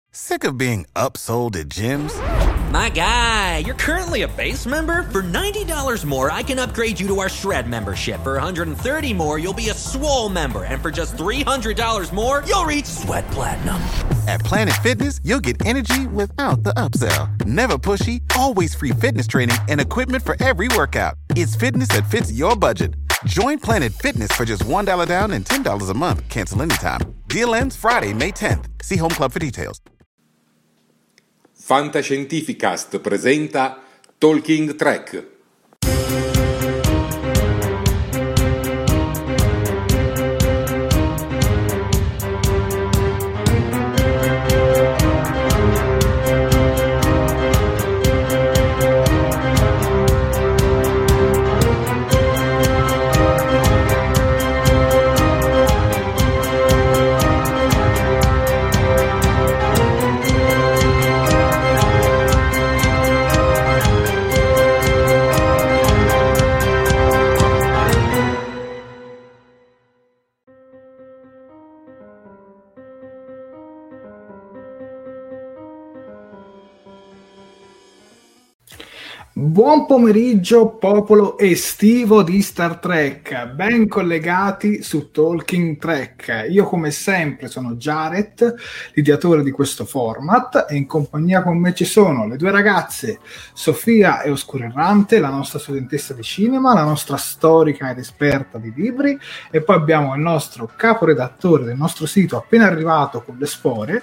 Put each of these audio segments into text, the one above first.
Sick of being upsold at gyms? My guy, you're currently a base member? For $90 more, I can upgrade you to our Shred membership. For $130 more, you'll be a Swole member. And for just $300 more, you'll reach Sweat Platinum. At Planet Fitness, you'll get energy without the upsell. Never pushy, always free fitness training and equipment for every workout. It's fitness that fits your budget. Join Planet Fitness for just $1 down and $10 a month. Cancel anytime. Deal ends Friday, May 10th. See Home Club for details. Fantascientificast presenta Talking Trek. Buon pomeriggio popolo estivo di Star Trek, ben collegati su Talking Trek. Io come sempre sono Jared, l'ideatore di questo format, e in compagnia con me ci sono le due ragazze, Sofia e Oscuro Errante, la nostra studentessa di cinema, la nostra storica ed esperta di libri, e poi abbiamo il nostro caporedattore del nostro sito appena arrivato con le spore,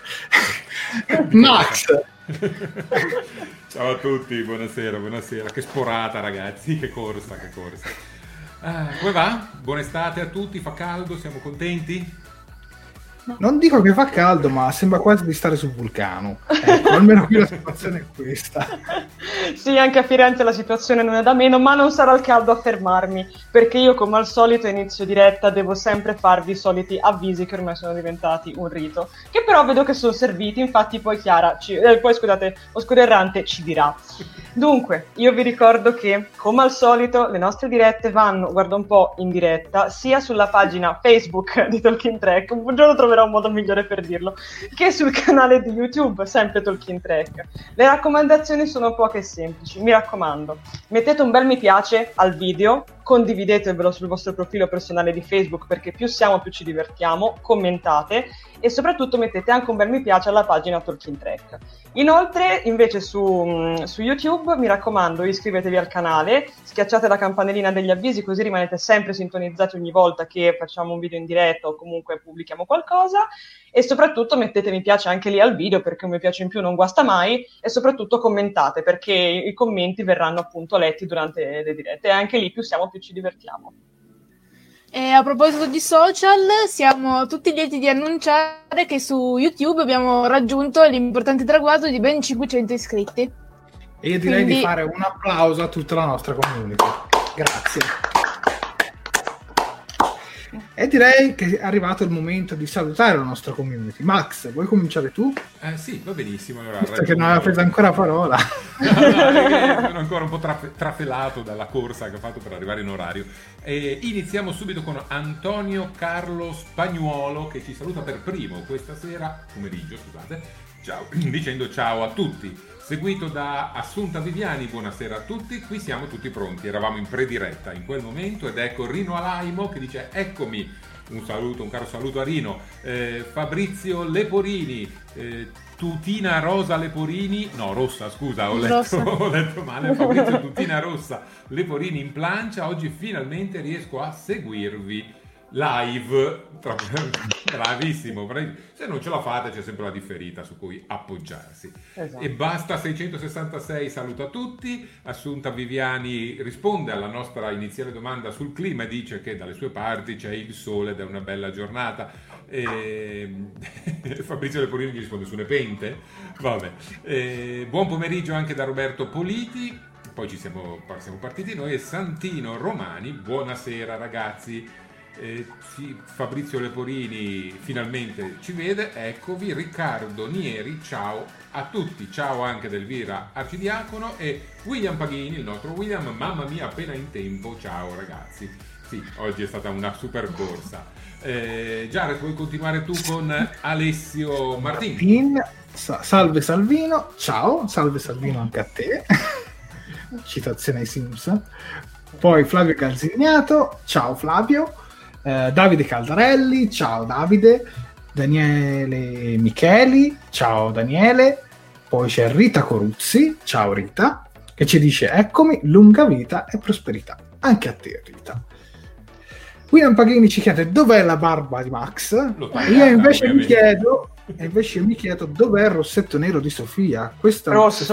Max. Ciao a tutti, buonasera. Che sporata, ragazzi, che corsa. Come va? Buona estate a tutti, fa caldo, siamo contenti? Non dico che fa caldo, ma sembra quasi di stare sul vulcano. Ecco, almeno qui la situazione è questa. Sì, anche a Firenze la situazione non è da meno, ma non sarà il caldo a fermarmi, perché io come al solito inizio diretta devo sempre farvi i soliti avvisi che ormai sono diventati un rito, che però vedo che sono serviti, infatti poi Oscuro Errante ci dirà. Dunque, io vi ricordo che, come al solito, le nostre dirette vanno, guarda un po', in diretta, sia sulla pagina Facebook di Talking Trek, un giorno troverò un modo migliore per dirlo, che sul canale di YouTube, sempre Talking Trek. Le raccomandazioni sono poche e semplici, mi raccomando. Mettete un bel mi piace al video, condividetevelo sul vostro profilo personale di Facebook, perché più siamo più ci divertiamo, commentate e soprattutto mettete anche un bel mi piace alla pagina Talking Trek. Inoltre, invece, su YouTube, mi raccomando, iscrivetevi al canale, schiacciate la campanellina degli avvisi, così rimanete sempre sintonizzati ogni volta che facciamo un video in diretta o comunque pubblichiamo qualcosa, e soprattutto mettete mi piace anche lì al video, perché un mi piace in più non guasta mai, e soprattutto commentate, perché i commenti verranno appunto letti durante le dirette, e anche lì più siamo più ci divertiamo. E a proposito di social, siamo tutti lieti di annunciare che su YouTube abbiamo raggiunto l'importante traguardo di ben 500 iscritti. E io direi di fare un applauso a tutta la nostra community. Grazie. E direi che è arrivato il momento di salutare la nostra community. Max, vuoi cominciare tu? Sì, va benissimo. Allora, che non aveva preso ancora parola. Sono ancora un po' trafelato dalla corsa che ho fatto per arrivare in orario. Iniziamo subito con Antonio Carlo Spagnuolo, che ci saluta per primo questa sera, pomeriggio, scusate, ciao, dicendo ciao a tutti. Seguito da Assunta Viviani, buonasera a tutti, qui siamo tutti pronti, eravamo in prediretta in quel momento, ed ecco Rino Alaimo che dice eccomi, un caro saluto a Rino. Fabrizio Leporini, Tutina Rosa Leporini, no Rossa scusa, ho letto male, Fabrizio Tutina Rossa Leporini in plancia, oggi finalmente riesco a seguirvi live, bravissimo, se non ce la fate c'è sempre la differita su cui appoggiarsi. Esatto. E basta 666, saluta a tutti. Assunta Viviani risponde alla nostra iniziale domanda sul clima e dice che dalle sue parti c'è il sole ed è una bella giornata. Fabrizio Leporini gli risponde su nepente. Vabbè. Buon pomeriggio anche da Roberto Politi, poi siamo partiti noi, e Santino Romani, buonasera ragazzi. Fabrizio Leporini finalmente ci vede, eccovi. Riccardo Nieri, ciao a tutti, ciao anche ad Elvira Arcidiacono, e William Paghini, il nostro William, mamma mia appena in tempo, ciao ragazzi. Sì, oggi è stata una super corsa. Jared, vuoi continuare tu con Alessio Martin? Salve Salvino, ciao, salve Salvino anche a te. Citazione ai Simpson. Poi Flavio Calzignato, ciao Flavio. Davide Caldarelli, ciao Davide. Daniele Micheli, ciao Daniele. Poi c'è Rita Coruzzi, ciao Rita, che ci dice eccomi, lunga vita e prosperità. Anche a te Rita. William Paghini ci chiede dov'è la barba di Max. Io invece mi chiedo dov'è il rossetto nero di Sofia. Questa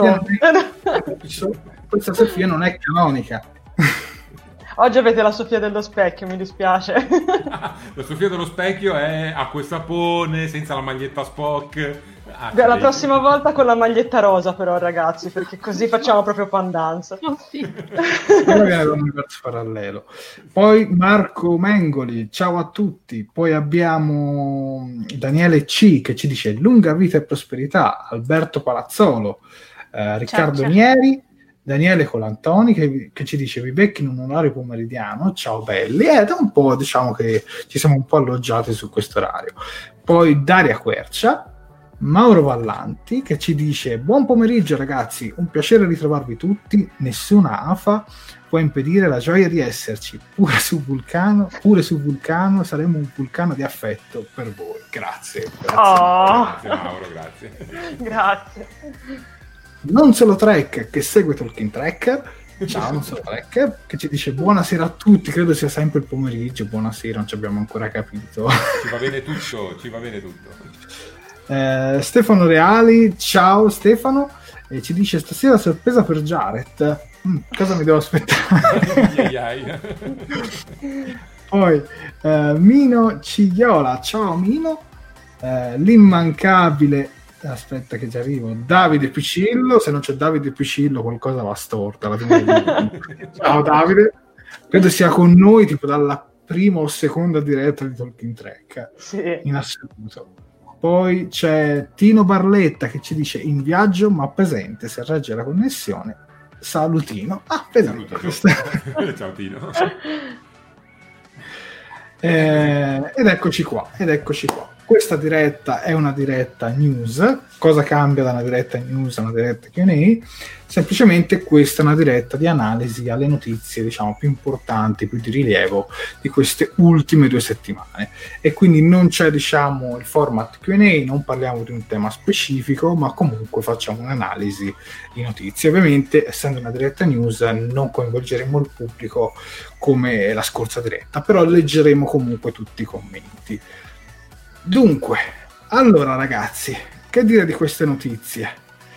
Sofia non è canonica. Oggi avete la Sofia dello specchio, mi dispiace. La Sofia dello specchio è acqua e sapone, senza la maglietta Spock. La prossima volta con la maglietta rosa però, ragazzi, perché così facciamo proprio pandanza. Viene da un universo parallelo. Poi Marco Mengoli, ciao a tutti. Poi abbiamo Daniele C che ci dice lunga vita e prosperità. Alberto Palazzolo, Riccardo Ciao. Nieri, Daniele Colantoni che ci dice vi becchi in un orario pomeridiano, ciao belli, da un po' diciamo che ci siamo un po' alloggiati su questo orario. Poi Daria Quercia, Mauro Vallanti che ci dice buon pomeriggio ragazzi, un piacere ritrovarvi tutti, nessuna afa può impedire la gioia di esserci, pure su Vulcano saremo un vulcano di affetto per voi, grazie. Grazie Mauro, grazie. Grazie. Non solo Trek che segue Talking Trekker, ciao Non solo Trek che ci dice buonasera a tutti, credo sia sempre il pomeriggio, buonasera, non ci abbiamo ancora capito. Ci va bene tutto. Stefano Reali, ciao Stefano, e ci dice stasera sorpresa per Jared. Cosa mi devo aspettare? Poi Mino Cigliola, ciao Mino, l'immancabile, aspetta che ci arrivo, Davide Picillo, se non c'è Davide Picillo qualcosa va storta alla fine. Ciao Davide, credo sia con noi tipo dalla prima o seconda diretta di Talking Trek, sì, in assoluto. Poi c'è Tino Barletta che ci dice in viaggio ma presente, se regge la connessione, salutino. Pesante. Ciao Tino. Ed eccoci qua. Questa diretta è una diretta news. Cosa cambia da una diretta news a una diretta Q&A? Semplicemente questa è una diretta di analisi alle notizie, diciamo, più importanti, più di rilievo di queste ultime 2 settimane. E quindi non c'è, diciamo, il format Q&A, non parliamo di un tema specifico, ma comunque facciamo un'analisi di notizie. Ovviamente, essendo una diretta news, non coinvolgeremo il pubblico come la scorsa diretta, però leggeremo comunque tutti i commenti. Dunque, allora ragazzi, che dire di queste notizie?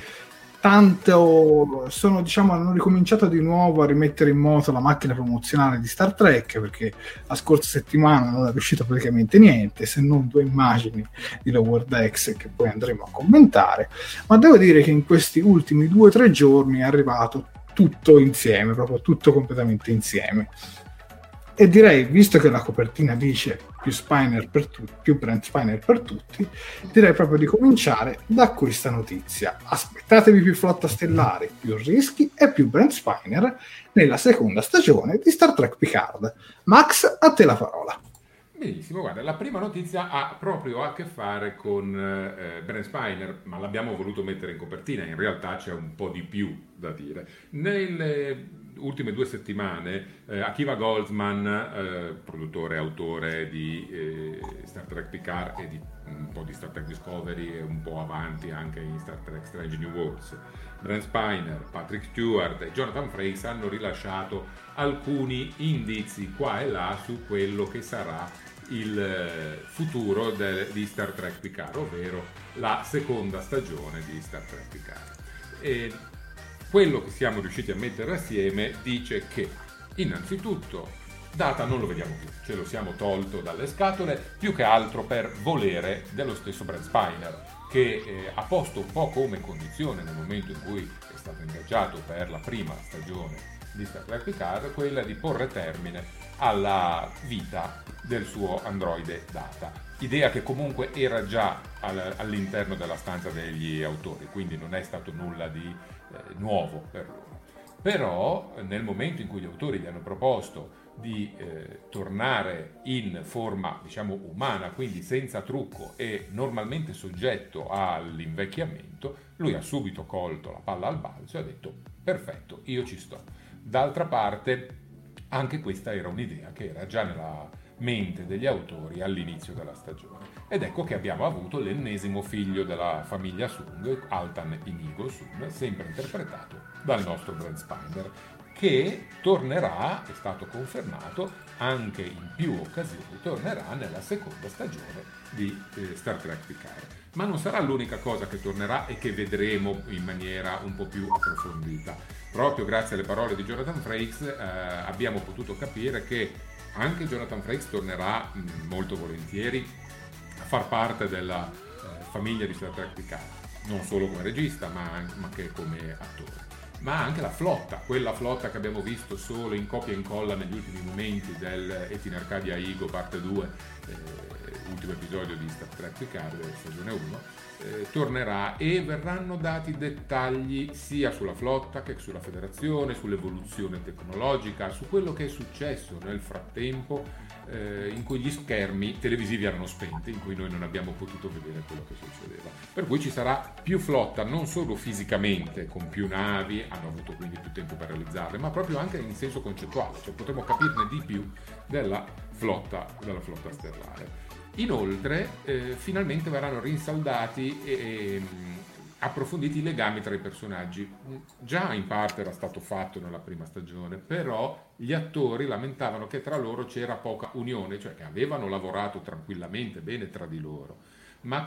Tanto sono, diciamo, hanno ricominciato di nuovo a rimettere in moto la macchina promozionale di Star Trek, perché la scorsa settimana non è riuscito praticamente niente, se non 2 immagini di Lower Decks che poi andremo a commentare, ma devo dire che in questi ultimi 2 o 3 giorni è arrivato tutto insieme, proprio tutto completamente insieme. E direi, visto che la copertina dice più Brent Spiner per tutti, direi proprio di cominciare da questa notizia. Aspettatevi più flotta stellare, più rischi e più Brent Spiner nella seconda stagione di Star Trek Picard. Max, a te la parola. Benissimo, guarda, la prima notizia ha proprio a che fare con Brent Spiner, ma l'abbiamo voluto mettere in copertina, in realtà c'è un po' di più da dire. Nelle ultime 2 settimane Akiva Goldsman, produttore e autore di Star Trek Picard e di un po' di Star Trek Discovery e un po' avanti anche in Star Trek Strange New Worlds, Brent Spiner, Patrick Stewart e Jonathan Frakes hanno rilasciato alcuni indizi qua e là su quello che sarà il futuro di Star Trek Picard, ovvero la seconda stagione di Star Trek Picard. E quello che siamo riusciti a mettere assieme dice che innanzitutto Data non lo vediamo più, ce lo siamo tolto dalle scatole, più che altro per volere dello stesso Brent Spiner, che ha posto un po' come condizione nel momento in cui è stato ingaggiato per la prima stagione di Star Trek Picard, quella di porre termine alla vita del suo androide Data, idea che comunque era già all'interno della stanza degli autori, quindi non è stato nulla di nuovo per loro. Però nel momento in cui gli autori gli hanno proposto di tornare in forma, diciamo, umana, quindi senza trucco e normalmente soggetto all'invecchiamento, lui ha subito colto la palla al balzo e ha detto perfetto, io ci sto. D'altra parte anche questa era un'idea che era già nella mente degli autori all'inizio della stagione, ed ecco che abbiamo avuto l'ennesimo figlio della famiglia Sung, Altan Inigo Sung, sempre interpretato dal nostro Brent Spiner, che tornerà, è stato confermato, anche in più occasioni, tornerà nella seconda stagione di Star Trek Picard. Ma non sarà l'unica cosa che tornerà e che vedremo in maniera un po' più approfondita. Proprio grazie alle parole di Jonathan Frakes abbiamo potuto capire che anche Jonathan Frakes tornerà molto volentieri a far parte della famiglia di Star Trek Picard, non solo come regista ma anche come attore. Ma anche la flotta, quella flotta che abbiamo visto solo in copia e incolla negli ultimi momenti del Et in Arcadia Ego parte 2, ultimo episodio di Star Trek Picard, stagione 1, tornerà e verranno dati dettagli sia sulla flotta che sulla federazione, sull'evoluzione tecnologica, su quello che è successo nel frattempo in cui gli schermi televisivi erano spenti, in cui noi non abbiamo potuto vedere quello che succedeva. Per cui ci sarà più flotta, non solo fisicamente, con più navi, hanno avuto quindi più tempo per realizzarle, ma proprio anche in senso concettuale, cioè potremo capirne di più della flotta stellare. Inoltre, finalmente verranno rinsaldati e approfonditi i legami tra i personaggi. Già in parte era stato fatto nella prima stagione, però gli attori lamentavano che tra loro c'era poca unione, cioè che avevano lavorato tranquillamente bene tra di loro, ma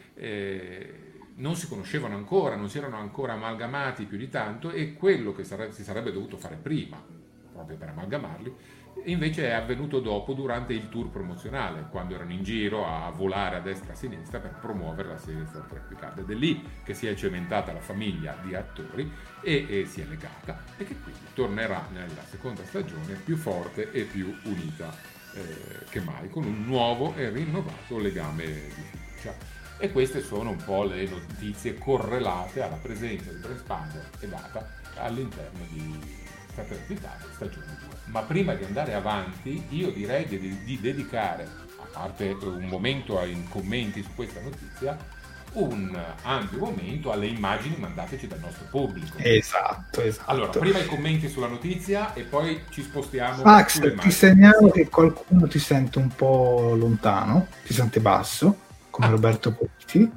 che non si conoscevano ancora, non si erano ancora amalgamati più di tanto, e quello che si sarebbe dovuto fare prima, proprio per amalgamarli, invece è avvenuto dopo, durante il tour promozionale, quando erano in giro a volare a destra e a sinistra per promuovere la serie Star Trek Picard. Ed è lì che si è cementata la famiglia di attori e si è legata, e che quindi tornerà nella seconda stagione più forte e più unita che mai, con un nuovo e rinnovato legame di fiducia. E queste sono un po' le notizie correlate alla presenza di Brent Spiner e Data all'interno di Star Trek Picard stagione 2. Ma prima di andare avanti io direi di dedicare, a parte un momento ai commenti su questa notizia, un ampio momento alle immagini mandateci dal nostro pubblico. Esatto. Allora, prima i commenti sulla notizia e poi ci spostiamo. Max, ti segnalo che qualcuno ti sente un po' lontano, ti sente basso, come Roberto Politi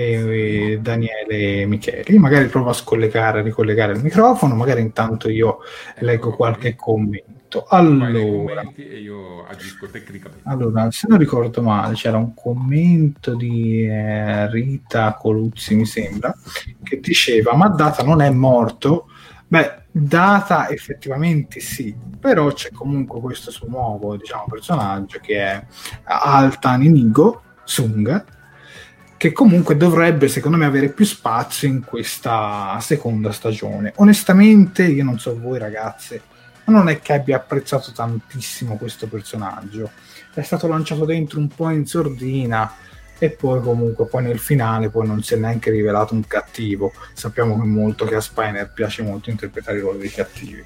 e Daniele Micheli. Magari provo a ricollegare il microfono, magari intanto io leggo qualche commento. Allora, e io agisco tecnicamente. Allora, se non ricordo male, c'era un commento di Rita Coluzzi, mi sembra, che diceva: ma Data non è morto? Beh, Data effettivamente sì, però c'è comunque questo suo nuovo, diciamo, personaggio che è Altan Inigo Sung, che comunque dovrebbe, secondo me, avere più spazio in questa seconda stagione. Onestamente, io non so voi ragazzi, ma non è che abbia apprezzato tantissimo questo personaggio. È stato lanciato dentro un po' in sordina e poi comunque poi nel finale poi non si è neanche rivelato un cattivo. Sappiamo che a Spiner piace molto interpretare i ruoli dei cattivi.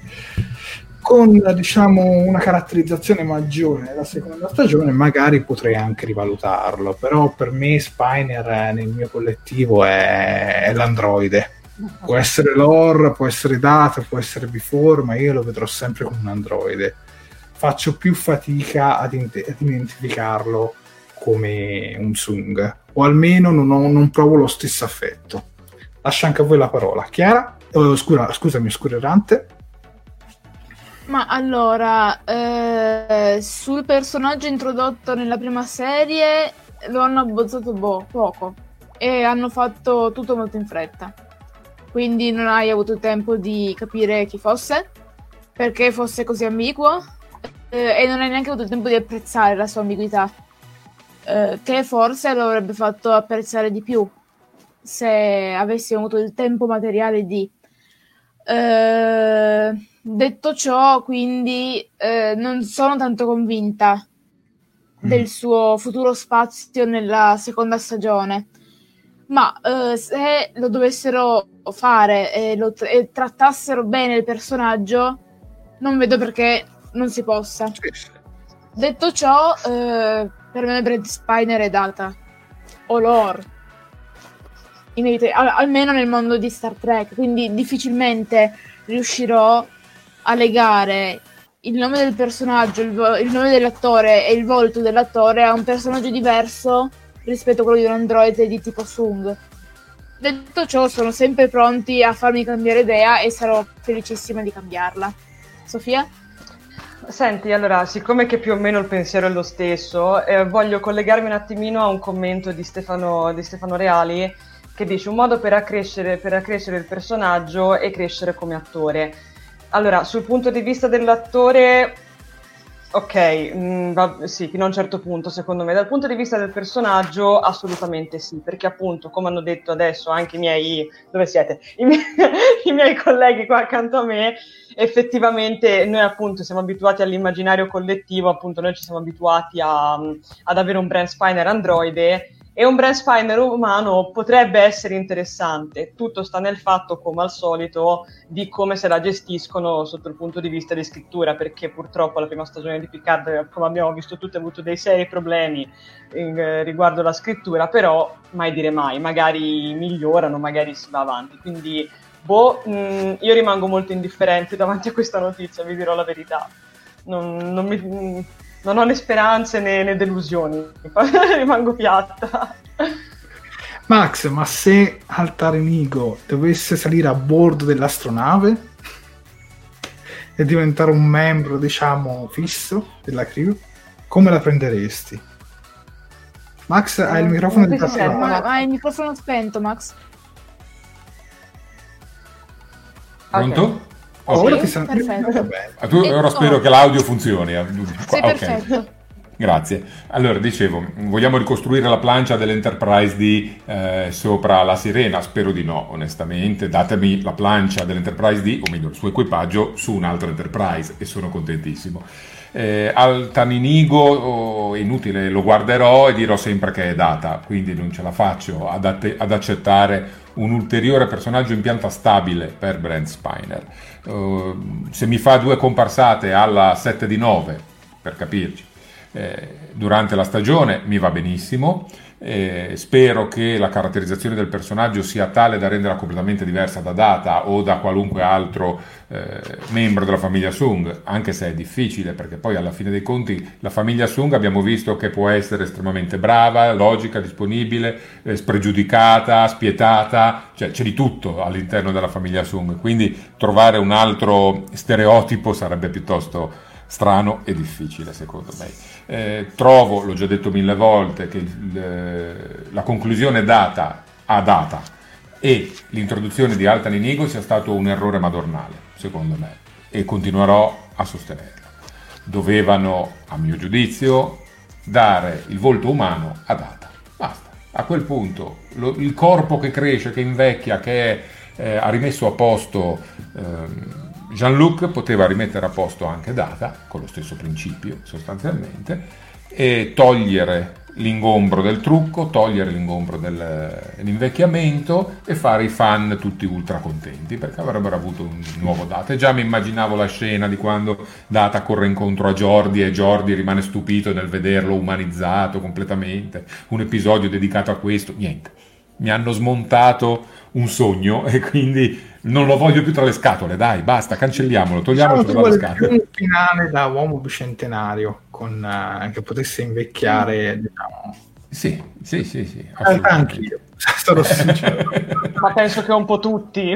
Con, diciamo, una caratterizzazione maggiore nella seconda stagione magari potrei anche rivalutarlo, però per me Spiner nel mio collettivo è l'androide. Può essere lore, può essere Data, può essere Before, ma io lo vedrò sempre come un androide. Faccio più fatica ad identificarlo come un Sung, o almeno non provo lo stesso affetto. Lascio anche a voi la parola. Chiara? Scusami, Oscurerante. Ma allora, sul personaggio introdotto nella prima serie lo hanno abbozzato poco e hanno fatto tutto molto in fretta. Quindi non hai avuto tempo di capire chi fosse, perché fosse così ambiguo, e non hai neanche avuto tempo di apprezzare la sua ambiguità, che forse lo avrebbe fatto apprezzare di più se avessimo avuto il tempo materiale di... Detto ciò, quindi non sono tanto convinta del suo futuro spazio nella seconda stagione, ma se lo dovessero fare e trattassero bene il personaggio, non vedo perché non si possa. Detto ciò, per me Brent Spiner è data. O lore. Almeno nel mondo di Star Trek, quindi difficilmente riuscirò a legare il nome del personaggio, il nome dell'attore e il volto dell'attore a un personaggio diverso rispetto a quello di un androide di tipo Sung. Detto ciò, sono sempre pronti a farmi cambiare idea e sarò felicissima di cambiarla. Sofia? Senti, allora, siccome che più o meno il pensiero è lo stesso, voglio collegarmi un attimino a un commento di Stefano Reali, che dice: un modo per accrescere il personaggio e crescere come attore. Allora, sul punto di vista dell'attore, ok, sì, fino a un certo punto secondo me. Dal punto di vista del personaggio, assolutamente sì, perché appunto, come hanno detto adesso anche i miei... dove siete? I miei colleghi qua accanto a me, effettivamente noi appunto siamo abituati all'immaginario collettivo, appunto noi ci siamo abituati ad avere un Brent Spiner androide, e un Brent Spiner umano potrebbe essere interessante. Tutto sta nel fatto, come al solito, di come se la gestiscono sotto il punto di vista di scrittura, perché purtroppo la prima stagione di Picard, come abbiamo visto tutti, ha avuto dei seri problemi riguardo la scrittura, però mai dire mai, magari migliorano, magari si va avanti. Quindi io rimango molto indifferente davanti a questa notizia, vi dirò la verità. Non ho né speranze né delusioni, rimango piatta. Max, ma se Altarenigo dovesse salire a bordo dell'astronave e diventare un membro, diciamo, fisso della crew, come la prenderesti? Max, hai il microfono di Hai il microfono spento, Max. Pronto? Okay. Ora ti sento perfetto. Ora spero che l'audio funzioni. Sì, perfetto. Grazie. Allora, dicevo, vogliamo ricostruire la plancia dell'Enterprise D sopra la Sirena? Spero di no, onestamente. Datemi la plancia dell'Enterprise D, o meglio, il suo equipaggio, su un'altra Enterprise, e sono contentissimo. Al Taninigo è inutile, lo guarderò e dirò sempre che è data, quindi non ce la faccio ad accettare un ulteriore personaggio in pianta stabile per Brent Spiner. Se mi fa 2 comparsate alla 7 di 9, per capirci, durante la stagione mi va benissimo. Spero che la caratterizzazione del personaggio sia tale da renderla completamente diversa da Data o da qualunque altro membro della famiglia Sung, anche se è difficile, perché poi alla fine dei conti la famiglia Sung abbiamo visto che può essere estremamente brava, logica, disponibile, spregiudicata, spietata, cioè c'è di tutto all'interno della famiglia Sung, quindi trovare un altro stereotipo sarebbe piuttosto strano e difficile, secondo me. Trovo, l'ho già detto 1000 volte, che la conclusione data a Data e l'introduzione di Altan Inigo sia stato un errore madornale, secondo me, e continuerò a sostenerlo. Dovevano, a mio giudizio, dare il volto umano a Data. Basta. A quel punto il corpo che cresce, che invecchia, che ha rimesso a posto Jean-Luc, poteva rimettere a posto anche Data, con lo stesso principio sostanzialmente, e togliere l'ingombro del trucco, togliere l'ingombro dell'invecchiamento e fare i fan tutti ultra contenti, perché avrebbero avuto un nuovo Data. E già mi immaginavo la scena di quando Data corre incontro a Geordi e Geordi rimane stupito nel vederlo umanizzato completamente, un episodio dedicato a questo. Niente, mi hanno smontato un sogno e quindi non lo voglio più tra le scatole, dai, basta, cancelliamolo, togliamocelo dalle scatole. Un finale da uomo bicentenario con che potesse invecchiare, diciamo. Sì, Anche io, sono sincero. Ma penso che un po' tutti.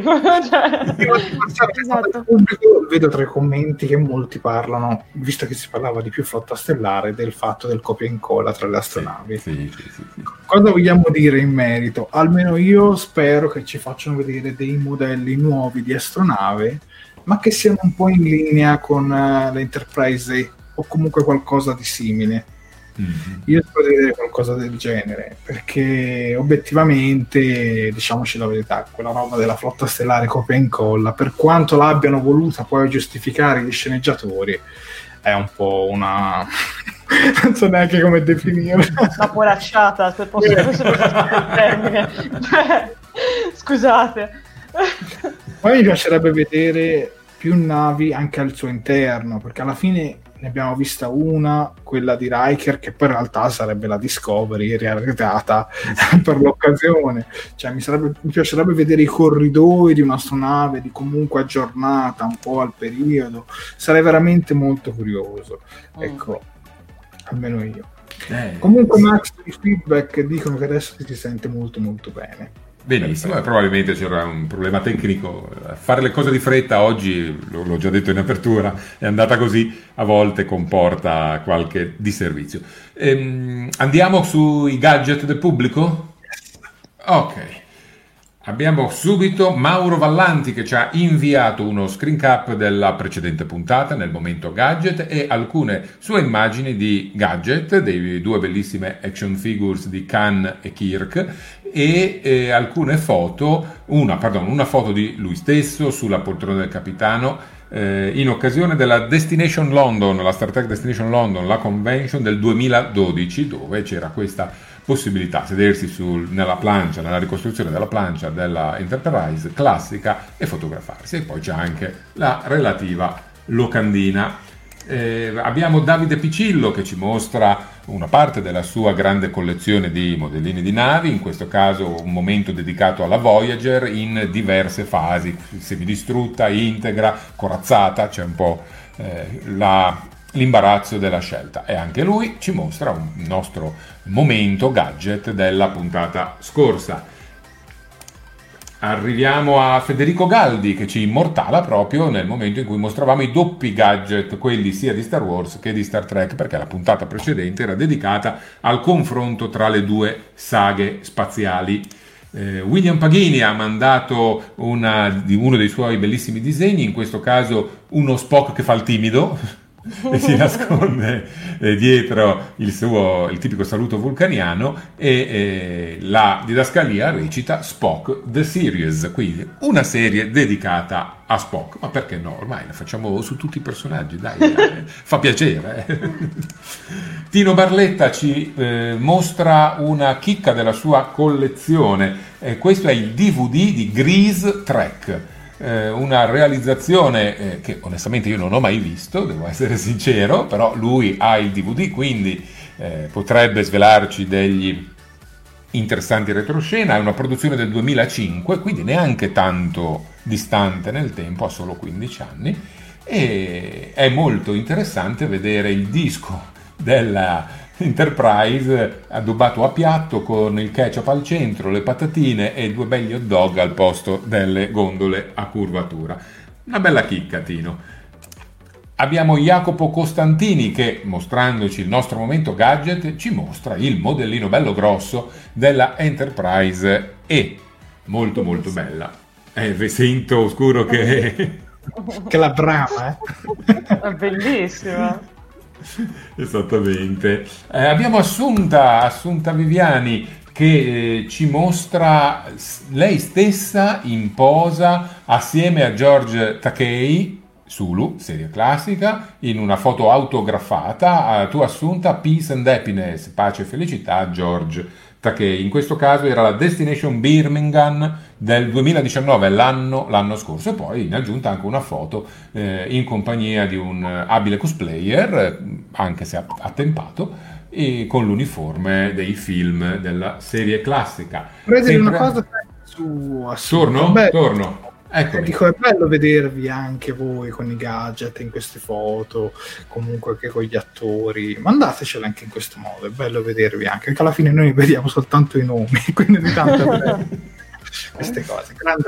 Esatto. Vedo tra i commenti che molti parlano, visto che si parlava di più flotta stellare, del fatto del copia e incolla tra le astronavi. Sì. Cosa vogliamo dire in merito? Almeno io spero che ci facciano vedere dei modelli nuovi di astronave, ma che siano un po' in linea con l'Enterprise o comunque qualcosa di simile. Io spero di vedere qualcosa del genere, perché obiettivamente, diciamoci la verità, quella roba della flotta stellare copia e incolla, per quanto l'abbiano voluta poi giustificare gli sceneggiatori, è un po' una non so neanche come definirla, una poracciata, se posso usare il termine. Scusate. Poi mi piacerebbe vedere più navi anche al suo interno, perché alla fine ne abbiamo vista una, quella di Riker, che poi in realtà sarebbe la Discovery riarredata per l'occasione. Cioè mi piacerebbe vedere i corridoi di un'astronave di comunque aggiornata un po' al periodo, sarei veramente molto curioso, ecco, almeno io. Comunque Max, i feedback dicono che adesso si sente molto molto bene. Benissimo, e probabilmente c'era un problema tecnico. Fare le cose di fretta oggi, l'ho già detto in apertura, è andata così, a volte comporta qualche disservizio. Andiamo sui gadget del pubblico? Ok. Abbiamo subito Mauro Vallanti che ci ha inviato uno screen cap della precedente puntata nel momento gadget e alcune sue immagini di gadget, dei due bellissime action figures di Khan e Kirk e alcune foto, una foto di lui stesso sulla poltrona del capitano in occasione della Destination London, la Star Trek Destination London, la convention del 2012, dove c'era questa possibilità sedersi nella plancia, nella ricostruzione della plancia della Enterprise classica e fotografarsi, e poi c'è anche la relativa locandina. Abbiamo Davide Picillo che ci mostra una parte della sua grande collezione di modellini di navi, in questo caso un momento dedicato alla Voyager in diverse fasi, semidistrutta, integra, corazzata, c'è un po' l'imbarazzo della scelta, e anche lui ci mostra un nostro momento gadget della puntata scorsa. Arriviamo a Federico Galdi che ci immortala proprio nel momento in cui mostravamo i doppi gadget, quelli sia di Star Wars che di Star Trek, perché la puntata precedente era dedicata al confronto tra le due saghe spaziali. William Paghini ha mandato uno dei suoi bellissimi disegni, in questo caso uno Spock che fa il timido e si nasconde dietro il tipico saluto vulcaniano, e la didascalia recita Spock The Series, quindi una serie dedicata a Spock, ma perché no, ormai la facciamo su tutti i personaggi, dai, fa piacere. Tino Barletta ci mostra una chicca della sua collezione, questo è il DVD di Grease Trek, una realizzazione che onestamente io non ho mai visto, devo essere sincero, però lui ha il DVD, quindi potrebbe svelarci degli interessanti retroscena. È una produzione del 2005, quindi neanche tanto distante nel tempo, ha solo 15 anni, e è molto interessante vedere il disco della Enterprise addobbato a piatto con il ketchup al centro, le patatine e due belli hot dog al posto delle gondole a curvatura. Una bella chicca, Tino. Abbiamo Jacopo Costantini che, mostrandoci il nostro momento gadget, ci mostra il modellino bello grosso della Enterprise E, molto molto bella. Sento oscuro che la brama, È bellissima. Esattamente. Abbiamo Assunta Viviani che ci mostra lei stessa in posa assieme a George Takei, Sulu, serie classica, in una foto autografata. Tu Assunta, Peace and Happiness, pace e felicità, George Takei. In questo caso era la Destination Birmingham del 2019, l'anno scorso, e poi in aggiunta anche una foto in compagnia di un abile cosplayer, anche se attempato, e con l'uniforme dei film della serie classica. Sempre... una cosa su Assunta. Torno. Eccomi. Dico, è bello vedervi anche voi con i gadget in queste foto, comunque che con gli attori, mandatecele anche in questo modo, è bello vedervi anche, perché alla fine noi vediamo soltanto i nomi, quindi ogni tanto queste cose. Grande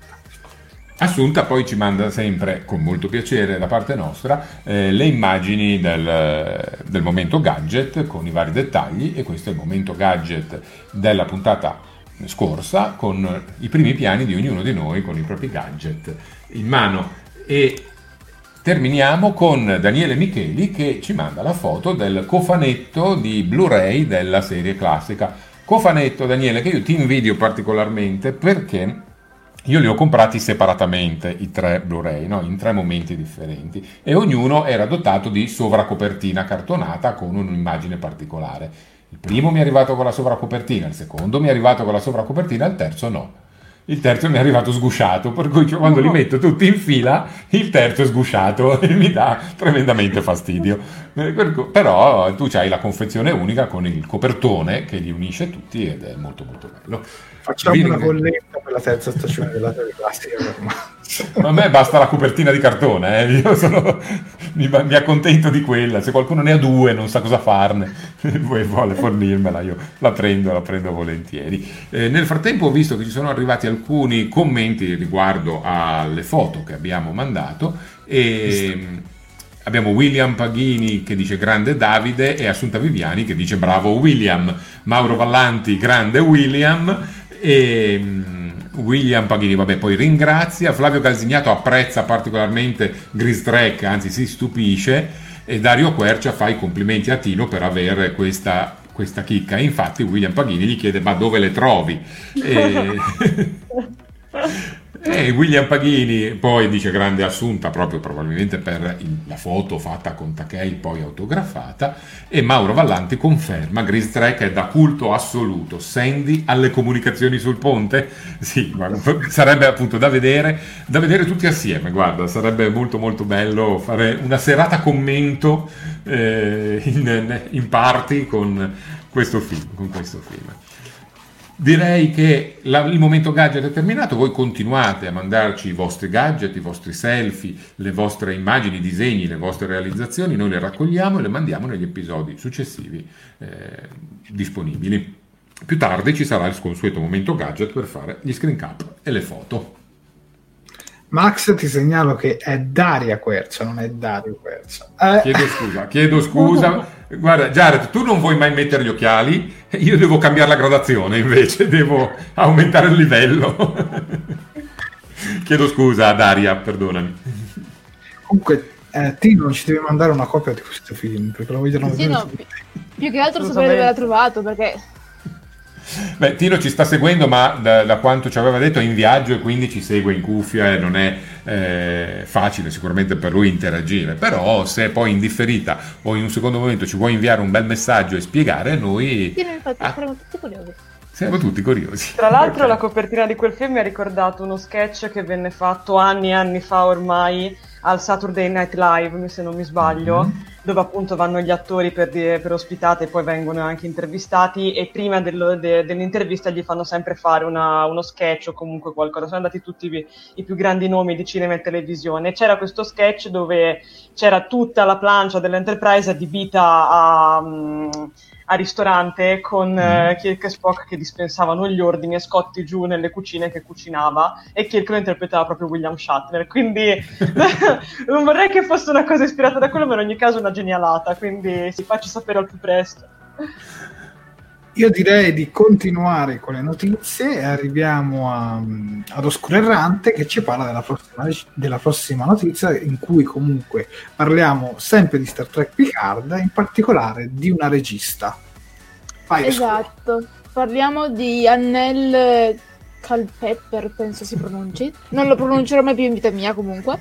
Assunta poi ci manda sempre con molto piacere da parte nostra le immagini del momento gadget con i vari dettagli, e questo è il momento gadget della puntata scorsa, con i primi piani di ognuno di noi con i propri gadget in mano. E terminiamo con Daniele Micheli che ci manda la foto del cofanetto di Blu-ray della serie classica. Cofanetto, Daniele, che io ti invidio particolarmente perché io li ho comprati separatamente, i 3 Blu-ray, no? In 3 momenti differenti, e ognuno era dotato di sovracopertina cartonata con un'immagine particolare. Il primo mi è arrivato con la sovracopertina, il secondo mi è arrivato con la sovracopertina, il terzo no. il terzo mi è arrivato sgusciato, per cui quando li metto tutti in fila, il terzo è sgusciato e mi dà tremendamente fastidio. Però tu hai la confezione unica con il copertone che li unisce tutti ed è molto molto bello. Facciamo una colletta per la terza stagione della serie classica. A me basta la copertina di cartone, io mi accontento di quella. Se qualcuno ne ha due, non sa cosa farne, vuole fornirmela, io la prendo volentieri. Nel frattempo ho visto che ci sono arrivati alcuni commenti riguardo alle foto che abbiamo mandato e abbiamo William Paghini che dice grande Davide e Assunta Viviani che dice bravo William, Mauro Vallanti grande William e William Paghini, vabbè, poi ringrazia, Flavio Calzignato apprezza particolarmente Gris Trek, anzi si stupisce, e Dario Quercia fa i complimenti a Tino per avere questa chicca, e infatti William Paghini gli chiede ma dove le trovi? E William Paghini poi dice grande Assunta proprio probabilmente per la foto fatta con Takei poi autografata, e Mauro Vallanti conferma Gris Trek è da culto assoluto. Sandy alle comunicazioni sul ponte? Sì, guarda, sarebbe appunto da vedere tutti assieme, guarda, sarebbe molto molto bello fare una serata commento in party con questo film. Direi che il momento gadget è terminato, voi continuate a mandarci i vostri gadget, i vostri selfie, le vostre immagini, i disegni, le vostre realizzazioni, noi le raccogliamo e le mandiamo negli episodi successivi disponibili. Più tardi ci sarà il consueto momento gadget per fare gli screen cap e le foto. Max, ti segnalo che è Daria Quercia, non è Dario Quercia. Chiedo scusa. Guarda, Jared, tu non vuoi mai mettere gli occhiali, io devo cambiare la gradazione, invece devo aumentare il livello. Chiedo scusa, Daria, perdonami. Comunque, Tino ci deve mandare una copia di questo film, perché lo vogliono vedere. No, più che altro sapere dove l'ha trovato, perché... Beh, Tino ci sta seguendo, ma da quanto ci aveva detto è in viaggio e quindi ci segue in cuffia e non è facile sicuramente per lui interagire, però se poi in differita o in un secondo momento ci vuoi inviare un bel messaggio e spiegare, noi Tino, infatti, saremo tutti curiosi. Siamo tutti curiosi. Tra l'altro la copertina di quel film mi ha ricordato uno sketch che venne fatto anni e anni fa ormai al Saturday Night Live, se non mi sbaglio, dove appunto vanno gli attori per ospitate e poi vengono anche intervistati, e prima dell'intervista gli fanno sempre fare uno sketch o comunque qualcosa. Sono andati tutti i più grandi nomi di cinema e televisione. C'era questo sketch dove c'era tutta la plancia dell'Enterprise adibita a ristorante con Kirk e Spock che dispensavano gli ordini e Scotty giù nelle cucine che cucinava, e Kirk lo interpretava proprio William Shatner, quindi non vorrei che fosse una cosa ispirata da quello, ma in ogni caso una genialata, quindi si faccia sapere al più presto. Io direi di continuare con le notizie e arriviamo ad Oscuro Errante, che ci parla della prossima notizia, in cui comunque parliamo sempre di Star Trek Picard, in particolare di una regista. Vai, esatto, parliamo di Annelle Culpepper, penso si pronunci, non lo pronuncerò mai più in vita mia comunque.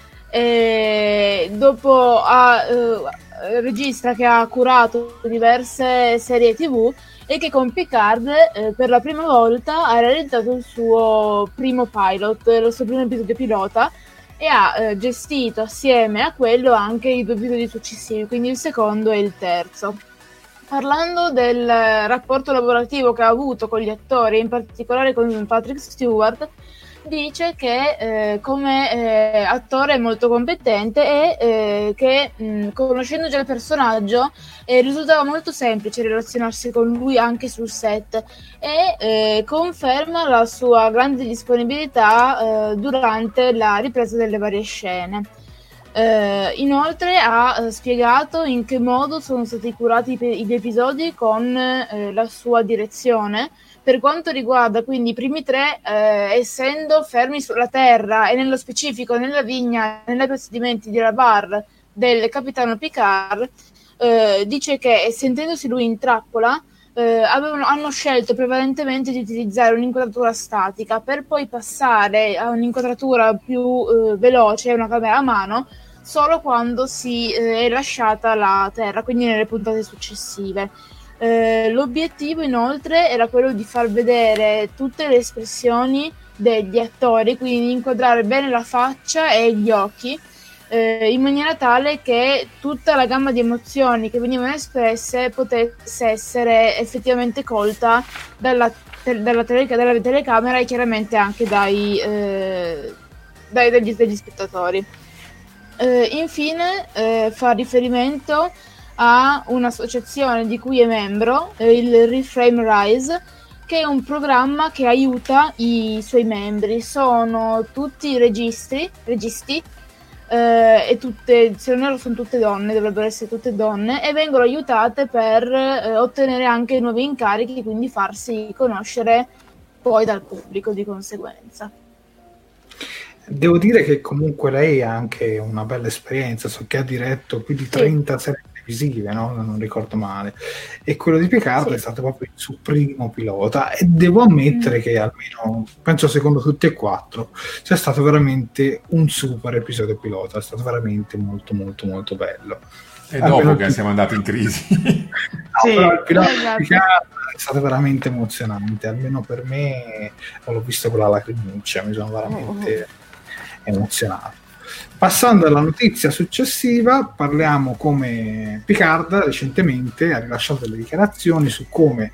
Dopo regista che ha curato diverse serie TV e che con Picard per la prima volta ha realizzato il suo primo pilot, il suo primo episodio pilota, e ha gestito assieme a quello anche i 2 episodi successivi, quindi il secondo e il terzo. Parlando del rapporto lavorativo che ha avuto con gli attori, in particolare con Patrick Stewart, dice che come attore è molto competente e che conoscendo già il personaggio risultava molto semplice relazionarsi con lui anche sul set, e conferma la sua grande disponibilità durante la ripresa delle varie scene. Inoltre ha spiegato in che modo sono stati curati gli episodi con la sua direzione. Per quanto riguarda quindi i primi 3, essendo fermi sulla Terra e nello specifico nella vigna, nei possedimenti della bar del capitano Picard, dice che sentendosi lui in trappola hanno scelto prevalentemente di utilizzare un'inquadratura statica per poi passare a un'inquadratura più veloce, una camera a mano, solo quando si è lasciata la Terra, quindi nelle puntate successive. L'obiettivo inoltre era quello di far vedere tutte le espressioni degli attori, quindi inquadrare bene la faccia e gli occhi, in maniera tale che tutta la gamma di emozioni che venivano espresse potesse essere effettivamente colta dalla telecamera e chiaramente anche degli spettatori. Infine fa riferimento a un'associazione di cui è membro, il Reframe Rise, che è un programma che aiuta i suoi membri. Sono tutti registi e se non erro sono tutte donne, dovrebbero essere tutte donne, e vengono aiutate per ottenere anche nuovi incarichi, quindi farsi conoscere poi dal pubblico di conseguenza. Devo dire che comunque lei ha anche una bella esperienza, so che ha diretto più di 30 serie televisive, no? Non ricordo male, e quello di Picard è stato proprio il suo primo pilota, e devo ammettere che almeno, penso secondo tutti e quattro, sia stato veramente un super episodio pilota, è stato veramente molto molto molto bello. E dopo che siamo andati in crisi. Però il pilota di Picard è stato veramente emozionante, almeno per me. L'ho visto con la lacrimuccia, mi sono veramente emozionato. Passando alla notizia successiva, parliamo come Picard recentemente ha rilasciato delle dichiarazioni su come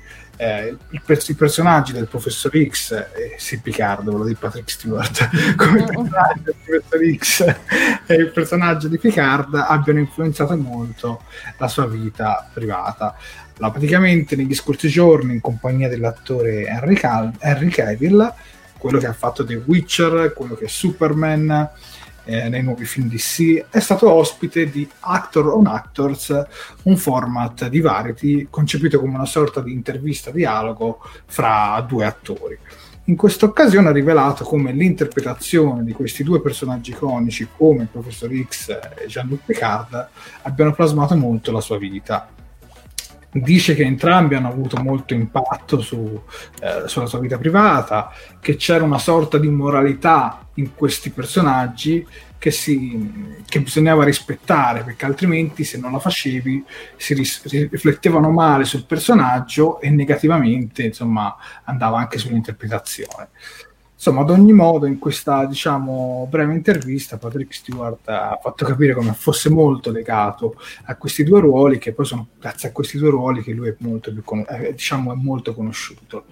i personaggi del Professor X, Picard, quello di Patrick Stewart, come il personaggio del Professor X e il personaggio di Picard abbiano influenzato molto la sua vita privata. Praticamente negli scorsi giorni, in compagnia dell'attore Henry Cavill, quello che ha fatto The Witcher, quello che è Superman, nei nuovi film DC, è stato ospite di Actor on Actors, un format di Variety concepito come una sorta di intervista-dialogo fra due attori. In questa occasione ha rivelato come l'interpretazione di questi due personaggi iconici, come il Professor X e Jean-Luc Picard, abbiano plasmato molto la sua vita. Dice che entrambi hanno avuto molto impatto sulla sua vita privata, che c'era una sorta di moralità in questi personaggi che bisognava rispettare, perché altrimenti, se non la facevi, si riflettevano male sul personaggio e negativamente, insomma, andava anche sull'interpretazione. Insomma, ad ogni modo, in questa, breve intervista, Patrick Stewart ha fatto capire come fosse molto legato a questi due ruoli, che poi sono grazie a questi due ruoli che lui è molto più è molto conosciuto.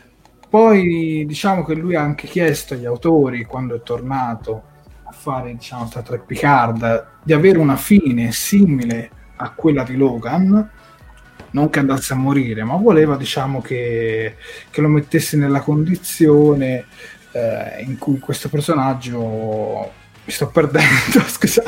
Poi, che lui ha anche chiesto agli autori, quando è tornato a fare, Star Trek Picard, di avere una fine simile a quella di Logan, non che andasse a morire, ma voleva, che lo mettesse nella condizione in cui questo personaggio, mi sto perdendo, scusa,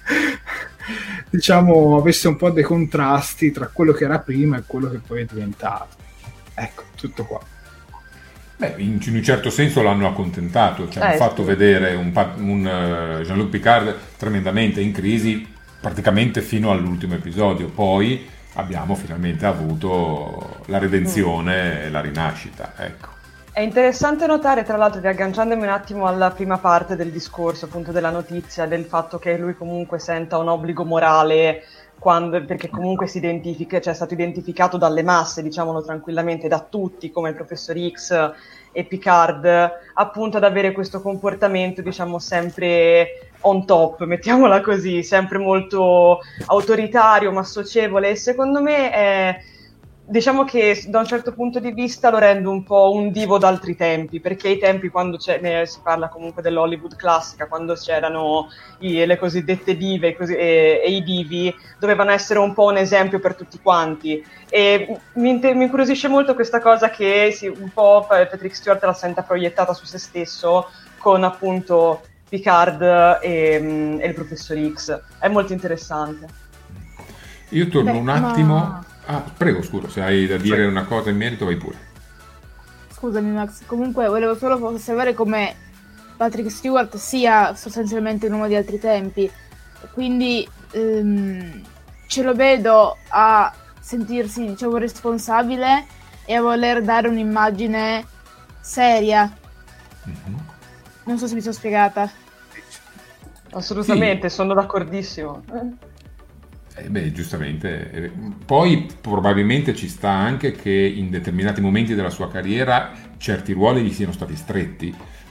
avesse un po' dei contrasti tra quello che era prima e quello che poi è diventato. Ecco, tutto qua. Beh, in un certo senso l'hanno accontentato, hanno fatto vedere un Jean-Luc Picard tremendamente in crisi praticamente fino all'ultimo episodio, poi abbiamo finalmente avuto la redenzione e la rinascita, ecco. È interessante notare, tra l'altro, riagganciandomi un attimo alla prima parte del discorso, appunto della notizia, del fatto che lui comunque senta un obbligo morale perché comunque è stato identificato dalle masse, diciamolo tranquillamente, da tutti, come il Professor X e Picard, appunto ad avere questo comportamento, sempre on top, mettiamola così, sempre molto autoritario ma socievole, e secondo me è... che da un certo punto di vista lo rende un po' un divo d'altri tempi, perché ai tempi, quando si parla comunque dell'Hollywood classica, quando c'erano le cosiddette dive e i divi, dovevano essere un po' un esempio per tutti quanti, e mi incuriosisce molto questa cosa che un po' Patrick Stewart la senta proiettata su se stesso con appunto Picard e il Professor X. È molto interessante. Io torno un attimo... prego, scusa, se hai da dire una cosa in merito, vai pure. Scusami Max, comunque volevo solo osservare come Patrick Stewart sia sostanzialmente un uomo di altri tempi, quindi ce lo vedo a sentirsi, responsabile e a voler dare un'immagine seria. Mm-hmm. Non so se mi sono spiegata. Assolutamente, sì. Sono d'accordissimo. Giustamente. Poi probabilmente ci sta anche che in determinati momenti della sua carriera certi ruoli gli siano stati stretti,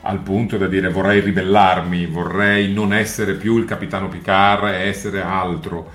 al punto da dire vorrei ribellarmi, vorrei non essere più il capitano Picard e essere altro.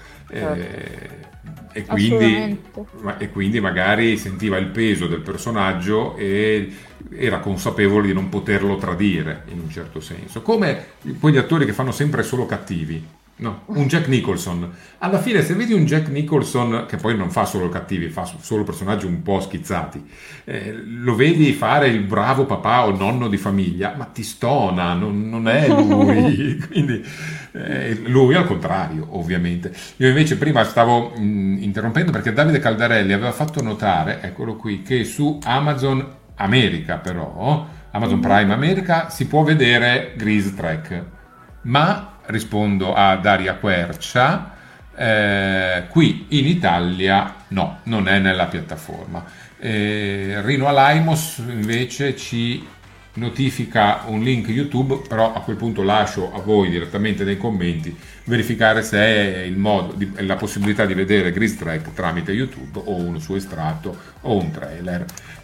E quindi magari sentiva il peso del personaggio e era consapevole di non poterlo tradire in un certo senso, come quegli attori che fanno sempre solo cattivi. No, un Jack Nicholson. Alla fine, se vedi un Jack Nicholson che poi non fa solo cattivi, fa solo personaggi un po' schizzati, lo vedi fare il bravo papà o nonno di famiglia, ma ti stona, non è lui. Quindi lui al contrario, ovviamente. Io invece prima stavo interrompendo perché Davide Caldarelli aveva fatto notare, eccolo qui, che su Amazon America però, Amazon Prime America, si può vedere Grease Trek, ma rispondo a Daria Quercia, qui in Italia no, non è nella piattaforma. Rino Alaimos invece ci notifica un link YouTube, però a quel punto lascio a voi direttamente nei commenti verificare se è il modo la possibilità di vedere Grease Trek tramite YouTube o un suo estratto o un trailer.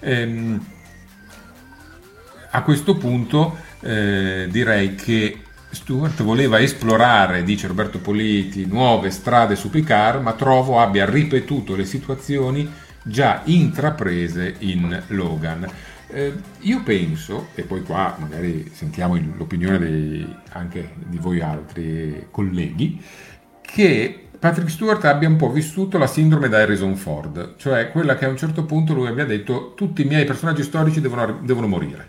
A questo punto direi che Stewart voleva esplorare, dice Roberto Politi, nuove strade su Picard, ma trovo abbia ripetuto le situazioni già intraprese in Logan. Io penso, e poi qua magari sentiamo l'opinione anche di voi altri colleghi, che Patrick Stewart abbia un po' vissuto la sindrome da Harrison Ford, cioè quella che a un certo punto lui abbia detto tutti i miei personaggi storici devono morire.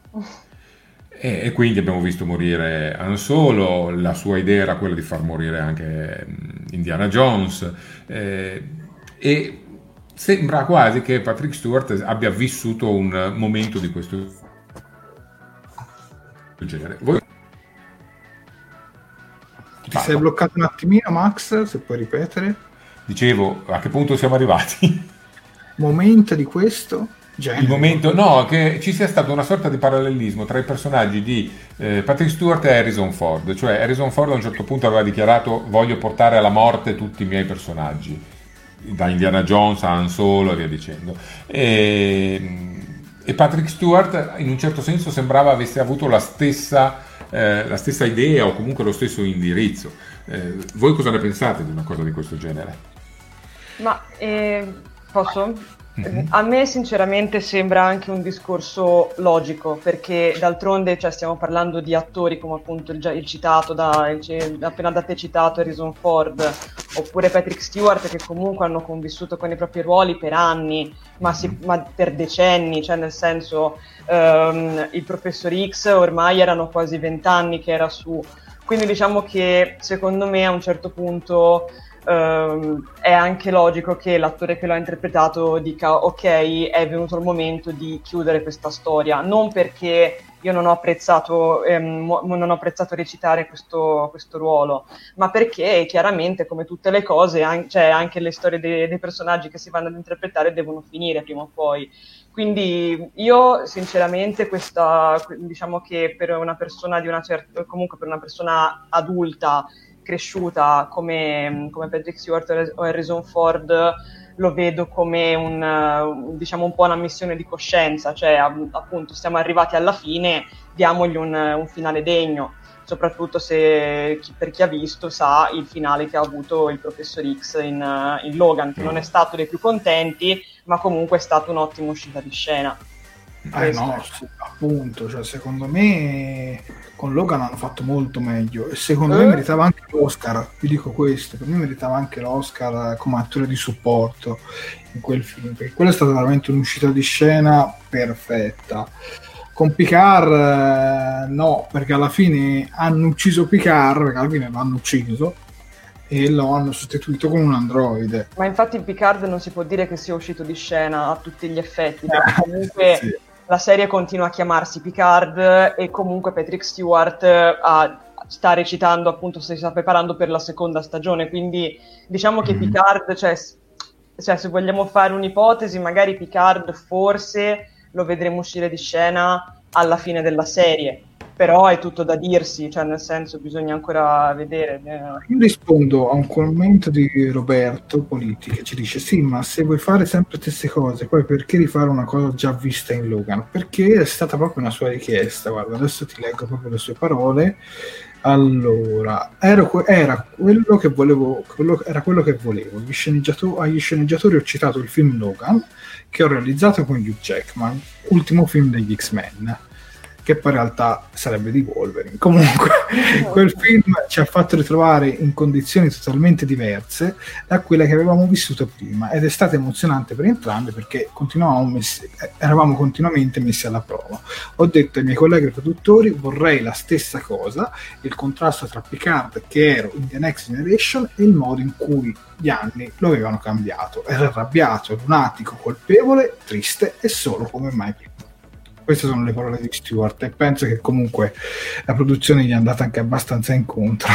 E quindi abbiamo visto morire Han Solo, la sua idea era quella di far morire anche Indiana Jones, e sembra quasi che Patrick Stewart abbia vissuto un momento di questo genere. Ti sei bloccato un attimino, Max, se puoi ripetere? Dicevo, a che punto siamo arrivati? Momento di questo? Genere. Il momento, no, che ci sia stato una sorta di parallelismo tra i personaggi di Patrick Stewart e Harrison Ford, cioè Harrison Ford a un certo punto aveva dichiarato voglio portare alla morte tutti i miei personaggi, da Indiana Jones a Han Solo e via dicendo, e Patrick Stewart in un certo senso sembrava avesse avuto la stessa idea o comunque lo stesso indirizzo. Voi cosa ne pensate di una cosa di questo genere? Ma posso? A me sinceramente sembra anche un discorso logico, perché d'altronde stiamo parlando di attori come appunto il citato appena da te citato Harrison Ford, oppure Patrick Stewart, che comunque hanno convissuto con i propri ruoli per anni, ma per decenni, cioè nel senso il Professor X ormai erano quasi 20 anni che era su, quindi diciamo che secondo me a un certo punto è anche logico che l'attore che lo ha interpretato dica ok, è venuto il momento di chiudere questa storia, non perché io non ho apprezzato recitare questo ruolo, ma perché chiaramente come tutte le cose anche le storie dei personaggi che si vanno ad interpretare devono finire prima o poi. Quindi io sinceramente diciamo che per una persona comunque per una persona adulta cresciuta come Patrick Stewart o Harrison Ford, lo vedo come diciamo un po' una missione di coscienza, cioè appunto siamo arrivati alla fine, diamogli un finale degno, soprattutto se per chi ha visto sa il finale che ha avuto il Professor X in Logan, che non è stato dei più contenti, ma comunque è stata un'ottima uscita di scena. No, appunto, cioè, secondo me con Logan hanno fatto molto meglio e secondo me meritava anche l'Oscar, vi dico questo, per me meritava anche l'Oscar come attore di supporto in quel film, perché quella è stata veramente un'uscita di scena perfetta. Con Picard no, perché alla fine hanno ucciso Picard, perché alla fine l'hanno ucciso e lo hanno sostituito con un androide. Ma infatti Picard non si può dire che sia uscito di scena a tutti gli effetti, perché comunque sì. La serie continua a chiamarsi Picard e comunque Patrick Stewart sta recitando, appunto, si sta preparando per la seconda stagione, quindi diciamo che Picard, cioè se vogliamo fare un'ipotesi, magari Picard forse lo vedremo uscire di scena alla fine della serie, però è tutto da dirsi, cioè nel senso bisogna ancora vedere. Io rispondo a un commento di Roberto Politi che ci dice: sì, ma se vuoi fare sempre le stesse cose, poi perché rifare una cosa già vista in Logan? Perché è stata proprio una sua richiesta. Guarda, adesso ti leggo proprio le sue parole. Allora, era quello che volevo. Era quello che volevo. Agli sceneggiatori ho citato il film Logan, che ho realizzato con Hugh Jackman, ultimo film degli X-Men, che poi in realtà sarebbe di Wolverine. Comunque quel film ci ha fatto ritrovare in condizioni totalmente diverse da quelle che avevamo vissuto prima, ed è stato emozionante per entrambi perché eravamo continuamente messi alla prova. Ho detto ai miei colleghi produttori: vorrei la stessa cosa, il contrasto tra Picard che ero in The Next Generation e il modo in cui gli anni lo avevano cambiato. Era arrabbiato, lunatico, colpevole, triste e solo come mai prima. Queste sono le parole di Stewart, e penso che comunque la produzione gli è andata anche abbastanza incontro,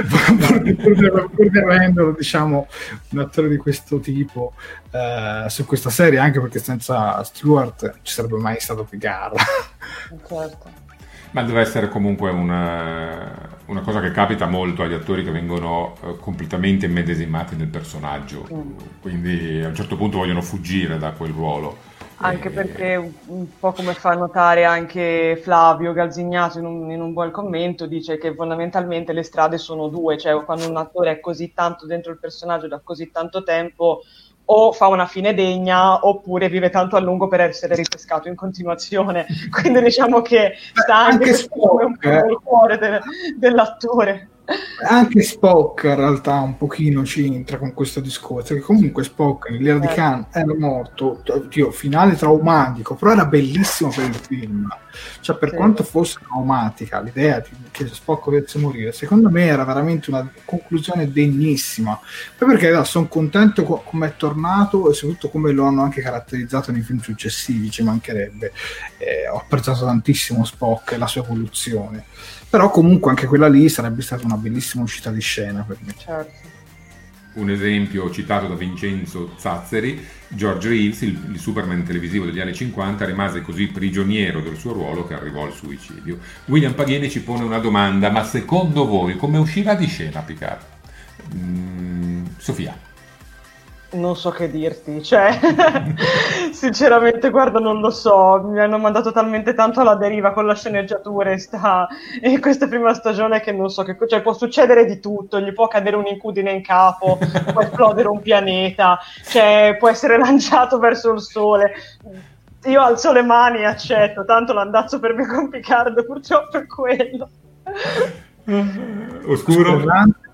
pur di avendolo, diciamo, un attore di questo tipo su questa serie, anche perché senza Stewart ci sarebbe mai stato Picard. Certo. Ma deve essere comunque una cosa che capita molto agli attori che vengono completamente immedesimati nel personaggio, quindi a un certo punto vogliono fuggire da quel ruolo. Anche perché un po' come fa notare anche Flavio Galzignato in un buon commento, dice che fondamentalmente le strade sono due, cioè quando un attore è così tanto dentro il personaggio da così tanto tempo, o fa una fine degna oppure vive tanto a lungo per essere ripescato in continuazione. Quindi diciamo che sta anche un po' nel cuore dell'attore. Anche Spock in realtà un pochino ci entra con questo discorso, che comunque Spock nell'era di Khan era morto, finale traumatico, però era bellissimo per il film, cioè per quanto fosse traumatica l'idea che Spock dovesse morire, secondo me era veramente una conclusione degnissima. Poi perché sono contento come è tornato e soprattutto come lo hanno anche caratterizzato nei film successivi, ci mancherebbe. Ho apprezzato tantissimo Spock e la sua evoluzione, però comunque anche quella lì sarebbe stata una bellissima uscita di scena per me. Certo. Un esempio citato da Vincenzo Zazzeri: George Reeves, il Superman televisivo degli anni 50, rimase così prigioniero del suo ruolo che arrivò al suicidio. William Paghieni ci pone una domanda: ma secondo voi come uscirà di scena Picard? Sofia. Non so che dirti, cioè sinceramente guarda, non lo so, mi hanno mandato talmente tanto alla deriva con la sceneggiatura in questa prima stagione che non so cioè può succedere di tutto, gli può cadere un'incudine in capo, può esplodere un pianeta, cioè può essere lanciato verso il sole. Io alzo le mani e accetto, tanto l'andazzo per me con Picard purtroppo è quello. Oscuro?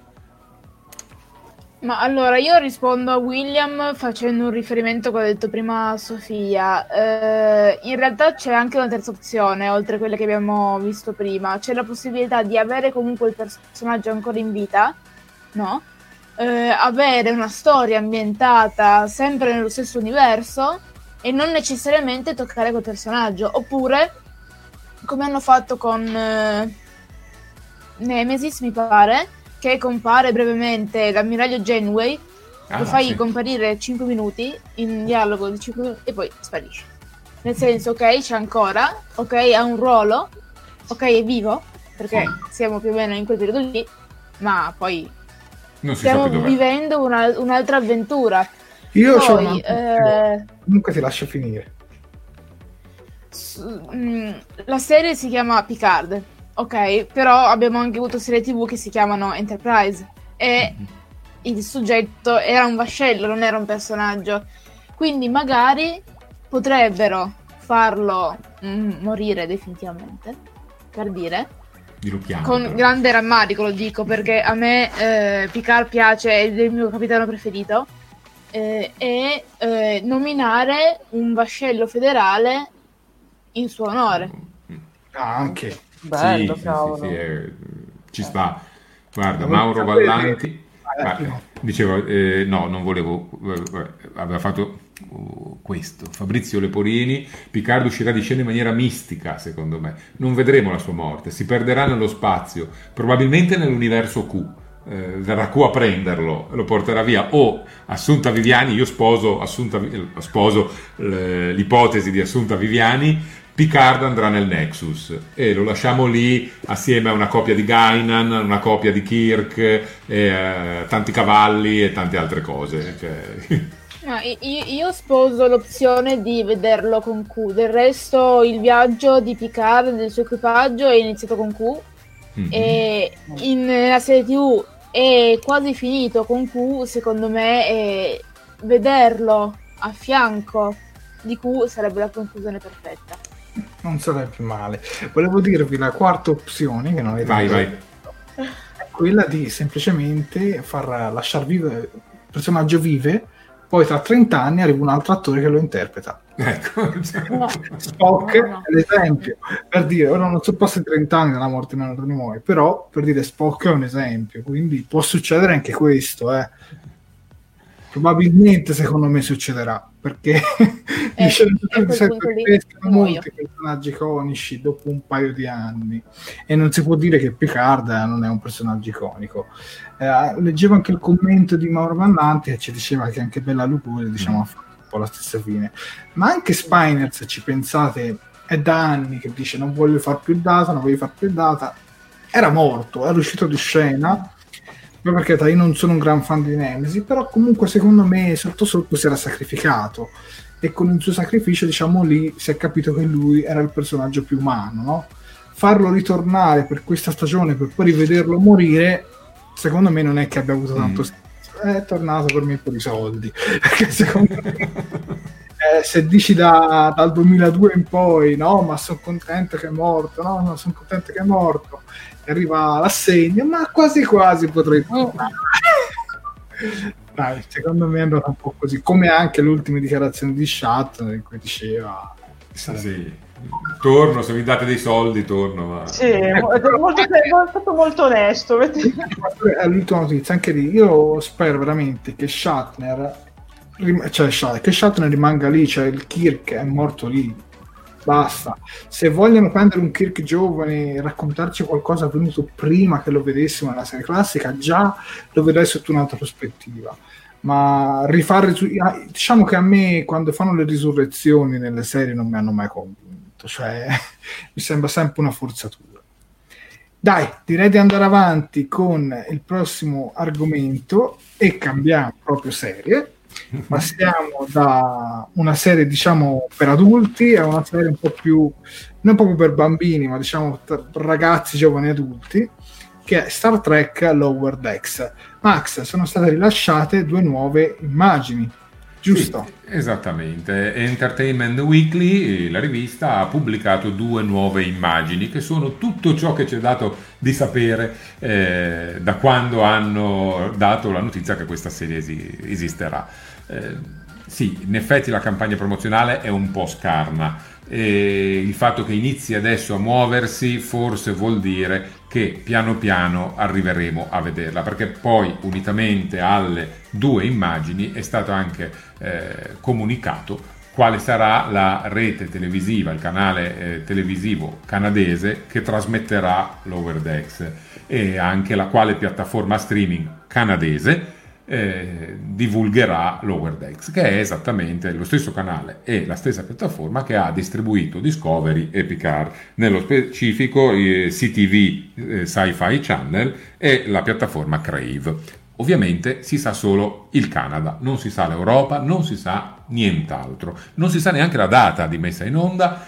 Ma allora io rispondo a William facendo un riferimento a quello che ha detto prima Sofia. In realtà c'è anche una terza opzione, oltre a quelle che abbiamo visto prima. C'è la possibilità di avere comunque il personaggio ancora in vita, no? Avere una storia ambientata sempre nello stesso universo e non necessariamente toccare quel personaggio. Oppure, come hanno fatto con Nemesis, mi pare, che compare brevemente l'ammiraglio Janeway, lo fai comparire 5 minuti in dialogo di 5 minuti e poi sparisce. Nel senso, ok, c'è ancora, ok, ha un ruolo, ok, è vivo, perché siamo più o meno in quel periodo lì, ma poi non si stiamo vivendo un'altra avventura. Io poi, comunque ti lascio finire. La serie si chiama Picard. Ok, però abbiamo anche avuto serie TV che si chiamano Enterprise e il soggetto era un vascello, non era un personaggio. Quindi magari potrebbero farlo morire definitivamente, per dire. Con grande rammarico lo dico, perché a me Picard piace, è il mio capitano preferito, e nominare un vascello federale in suo onore. Anche. Bello, sì, cavolo. Ci sta. Guarda, Mauro Vallanti dicevo, no, non volevo, aveva fatto questo. Fabrizio Leporini: Picard uscirà di scena in maniera mistica, secondo me. Non vedremo la sua morte, si perderà nello spazio, probabilmente nell'universo Q. verrà qua a prenderlo, lo porterà via, o Assunta Viviani, io sposo l'ipotesi di Assunta Viviani, Picard andrà nel Nexus e lo lasciamo lì assieme a una copia di Guinan, una copia di Kirk, tanti cavalli e tante altre cose. Io sposo l'opzione di vederlo con Q. Del resto il viaggio di Picard e del suo equipaggio è iniziato con Q, e nella serie TV è quasi finito con Q. Secondo me vederlo a fianco di Q sarebbe la conclusione perfetta. Non sarebbe male. Volevo dirvi la quarta opzione che non è vai. Quella di semplicemente far lasciar vivere il personaggio, vive, poi tra 30 anni arriva un altro attore che lo interpreta. Ecco. Spock è l'esempio, per dire, ora non sono passati 30 anni dalla morte di Leonard Nimoy, però per dire Spock è un esempio, quindi può succedere anche questo, probabilmente secondo me succederà, perché gli sceneggiatori di solito pescano molti personaggi iconici dopo un paio di anni, e non si può dire che Picard non è un personaggio iconico. Leggevo anche il commento di Mauro Vallanti che ci diceva che anche Bella Lugosi, diciamo, ha fatto un po' la stessa fine, ma anche Spiner, se ci pensate, è da anni che dice non voglio far più data, era morto, era uscito di scena. Perché io non sono un gran fan di Nemesis, però comunque secondo me sotto sotto si era sacrificato, e con il suo sacrificio, diciamo, lì si è capito che lui era il personaggio più umano, no? Farlo ritornare per questa stagione per poi rivederlo morire, secondo me non è che abbia avuto tanto senso. È tornato per me per i soldi, perché secondo me se dici dal 2002 in poi no, ma sono contento che è morto, no, sono contento che è morto, arriva l'assegno, ma quasi potrei dai, secondo me è andata un po' così, come anche l'ultima dichiarazione di Shatner in cui diceva sì, torno, se mi date dei soldi torno, ma... Sì, è stato molto onesto. L'ultima notizia, anche lì, io spero veramente che Shatner rimanga lì, cioè il Kirk è morto lì, basta. Se vogliono prendere un Kirk giovane e raccontarci qualcosa avvenuto prima che lo vedessimo nella serie classica, già lo vedrei sotto un'altra prospettiva, ma rifare diciamo che a me quando fanno le risurrezioni nelle serie non mi hanno mai convinto, cioè mi sembra sempre una forzatura. Dai, direi di andare avanti con il prossimo argomento e cambiamo proprio serie. Passiamo da una serie, diciamo, per adulti a una serie un po' più, non proprio per bambini, ma diciamo per ragazzi, giovani adulti, che è Star Trek Lower Decks. Max, sono state rilasciate 2 nuove immagini, giusto? Sì, esattamente. Entertainment Weekly, la rivista, ha pubblicato 2 nuove immagini che sono tutto ciò che ci è dato di sapere da quando hanno dato la notizia che questa serie esisterà. Sì, in effetti la campagna promozionale è un po' scarna, e il fatto che inizi adesso a muoversi forse vuol dire che piano piano arriveremo a vederla, perché poi unitamente alle 2 immagini è stato anche comunicato quale sarà la rete televisiva, il canale televisivo canadese che trasmetterà Lower Decks, e anche la quale piattaforma streaming canadese divulgherà Lower Decks, che è esattamente lo stesso canale e la stessa piattaforma che ha distribuito Discovery e Picard, nello specifico CTV Sci-Fi Channel e la piattaforma Crave. Ovviamente si sa solo il Canada, non si sa l'Europa, non si sa nient'altro, non si sa neanche la data di messa in onda,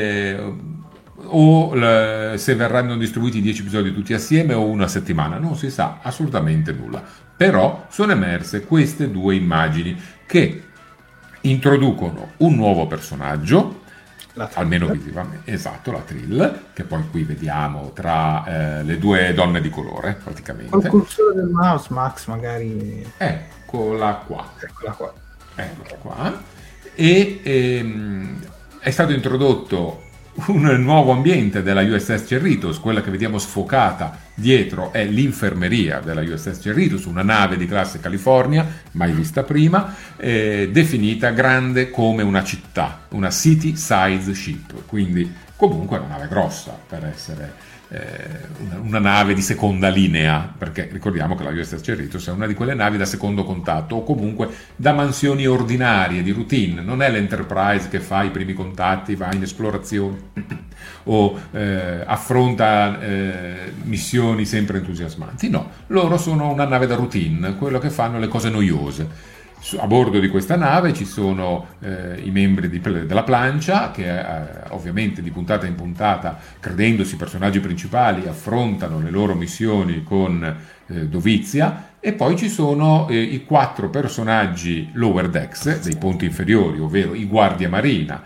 se verranno distribuiti 10 episodi tutti assieme o una settimana, non si sa assolutamente nulla. Però sono emerse queste 2 immagini che introducono un nuovo personaggio, almeno visivamente, esatto, la Trill, che poi qui vediamo tra le 2 donne di colore praticamente. Col cursore del mouse, Max, magari. Eccola qua. Eccola qua. E è stato introdotto un nuovo ambiente della USS Cerritos. Quella che vediamo sfocata dietro è l'infermeria della USS Cerritos, una nave di classe California, mai vista prima, definita grande come una città, una city size ship, quindi comunque una nave grossa per essere una nave di seconda linea, perché ricordiamo che la USS Cerritos è una di quelle navi da secondo contatto, o comunque da mansioni ordinarie, di routine. Non è l'Enterprise che fa i primi contatti, va in esplorazione o affronta missioni sempre entusiasmanti. No, loro sono una nave da routine, quello che fanno le cose noiose. A bordo di questa nave ci sono i membri della plancia che ovviamente di puntata in puntata, credendosi personaggi principali, affrontano le loro missioni con dovizia, e poi ci sono i 4 personaggi lower decks, dei ponti inferiori, ovvero i guardia marina,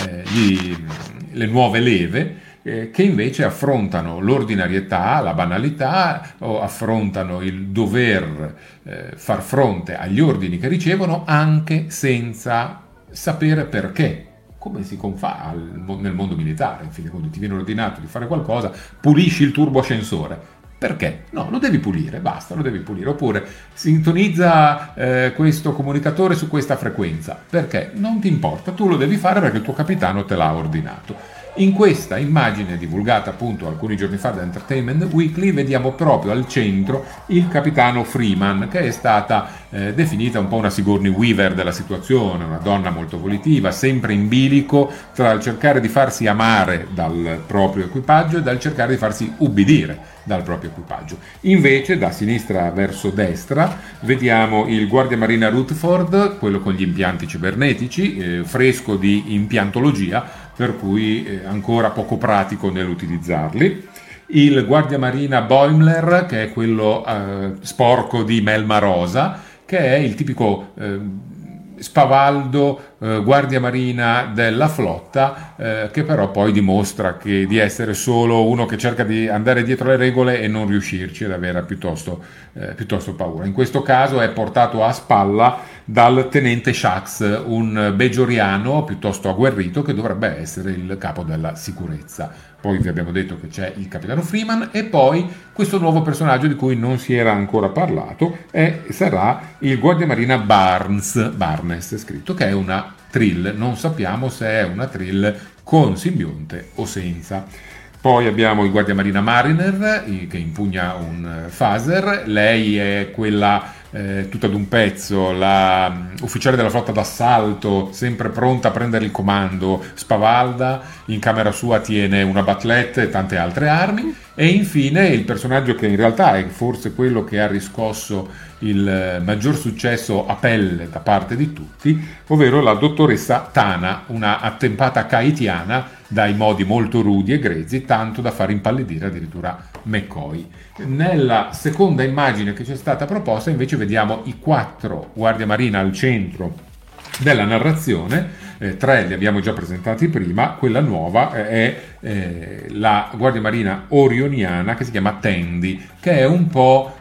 le nuove leve, che invece affrontano l'ordinarietà, la banalità, o affrontano il dover far fronte agli ordini che ricevono anche senza sapere perché, come si fa nel mondo militare. In fin dei conti ti viene ordinato di fare qualcosa, pulisci il turboascensore. Perché? No, lo devi pulire, basta, lo devi pulire. Oppure sintonizza questo comunicatore su questa frequenza. Perché? Non ti importa, tu lo devi fare perché il tuo capitano te l'ha ordinato. In questa immagine divulgata appunto alcuni giorni fa da Entertainment Weekly vediamo proprio al centro il capitano Freeman, che è stata definita un po' una Sigourney Weaver della situazione, una donna molto volitiva, sempre in bilico tra il cercare di farsi amare dal proprio equipaggio e dal cercare di farsi ubbidire dal proprio equipaggio. Invece da sinistra verso destra vediamo il guardia marina Rutherford, quello con gli impianti cibernetici, fresco di impiantologia, per cui ancora poco pratico nell'utilizzarli. Il guardia marina Boimler, che è quello sporco di Melma Rosa, che è il tipico spavaldo guardia marina della flotta, che però poi dimostra di essere solo uno che cerca di andare dietro le regole e non riuscirci, ed avere piuttosto paura. In questo caso è portato a spalla dal tenente Shax, un bejoriano piuttosto agguerrito che dovrebbe essere il capo della sicurezza. Poi vi abbiamo detto che c'è il capitano Freeman, e poi questo nuovo personaggio di cui non si era ancora parlato sarà il guardia marina Barnes è scritto, che è una Trill. Non sappiamo se è una Trill con simbionte o senza. Poi abbiamo il guardia marina Mariner, che impugna un phaser. Lei è quella tutta d'un pezzo, la ufficiale della flotta d'assalto, sempre pronta a prendere il comando, spavalda, in camera sua tiene una batlette e tante altre armi. E infine il personaggio che in realtà è forse quello che ha riscosso il maggior successo a pelle da parte di tutti, ovvero la dottoressa Tana, una attempata kaitiana dai modi molto rudi e grezzi, tanto da far impallidire addirittura McCoy. Nella seconda immagine che ci è stata proposta invece vediamo i 4 guardia marina al centro della narrazione. 3 li abbiamo già presentati prima. Quella nuova è la guardia marina orioniana, che si chiama Tandy, che è un po'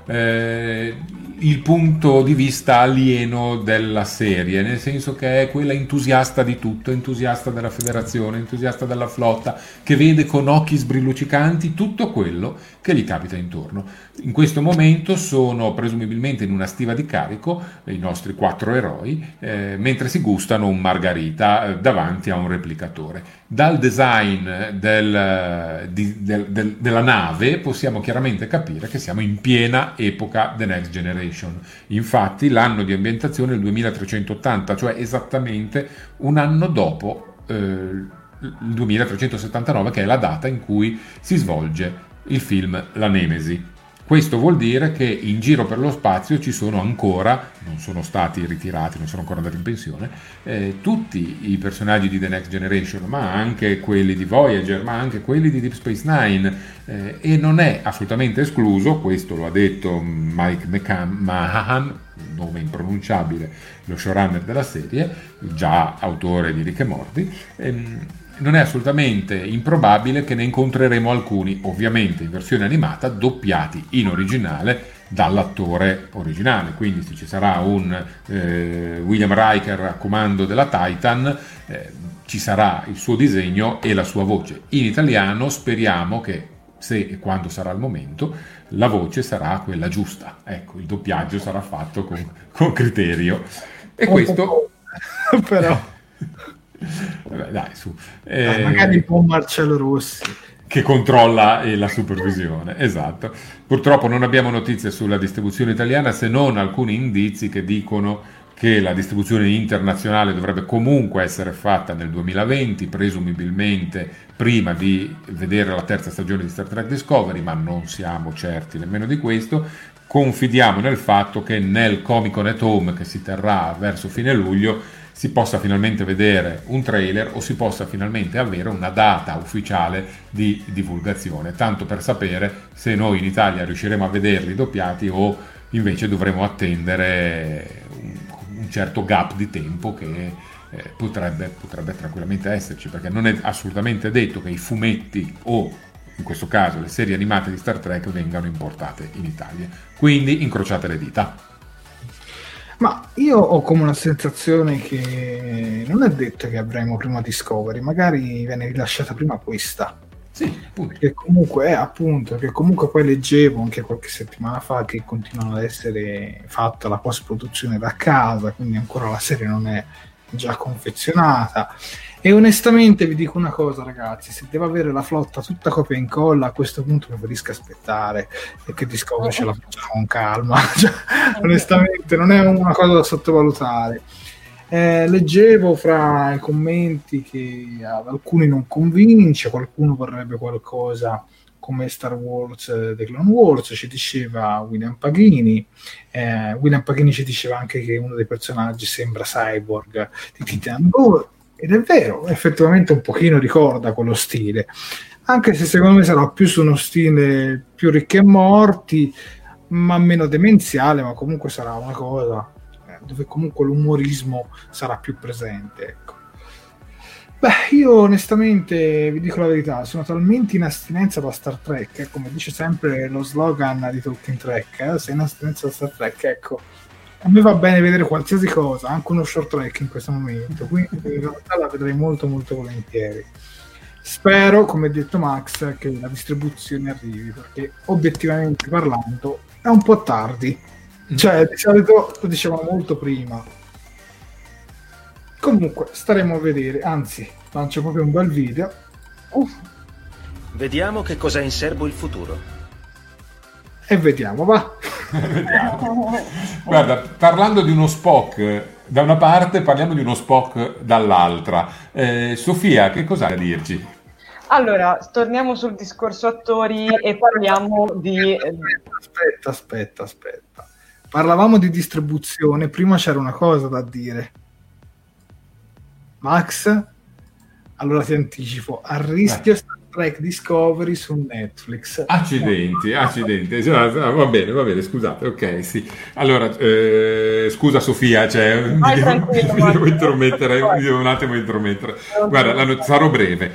il punto di vista alieno della serie, nel senso che è quella entusiasta di tutto, entusiasta della federazione, entusiasta della flotta, che vede con occhi sbrilluccicanti tutto quello che gli capita intorno. In questo momento sono presumibilmente in una stiva di carico i nostri 4 eroi, mentre si gustano un margarita davanti a un replicatore. Dal design della nave possiamo chiaramente capire che siamo in piena epoca The Next Generation. Infatti l'anno di ambientazione è il 2380, cioè esattamente un anno dopo il 2379, che è la data in cui si svolge il film La Nemesi. Questo vuol dire che in giro per lo spazio ci sono ancora, non sono stati ritirati, non sono ancora andati in pensione, tutti i personaggi di The Next Generation, ma anche quelli di Voyager, ma anche quelli di Deep Space Nine, e non è assolutamente escluso, questo lo ha detto Mike Mahan, nome impronunciabile, lo showrunner della serie, già autore di Rick e Morty, non è assolutamente improbabile che ne incontreremo alcuni, ovviamente in versione animata, doppiati in originale dall'attore originale. Quindi se ci sarà un William Riker a comando della Titan, ci sarà il suo disegno e la sua voce. In italiano speriamo che, se e quando sarà il momento, la voce sarà quella giusta. Ecco, il doppiaggio sarà fatto con criterio. E questo... però... Vabbè, dai, su. Magari un po' Marcello Rossi. che controlla la supervisione. Esatto. Purtroppo non abbiamo notizie sulla distribuzione italiana, se non alcuni indizi che dicono che la distribuzione internazionale dovrebbe comunque essere fatta nel 2020, presumibilmente prima di vedere la terza stagione di Star Trek Discovery, ma non siamo certi nemmeno di questo. Confidiamo nel fatto che nel Comic Con at Home, che si terrà verso fine luglio, si possa finalmente vedere un trailer o si possa finalmente avere una data ufficiale di divulgazione, tanto per sapere se noi in Italia riusciremo a vederli doppiati o invece dovremo attendere un certo gap di tempo che potrebbe tranquillamente esserci, perché non è assolutamente detto che i fumetti o in questo caso le serie animate di Star Trek vengano importate in Italia. Quindi incrociate le dita. Ma io ho come una sensazione che non è detto che avremo prima Discovery, magari viene rilasciata prima questa. Sì, appunto. Che comunque appunto, che comunque poi leggevo anche qualche settimana fa che continuano ad essere fatta la post-produzione da casa, quindi ancora la serie non è già confezionata. E onestamente vi dico una cosa, ragazzi, se devo avere la flotta tutta copia e incolla, a questo punto preferisco aspettare e che Discovery ce la faccia con calma. Cioè, onestamente non è una cosa da sottovalutare. Leggevo fra i commenti che ad alcuni non convince, qualcuno vorrebbe qualcosa come Star Wars The Clone Wars, ci diceva William Paghini. William Paghini ci diceva anche che uno dei personaggi sembra Cyborg di Titan Ball, ed è vero, effettivamente un pochino ricorda quello stile, anche se secondo me sarà più su uno stile più Ricchi e Morti, ma meno demenziale, ma comunque sarà una cosa dove comunque l'umorismo sarà più presente, ecco. Beh, io onestamente vi dico la verità, sono talmente in astinenza da Star Trek, come dice sempre lo slogan di Talking Trek, sei in astinenza da Star Trek, ecco, a me va bene vedere qualsiasi cosa, anche uno short track in questo momento, quindi in realtà la vedrei molto molto volentieri. Spero, come ha detto Max, che la distribuzione arrivi, perché obiettivamente parlando è un po' tardi, cioè di solito lo dicevamo molto prima. Comunque staremo a vedere, anzi lancio proprio un bel video. Vediamo che cosa ha in serbo il futuro. E vediamo, va. Guarda, parlando di uno Spock da una parte, parliamo di uno Spock dall'altra. Sofia, che cosa hai da dirci? Allora, torniamo sul discorso attori e parliamo di... Aspetta. Parlavamo di distribuzione, prima c'era una cosa da dire. Max, allora ti anticipo, a rischio Star Trek Discovery su Netflix. Accidenti. Va bene, scusate, ok, sì. Allora, scusa Sofia, cioè, mi devo un attimo intromettere. Guarda, sarò breve.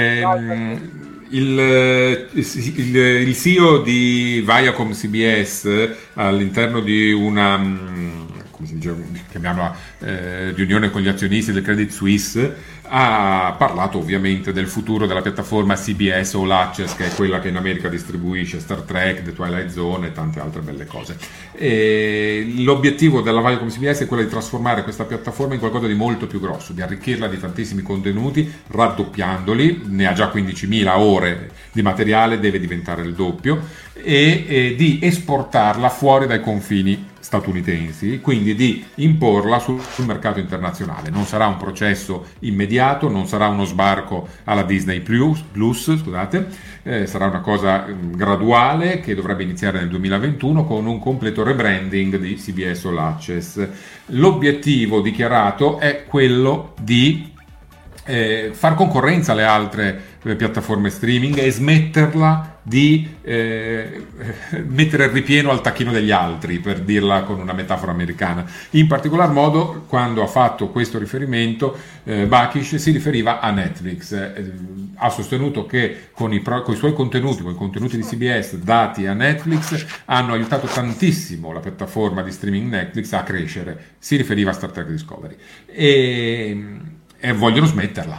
Il CEO di Viacom CBS all'interno di una come si dice, chiamiamola riunione con gli azionisti del Credit Suisse, ha parlato ovviamente del futuro della piattaforma CBS All Access, che è quella che in America distribuisce Star Trek, The Twilight Zone e tante altre belle cose. E l'obiettivo della Viacom CBS è quello di trasformare questa piattaforma in qualcosa di molto più grosso, di arricchirla di tantissimi contenuti, raddoppiandoli, ne ha già 15.000 ore di materiale, deve diventare il doppio, e di esportarla fuori dai confini statunitensi, quindi di imporla sul mercato internazionale. Non sarà un processo immediato, non sarà uno sbarco alla Disney Plus, scusate, sarà una cosa graduale che dovrebbe iniziare nel 2021 con un completo rebranding di CBS All Access. L'obiettivo dichiarato è quello di far concorrenza alle altre piattaforme streaming e smetterla di mettere il ripieno al tacchino degli altri, per dirla con una metafora americana. In particolar modo, quando ha fatto questo riferimento, Bakish si riferiva a Netflix. Ha sostenuto che con i suoi contenuti, con i contenuti di CBS dati a Netflix, hanno aiutato tantissimo la piattaforma di streaming Netflix a crescere. Si riferiva a Star Trek Discovery e vogliono smetterla.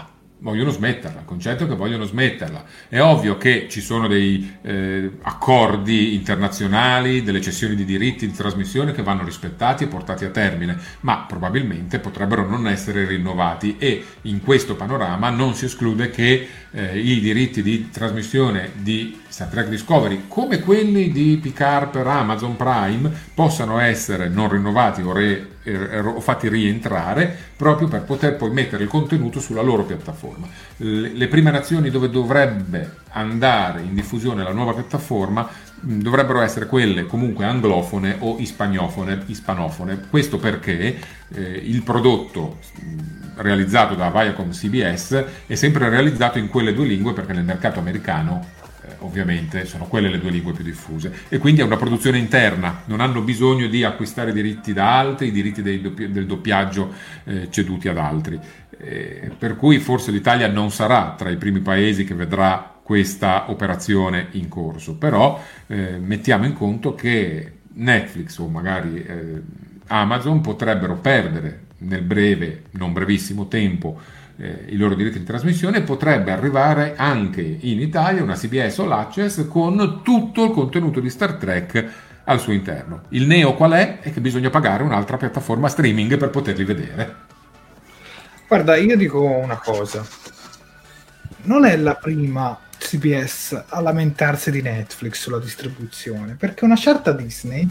vogliono smetterla, il concetto è che vogliono smetterla. È ovvio che ci sono dei accordi internazionali, delle cessioni di diritti di trasmissione che vanno rispettati e portati a termine, ma probabilmente potrebbero non essere rinnovati, e in questo panorama non si esclude che i diritti di trasmissione di Star Trek Discovery, come quelli di Picard per Amazon Prime, possano essere non rinnovati o fatti rientrare, proprio per poter poi mettere il contenuto sulla loro piattaforma. Le prime nazioni dove dovrebbe andare in diffusione la nuova piattaforma dovrebbero essere quelle comunque anglofone o ispanofone. Questo perché il prodotto realizzato da Viacom CBS è sempre realizzato in quelle due lingue, perché nel mercato americano ovviamente sono quelle le due lingue più diffuse, e quindi è una produzione interna, non hanno bisogno di acquistare diritti da altri, i diritti del doppiaggio ceduti ad altri, per cui forse l'Italia non sarà tra i primi paesi che vedrà questa operazione in corso, però mettiamo in conto che Netflix o magari Amazon potrebbero perdere nel breve, non brevissimo tempo i loro diritti di trasmissione, e potrebbe arrivare anche in Italia una CBS All Access con tutto il contenuto di Star Trek al suo interno. Il neo qual è? È che bisogna pagare un'altra piattaforma streaming per poterli vedere. Guarda, io dico una cosa, non è la prima CBS a lamentarsi di Netflix sulla distribuzione, perché una certa Disney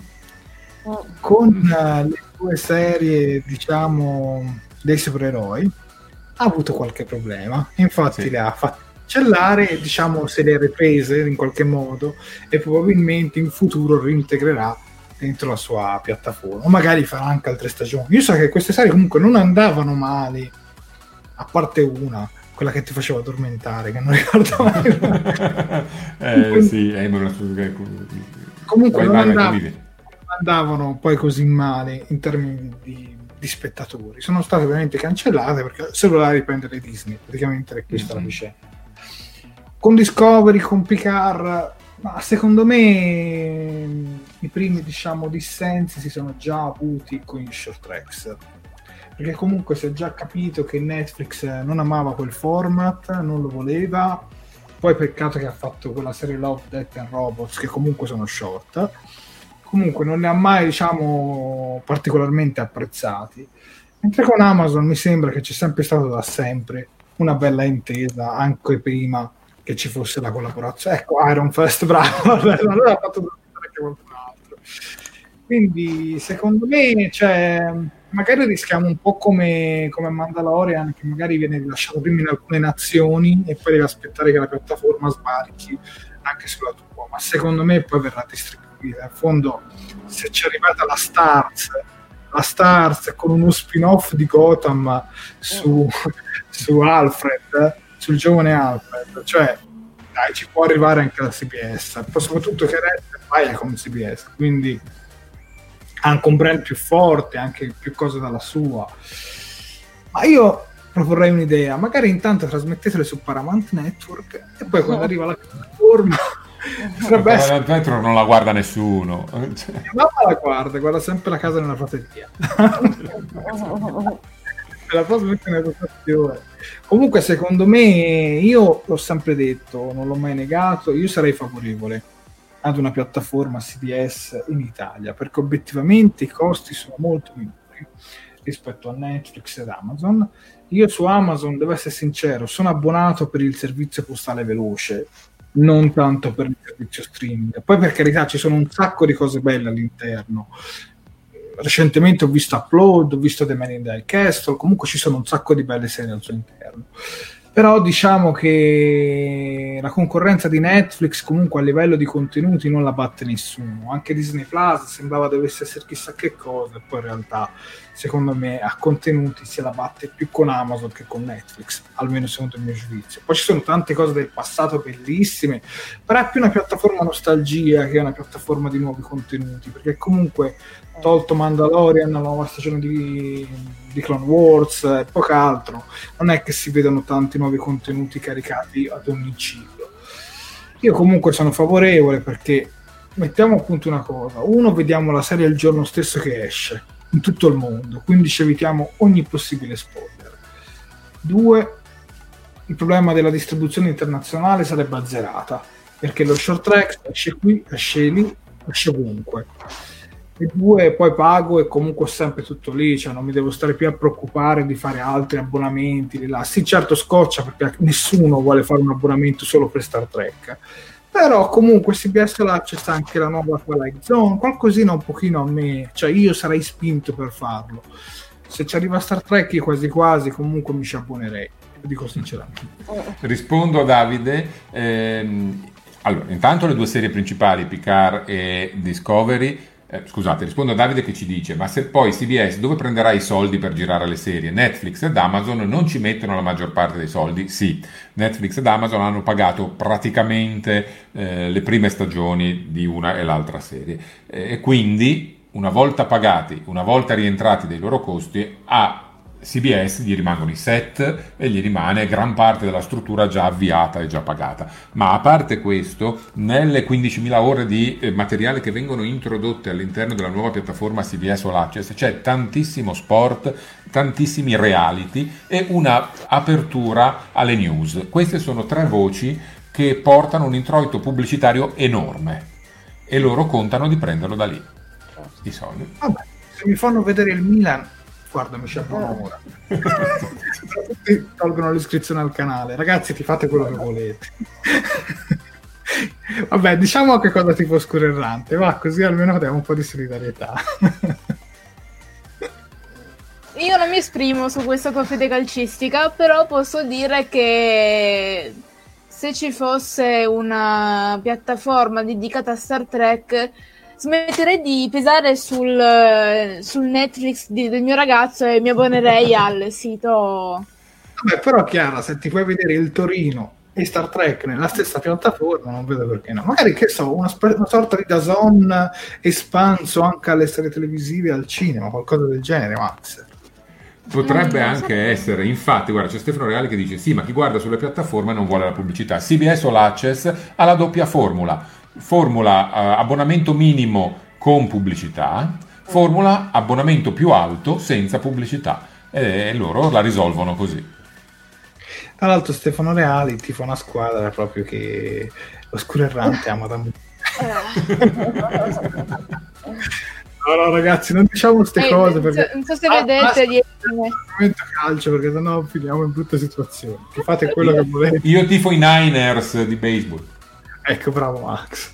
con le due serie, diciamo, dei supereroi ha avuto qualche problema, infatti sì, le ha fatte cancellare, diciamo, se le ha riprese in qualche modo, e probabilmente in futuro reintegrerà dentro la sua piattaforma, o magari farà anche altre stagioni. Io so che queste serie comunque non andavano male, a parte una, quella che ti faceva addormentare, che non ricordo mai. Sì, comunque non andavano poi così male in termini di spettatori, sono state ovviamente cancellate perché se voleva riprendere Disney, praticamente è questa la vicenda. Con Discovery, con Picard, ma secondo me i primi, diciamo, dissensi si sono già avuti con i short tracks, perché comunque si è già capito che Netflix non amava quel format, non lo voleva. Poi peccato che ha fatto quella serie Love, Death and Robots, che comunque sono short, comunque non ne ha mai, diciamo, particolarmente apprezzati. Mentre con Amazon mi sembra che c'è sempre stato da sempre una bella intesa, anche prima che ci fosse la collaborazione. Ecco, Iron Fist, bravo, allora ha fatto anche qualcun altro. Quindi secondo me, cioè, magari rischiamo un po' come Mandalorian, che magari viene rilasciato prima in alcune nazioni e poi devi aspettare che la piattaforma sbarchi anche sulla tua, ma secondo me poi verrà distribuita. In fondo, se ci è arrivata la Stars con uno spin-off di Gotham su Alfred, sul giovane Alfred, cioè dai, ci può arrivare anche la CBS, poi soprattutto che vai con CBS, quindi anche un brand più forte, anche più cose dalla sua. Ma io proporrei un'idea, magari intanto trasmettetele su Paramount Network e poi quando arriva la piattaforma Petro non la guarda nessuno. Mia mamma la guarda sempre la casa nella prateria. La trasmette nella rotazione. Comunque secondo me, io l'ho sempre detto, non l'ho mai negato, io sarei favorevole ad una piattaforma CBS in Italia, perché obiettivamente i costi sono molto minori rispetto a Netflix ed Amazon. Io su Amazon, devo essere sincero, sono abbonato per il servizio postale veloce, non tanto per il servizio streaming. Poi per carità ci sono un sacco di cose belle all'interno. Recentemente ho visto Upload, ho visto The Man in the High Castle, comunque ci sono un sacco di belle serie al suo interno. Però diciamo che la concorrenza di Netflix comunque a livello di contenuti non la batte nessuno. Anche Disney Plus sembrava dovesse essere chissà che cosa, e poi in realtà secondo me a contenuti se la batte più con Amazon che con Netflix, almeno secondo il mio giudizio. Poi ci sono tante cose del passato bellissime, però è più una piattaforma nostalgia che una piattaforma di nuovi contenuti, perché comunque tolto Mandalorian, la nuova stagione di Clone Wars e poco altro, non è che si vedono tanti nuovi contenuti caricati ad ogni ciclo. Io comunque sono favorevole, perché mettiamo appunto una cosa: uno, vediamo la serie il giorno stesso che esce in tutto il mondo, quindi ci evitiamo ogni possibile spoiler. Due, il problema della distribuzione internazionale sarebbe azzerata, perché lo short track esce qui, esce lì, esce ovunque. E 2, poi pago e comunque è sempre tutto lì, cioè non mi devo stare più a preoccupare di fare altri abbonamenti di là. Sì, certo scoccia perché nessuno vuole fare un abbonamento solo per Star Trek, però comunque CBS là c'è anche la nuova Twilight Zone, qualcosina un pochino a me, cioè io sarei spinto per farlo. Se ci arriva Star Trek io quasi quasi comunque mi ci abbonerei, lo dico sinceramente. Rispondo a Davide. Allora, intanto le 2 serie principali, Picard e Discovery. Scusate, rispondo a Davide che ci dice: ma se poi CBS dove prenderà i soldi per girare le serie? Netflix ed Amazon non ci mettono la maggior parte dei soldi? Sì, Netflix ed Amazon hanno pagato praticamente le prime stagioni di una e l'altra serie, e quindi una volta pagati, una volta rientrati dei loro costi, a CBS gli rimangono i set e gli rimane gran parte della struttura già avviata e già pagata. Ma a parte questo, nelle 15.000 ore di materiale che vengono introdotte all'interno della nuova piattaforma CBS All Access c'è tantissimo sport, tantissimi reality e una apertura alle news. Queste sono 3 voci che portano un introito pubblicitario enorme e loro contano di prenderlo da lì, i soldi. Vabbè, se mi fanno vedere il Milan, guarda, mi ci abbono ora. Tutti tolgono l'iscrizione al canale. Ragazzi, ti fate quello che volete. Vabbè, diciamo che cosa tipo Oscuro Errante, va, così almeno diamo un po' di solidarietà. Io non mi esprimo su questa tua fede calcistica, però posso dire che se ci fosse una piattaforma dedicata a Star Trek, smetterei di pesare sul Netflix del mio ragazzo e mi abbonerei al sito. Vabbè, però Chiara, se ti puoi vedere il Torino e Star Trek nella stessa piattaforma, non vedo perché no. Magari, che so, una sorta di DAZN espanso anche alle serie televisive, al cinema, qualcosa del genere, Max. Potrebbe anche essere, infatti, guarda, c'è Stefano Reali che dice: sì, ma chi guarda sulle piattaforme non vuole la pubblicità. CBS All Access ha la doppia formula, abbonamento minimo con pubblicità, formula abbonamento più alto senza pubblicità, e loro la risolvono così. Tra l'altro Stefano Reali tifa una squadra proprio che Oscuro Errante ama da No, ragazzi, non diciamo queste cose perché non so se vedete momento calcio, perché sennò finiamo in brutte situazioni. Fate quello che volete. Io tifo i Niners di baseball. Ecco, bravo Max.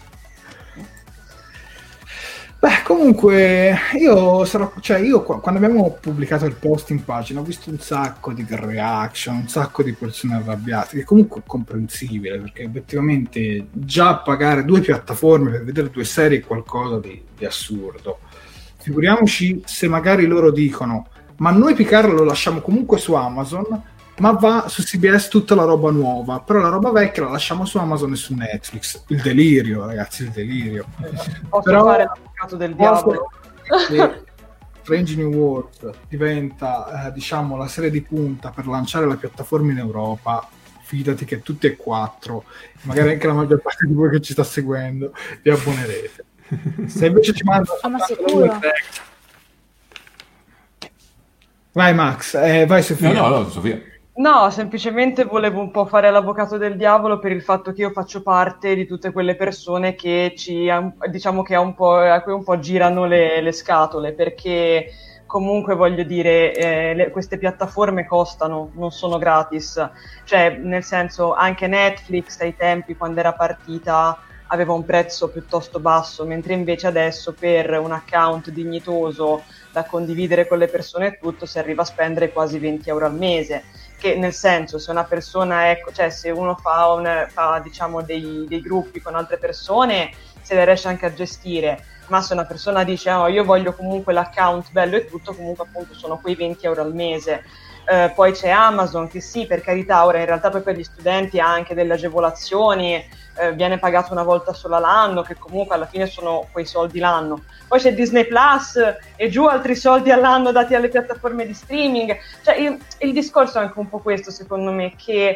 Beh, comunque io quando abbiamo pubblicato il post in pagina ho visto un sacco di reaction, un sacco di persone arrabbiate, che comunque è comprensibile, perché effettivamente già pagare 2 piattaforme per vedere 2 serie è qualcosa di assurdo. Figuriamoci se magari loro dicono: ma noi Picard lo lasciamo comunque su Amazon, ma va su CBS tutta la roba nuova, però la roba vecchia la lasciamo su Amazon e su Netflix. Il delirio, ragazzi, il delirio. Posso però fare l'avvocato del diavolo? Strange New World diventa diciamo la serie di punta per lanciare la piattaforma in Europa, fidati che tutti e 4, magari anche la maggior parte di voi che ci sta seguendo, vi abbonerete. Se invece ci manda vai Max, vai Sofia. No, Sofia. No, semplicemente volevo un po' fare l'avvocato del diavolo per il fatto che io faccio parte di tutte quelle persone che diciamo che a cui un po' girano le scatole, perché comunque voglio dire, queste piattaforme costano, non sono gratis, cioè nel senso anche Netflix ai tempi quando era partita aveva un prezzo piuttosto basso, mentre invece adesso per un account dignitoso da condividere con le persone e tutto si arriva a spendere quasi 20 euro al mese, che nel senso se una persona, cioè se uno fa diciamo dei gruppi con altre persone se le riesce anche a gestire, ma se una persona dice io voglio comunque l'account bello e tutto, comunque appunto sono quei 20 euro al mese. Poi c'è Amazon che sì, per carità, ora in realtà poi per gli studenti ha anche delle agevolazioni, viene pagato una volta sola l'anno, che comunque alla fine sono quei soldi l'anno. Poi c'è Disney Plus e giù altri soldi all'anno dati alle piattaforme di streaming, cioè il discorso è anche un po' questo secondo me, che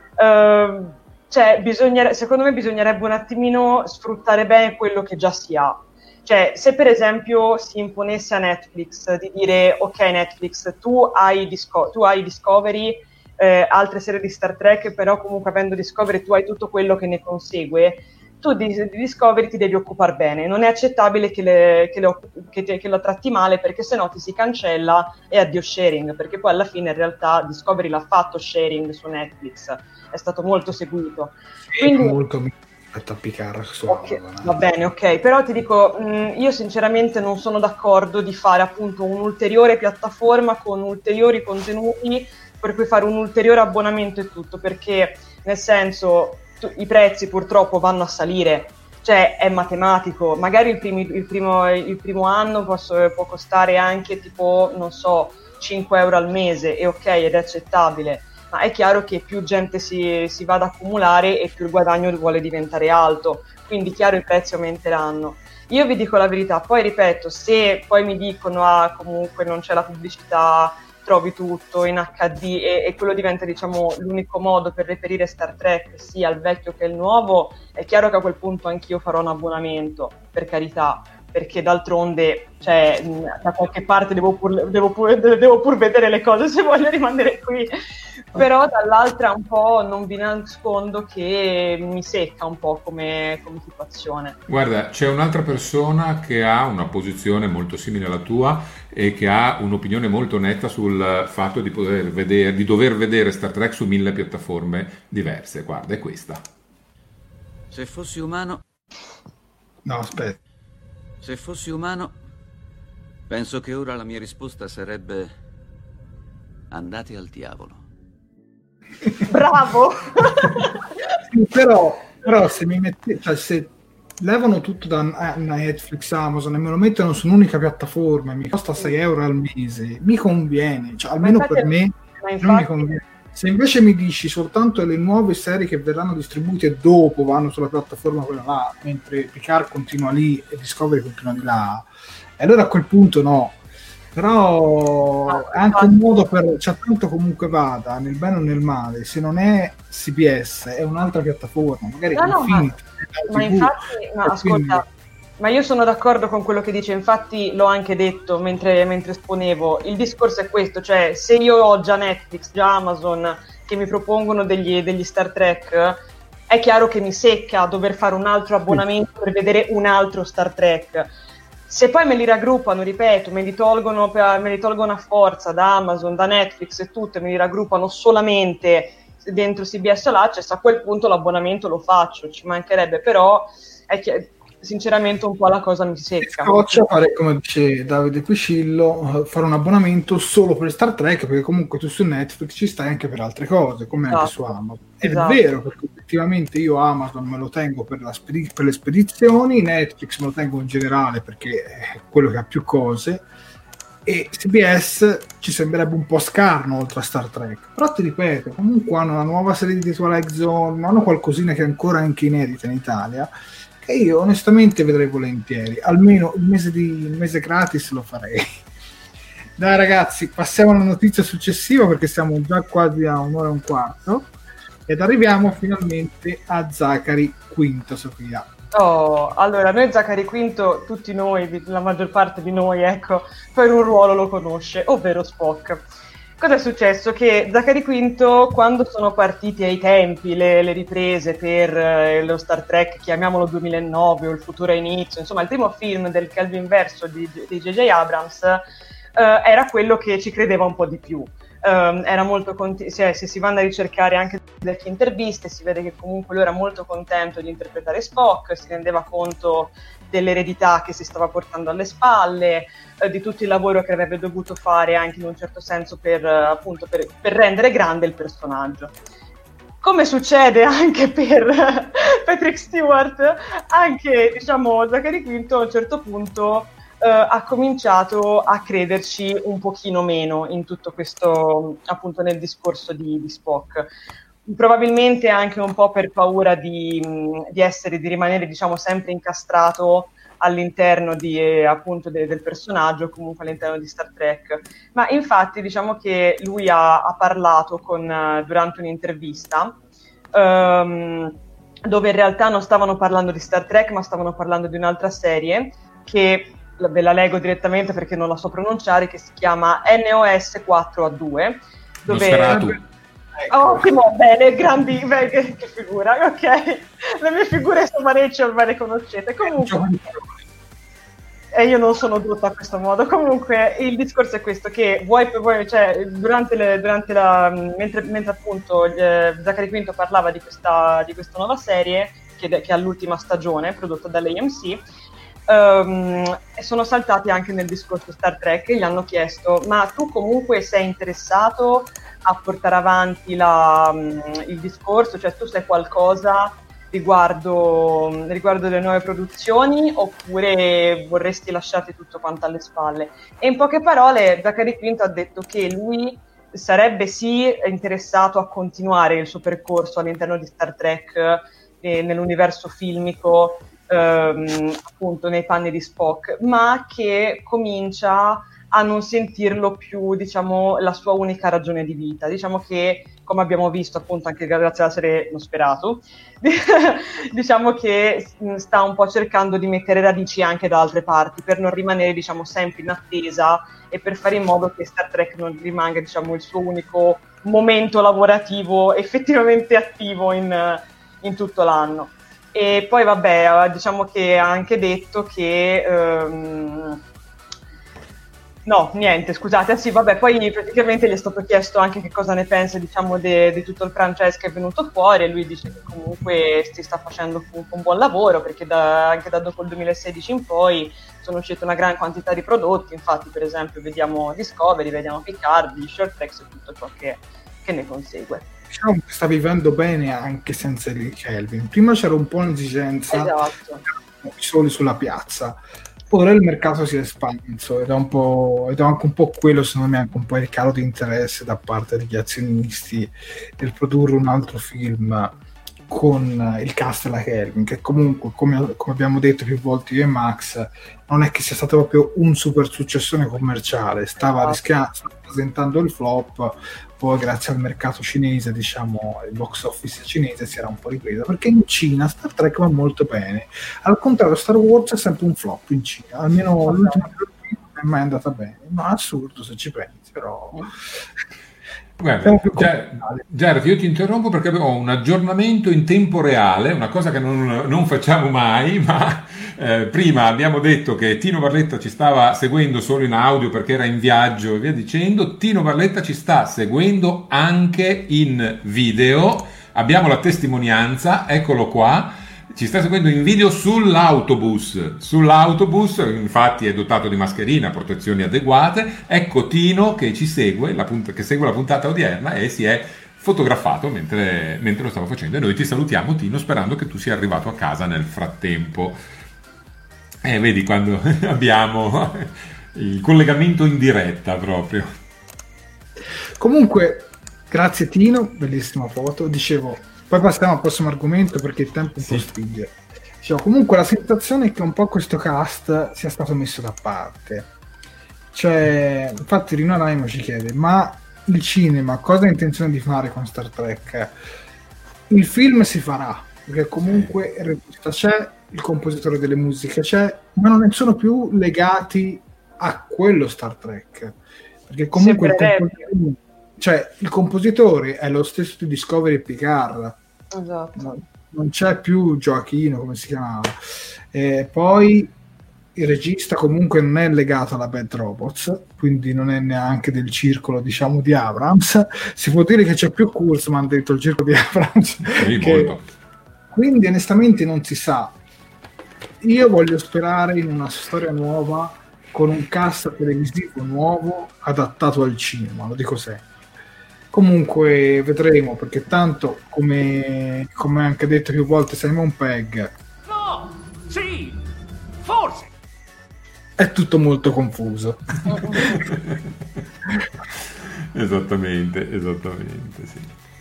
secondo me bisognerebbe un attimino sfruttare bene quello che già si ha. Cioè, se per esempio si imponesse a Netflix di dire ok Netflix, tu hai Discovery, altre serie di Star Trek, però comunque avendo Discovery tu hai tutto quello che ne consegue, tu di Discovery ti devi occupare bene, non è accettabile che lo tratti male, perché sennò ti si cancella e addio sharing, perché poi alla fine in realtà Discovery l'ha fatto sharing su Netflix, è stato molto seguito. Quindi, molto a Picard, okay, va bene, ok, però ti dico, io sinceramente non sono d'accordo di fare appunto un'ulteriore piattaforma con ulteriori contenuti, per cui fare un ulteriore abbonamento e tutto, perché nel senso i prezzi purtroppo vanno a salire, cioè è matematico, magari il primo anno può costare anche tipo, non so, 5 euro al mese, e ok, ed è accettabile, ma è chiaro che più gente si va ad accumulare e più il guadagno vuole diventare alto, quindi chiaro i prezzi aumenteranno. Io vi dico la verità, poi ripeto, se poi mi dicono comunque non c'è la pubblicità, trovi tutto in HD e quello diventa, diciamo, l'unico modo per reperire Star Trek sia il vecchio che il nuovo, è chiaro che a quel punto anch'io farò un abbonamento, per carità, perché d'altronde, cioè, da qualche parte devo pur vedere le cose se voglio rimanere qui, però dall'altra un po' non vi nascondo che mi secca un po' come situazione. Guarda, c'è un'altra persona che ha una posizione molto simile alla tua e che ha un'opinione molto netta sul fatto di dover vedere Star Trek su 1000 piattaforme diverse. Guarda, è questa. Se fossi umano... No, aspetta. Se fossi umano, penso che ora la mia risposta sarebbe: andate al diavolo. Bravo! Sì, però se mi metti, cioè se levano tutto da Netflix, Amazon e me lo mettono su un'unica piattaforma, mi costa 6 euro al mese, mi conviene, cioè almeno per me non mi conviene. Se invece mi dici soltanto le nuove serie che verranno distribuite dopo vanno sulla piattaforma quella là, mentre Picard continua lì e Discovery continua di là, e allora a quel punto no. Però è anche un modo per, cioè tanto comunque vada, nel bene o nel male, se non è CBS è un'altra piattaforma, magari Infinity. Ma infatti, ascolta, ma io sono d'accordo con quello che dice, infatti l'ho anche detto mentre esponevo, il discorso è questo, cioè se io ho già Netflix, già Amazon che mi propongono degli Star Trek, è chiaro che mi secca dover fare un altro abbonamento per vedere un altro Star Trek. Se poi me li raggruppano, ripeto, me li tolgono a forza da Amazon, da Netflix e tutto, e me li raggruppano solamente dentro CBS All Access, a quel punto l'abbonamento lo faccio, ci mancherebbe, però è che sinceramente un po' la cosa mi secca. Scoccia fare, come dice Davide Piscillo, fare un abbonamento solo per Star Trek, perché comunque tu su Netflix ci stai anche per altre cose, come anche su Amazon. Ed è vero, perché effettivamente io Amazon me lo tengo per le spedizioni, Netflix me lo tengo in generale perché è quello che ha più cose, e CBS ci sembrerebbe un po' scarno oltre a Star Trek. Però ti ripeto, comunque hanno una nuova serie di Twilight Zone, hanno qualcosina che è ancora anche inedita in Italia, che io onestamente vedrei volentieri, almeno il mese gratis lo farei. Dai ragazzi, passiamo alla notizia successiva perché siamo già quasi a 1 ora e un quarto ed arriviamo finalmente a Zachary Quinto, Sofia. Oh, allora noi Zachary Quinto, tutti noi, la maggior parte di noi, ecco, per un ruolo lo conosce, ovvero Spock. Cosa è successo? Che Zachary Quinto, quando sono partiti ai tempi le riprese per lo Star Trek, chiamiamolo 2009 o Il futuro è inizio, insomma il primo film del Kelvin verso di J.J. Abrams, era quello che ci credeva un po' di più. Era molto se si vanno a ricercare anche delle interviste si vede che comunque lui era molto contento di interpretare Spock, si rendeva conto dell'eredità che si stava portando alle spalle, di tutto il lavoro che avrebbe dovuto fare anche in un certo senso per rendere grande il personaggio. Come succede anche per Patrick Stewart, anche diciamo Zachary Quinto a un certo punto ha cominciato a crederci un pochino meno in tutto questo, appunto nel discorso di Spock. Probabilmente anche un po' per paura di rimanere diciamo sempre incastrato all'interno appunto del personaggio, comunque all'interno di Star Trek. Ma infatti diciamo che lui ha parlato durante un'intervista dove in realtà non stavano parlando di Star Trek ma stavano parlando di un'altra serie che ve la leggo direttamente perché non la so pronunciare, che si chiama NOS 4A2, dove Ottimo, bene, grandi, beh, che figura, ok. Le mie figure somarecce ormai le conoscete. Comunque, e io non sono dotta a questo modo. Comunque, il discorso è questo: che cioè, mentre appunto Zachary Quinto parlava di questa nuova serie, che ha l'ultima stagione, prodotta dall'AMC, sono saltati anche nel discorso Star Trek e gli hanno chiesto: ma tu comunque sei interessato a portare avanti il discorso, cioè tu sai qualcosa riguardo le nuove produzioni, oppure vorresti lasciarti tutto quanto alle spalle? E in poche parole Zachary Quinto ha detto che lui sarebbe sì interessato a continuare il suo percorso all'interno di Star Trek, nell'universo filmico, appunto nei panni di Spock, ma che comincia a non sentirlo più, diciamo, la sua unica ragione di vita. Diciamo che, come abbiamo visto appunto anche grazie alla serie Nosferatu, diciamo che sta un po' cercando di mettere radici anche da altre parti, per non rimanere, diciamo, sempre in attesa, e per fare in modo che Star Trek non rimanga, diciamo, il suo unico momento lavorativo effettivamente attivo in tutto l'anno. E poi vabbè, diciamo che ha anche detto che no, niente, scusate, sì, vabbè, poi praticamente gli è stato chiesto anche che cosa ne pensa, diciamo, di tutto il franchise che è venuto fuori, e lui dice che comunque si sta facendo un buon lavoro, perché anche da dopo il 2016 in poi sono uscite una gran quantità di prodotti. Infatti, per esempio, vediamo Discovery, vediamo Picard, gli Short Tracks e tutto ciò che ne consegue. Diciamo che sta vivendo bene anche senza il Kelvin. Prima c'era un po' un'esigenza, esatto, soli sulla piazza. Ora il mercato si è espanso ed è anche un po' quello, secondo me, anche un po' il calo di interesse da parte degli azionisti nel produrre un altro film con il cast della Kelvin, che comunque, come abbiamo detto più volte io e Max, non è che sia stato proprio un super successone commerciale, stava presentando il flop. Poi grazie al mercato cinese, diciamo, il box office cinese si era un po' ripresa, perché in Cina Star Trek va molto bene, al contrario Star Wars è sempre un flop in Cina, almeno l'ultima non è mai andata bene. No, è assurdo se ci pensi, però guarda, Jared, io ti interrompo perché ho un aggiornamento in tempo reale, una cosa che non facciamo mai, ma prima abbiamo detto che Tino Barletta ci stava seguendo solo in audio perché era in viaggio e via dicendo. Tino Barletta ci sta seguendo anche in video, abbiamo la testimonianza, eccolo qua. Ci sta seguendo in video sull'autobus, infatti è dotato di mascherina, protezioni adeguate. Ecco Tino che ci segue, che segue la puntata odierna e si è fotografato mentre lo stavo facendo. E noi ti salutiamo, Tino, sperando che tu sia arrivato a casa nel frattempo. Vedi quando abbiamo il collegamento in diretta proprio. Comunque, grazie Tino, bellissima foto, dicevo. Poi passiamo al prossimo argomento perché il tempo un po' stringe. Comunque la sensazione è che un po' questo cast sia stato messo da parte. Cioè, infatti Rino Raimo ci chiede: ma il cinema cosa ha intenzione di fare con Star Trek? Il film si farà, perché comunque il regista c'è, il compositore delle musiche c'è, ma non sono più legati a quello Star Trek. Perché comunque il compositore è lo stesso di Discovery e Picard. Esatto. Non c'è più Gioachino, come si chiamava. Poi il regista comunque non è legato alla Bad Robots, quindi non è neanche del circolo, diciamo, di Abrams. Si può dire che c'è più Kurzman dentro il circolo di Abrams. Quindi onestamente non si sa. Io voglio sperare in una storia nuova con un cast televisivo nuovo adattato al cinema, lo dico sempre. Comunque vedremo, perché tanto come anche detto più volte Simon Pegg, no, sì, forse è tutto molto confuso. esattamente sì.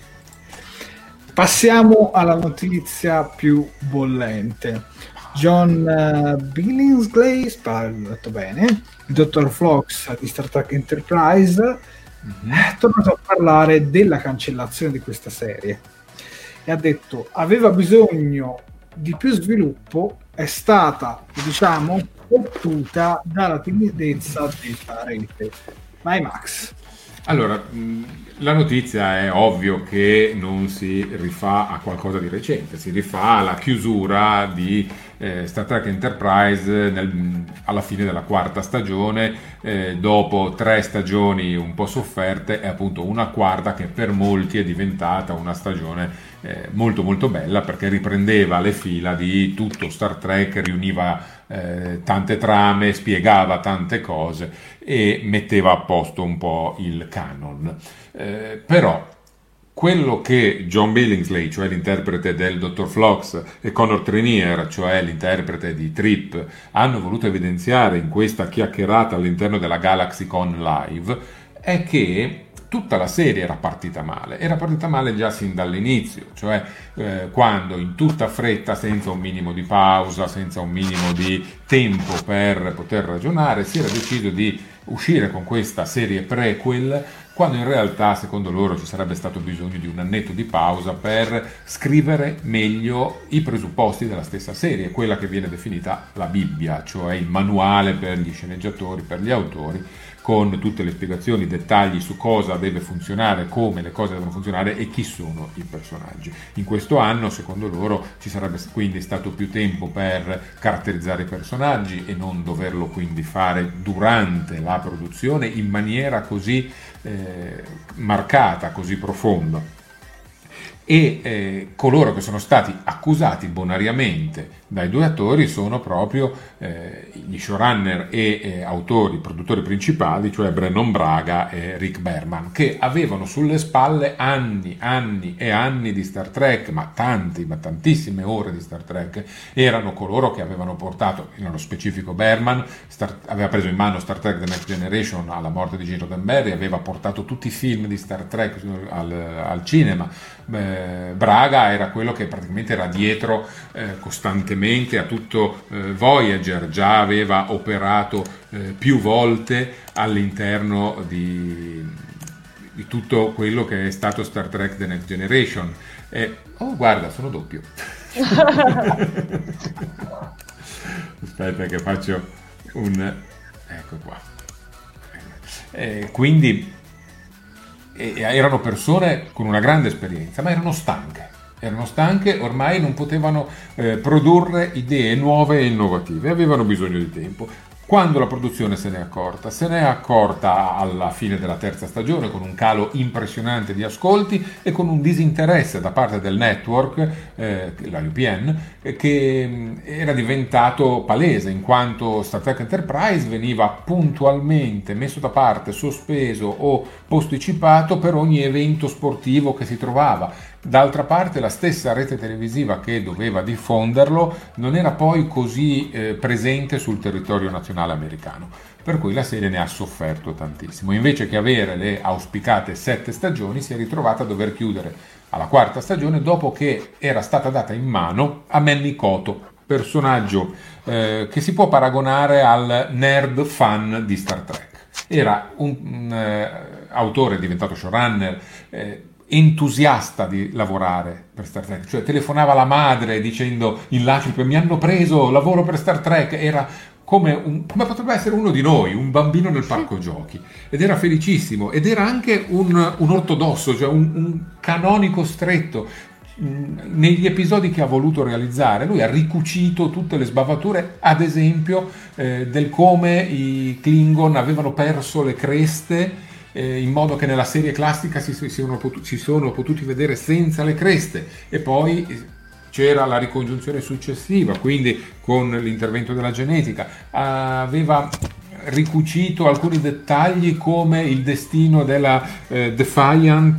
Passiamo alla notizia più bollente. John Billingsley, spero l'ho detto bene, il dottor Phlox di Star Trek Enterprise, è tornato a parlare della cancellazione di questa serie e ha detto aveva bisogno di più sviluppo, è stata, diciamo, ottuta dalla timidezza della rete. Vai Max. Allora, la notizia è ovvio che non si rifà a qualcosa di recente, si rifà alla chiusura di Star Trek Enterprise alla fine della quarta stagione, dopo 3 stagioni un po' sofferte, e appunto una quarta che per molti è diventata una stagione molto molto bella, perché riprendeva le fila di tutto Star Trek, riuniva tante trame, spiegava tante cose e metteva a posto un po' il canon. Però quello che John Billingsley, cioè l'interprete del Dr. Phlox, e Connor Trinneer, cioè l'interprete di Trip, hanno voluto evidenziare in questa chiacchierata all'interno della GalaxyCon Live è che tutta la serie era partita male già sin dall'inizio, cioè quando in tutta fretta, senza un minimo di pausa, senza un minimo di tempo per poter ragionare, si era deciso di uscire con questa serie prequel, quando in realtà secondo loro ci sarebbe stato bisogno di un annetto di pausa per scrivere meglio i presupposti della stessa serie, quella che viene definita la Bibbia, cioè il manuale per gli sceneggiatori, per gli autori, con tutte le spiegazioni, i dettagli su cosa deve funzionare, come le cose devono funzionare e chi sono i personaggi. In questo anno, secondo loro, ci sarebbe quindi stato più tempo per caratterizzare i personaggi e non doverlo quindi fare durante la produzione in maniera così marcata, così profonda. E coloro che sono stati accusati bonariamente dai 2 attori sono proprio gli showrunner e autori, produttori principali, cioè Brannon Braga e Rick Berman, che avevano sulle spalle anni e anni di Star Trek, ma tantissime ore di Star Trek. Erano coloro che avevano portato, nello specifico Berman, aveva preso in mano Star Trek The Next Generation alla morte di Gene Roddenberry, aveva portato tutti i film di Star Trek al cinema. Braga era quello che praticamente era dietro costantemente a tutto Voyager, già aveva operato più volte all'interno di tutto quello che è stato Star Trek The Next Generation. Oh, guarda, sono doppio. Aspetta che faccio ecco qua. Quindi erano persone con una grande esperienza, ma erano stanche, ormai non potevano produrre idee nuove e innovative, avevano bisogno di tempo. Quando la produzione se n'è accorta alla fine della terza stagione, con un calo impressionante di ascolti e con un disinteresse da parte del network, la UPN, che era diventato palese, in quanto Star Trek Enterprise veniva puntualmente messo da parte, sospeso o posticipato per ogni evento sportivo che si trovava. D'altra parte la stessa rete televisiva che doveva diffonderlo non era poi così presente sul territorio nazionale americano, per cui la serie ne ha sofferto tantissimo. Invece che avere le auspicate 7 stagioni, si è ritrovata a dover chiudere alla quarta stagione dopo che era stata data in mano a Manny Coto, personaggio che si può paragonare al nerd fan di Star Trek. Era un autore diventato showrunner, entusiasta di lavorare per Star Trek, cioè telefonava alla madre dicendo in lacrime: mi hanno preso, lavoro per Star Trek. Era come potrebbe essere uno di noi, un bambino nel parco giochi, ed era felicissimo, ed era anche un ortodosso, cioè un canonico stretto. Negli episodi che ha voluto realizzare, lui ha ricucito tutte le sbavature, ad esempio del come i Klingon avevano perso le creste, in modo che nella serie classica si sono potuti vedere senza le creste, e poi c'era la ricongiunzione successiva, quindi con l'intervento della genetica aveva ricucito alcuni dettagli, come il destino della Defiant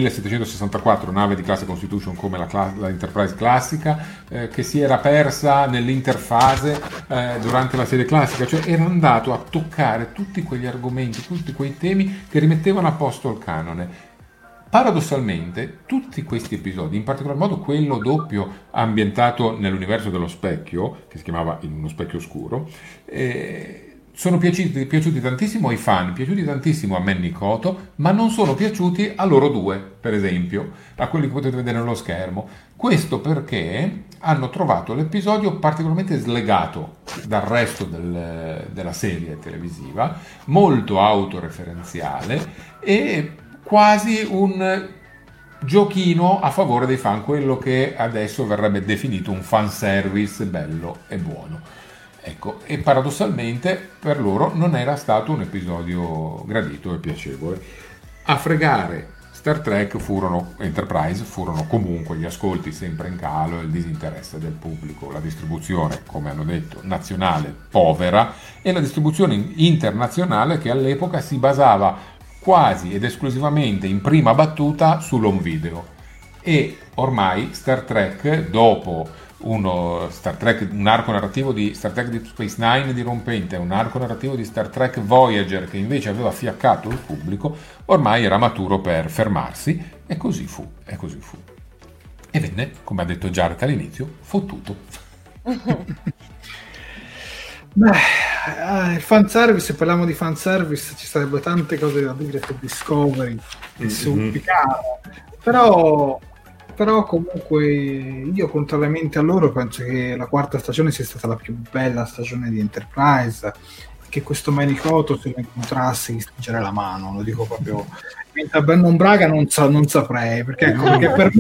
1764, nave di classe Constitution come la Enterprise classica, che si era persa nell'interfase durante la serie classica. Cioè era andato a toccare tutti quegli argomenti, tutti quei temi che rimettevano a posto il canone. Paradossalmente tutti questi episodi, in particolar modo quello doppio ambientato nell'universo dello specchio, che si chiamava In uno specchio oscuro, sono piaciuti tantissimo ai fan, piaciuti tantissimo a Manny Coto, ma non sono piaciuti a loro due, per esempio, a quelli che potete vedere nello schermo. Questo perché hanno trovato l'episodio particolarmente slegato dal resto della serie televisiva, molto autoreferenziale e quasi un giochino a favore dei fan, quello che adesso verrebbe definito un fanservice bello e buono. Ecco, e paradossalmente per loro non era stato un episodio gradito e piacevole. A fregare Star Trek Enterprise furono comunque gli ascolti sempre in calo e il disinteresse del pubblico, la distribuzione, come hanno detto, nazionale povera e la distribuzione internazionale che all'epoca si basava quasi ed esclusivamente in prima battuta sull'home video. E ormai Star Trek, dopo un arco narrativo di Star Trek Deep Space Nine dirompente, un arco narrativo di Star Trek Voyager che invece aveva fiaccato il pubblico, ormai era maturo per fermarsi, e così fu. E venne, come ha detto Jared all'inizio, fottuto. Il fanservice, se parliamo di fanservice ci sarebbe tante cose da dire su Discovery e su Picard, però comunque io, contrariamente a loro, penso che la quarta stagione sia stata la più bella stagione di Enterprise, che questo Manny Coto, se lo incontrassi, gli stringere la mano, lo dico proprio. Mentre a Brandon Braga non saprei, perché per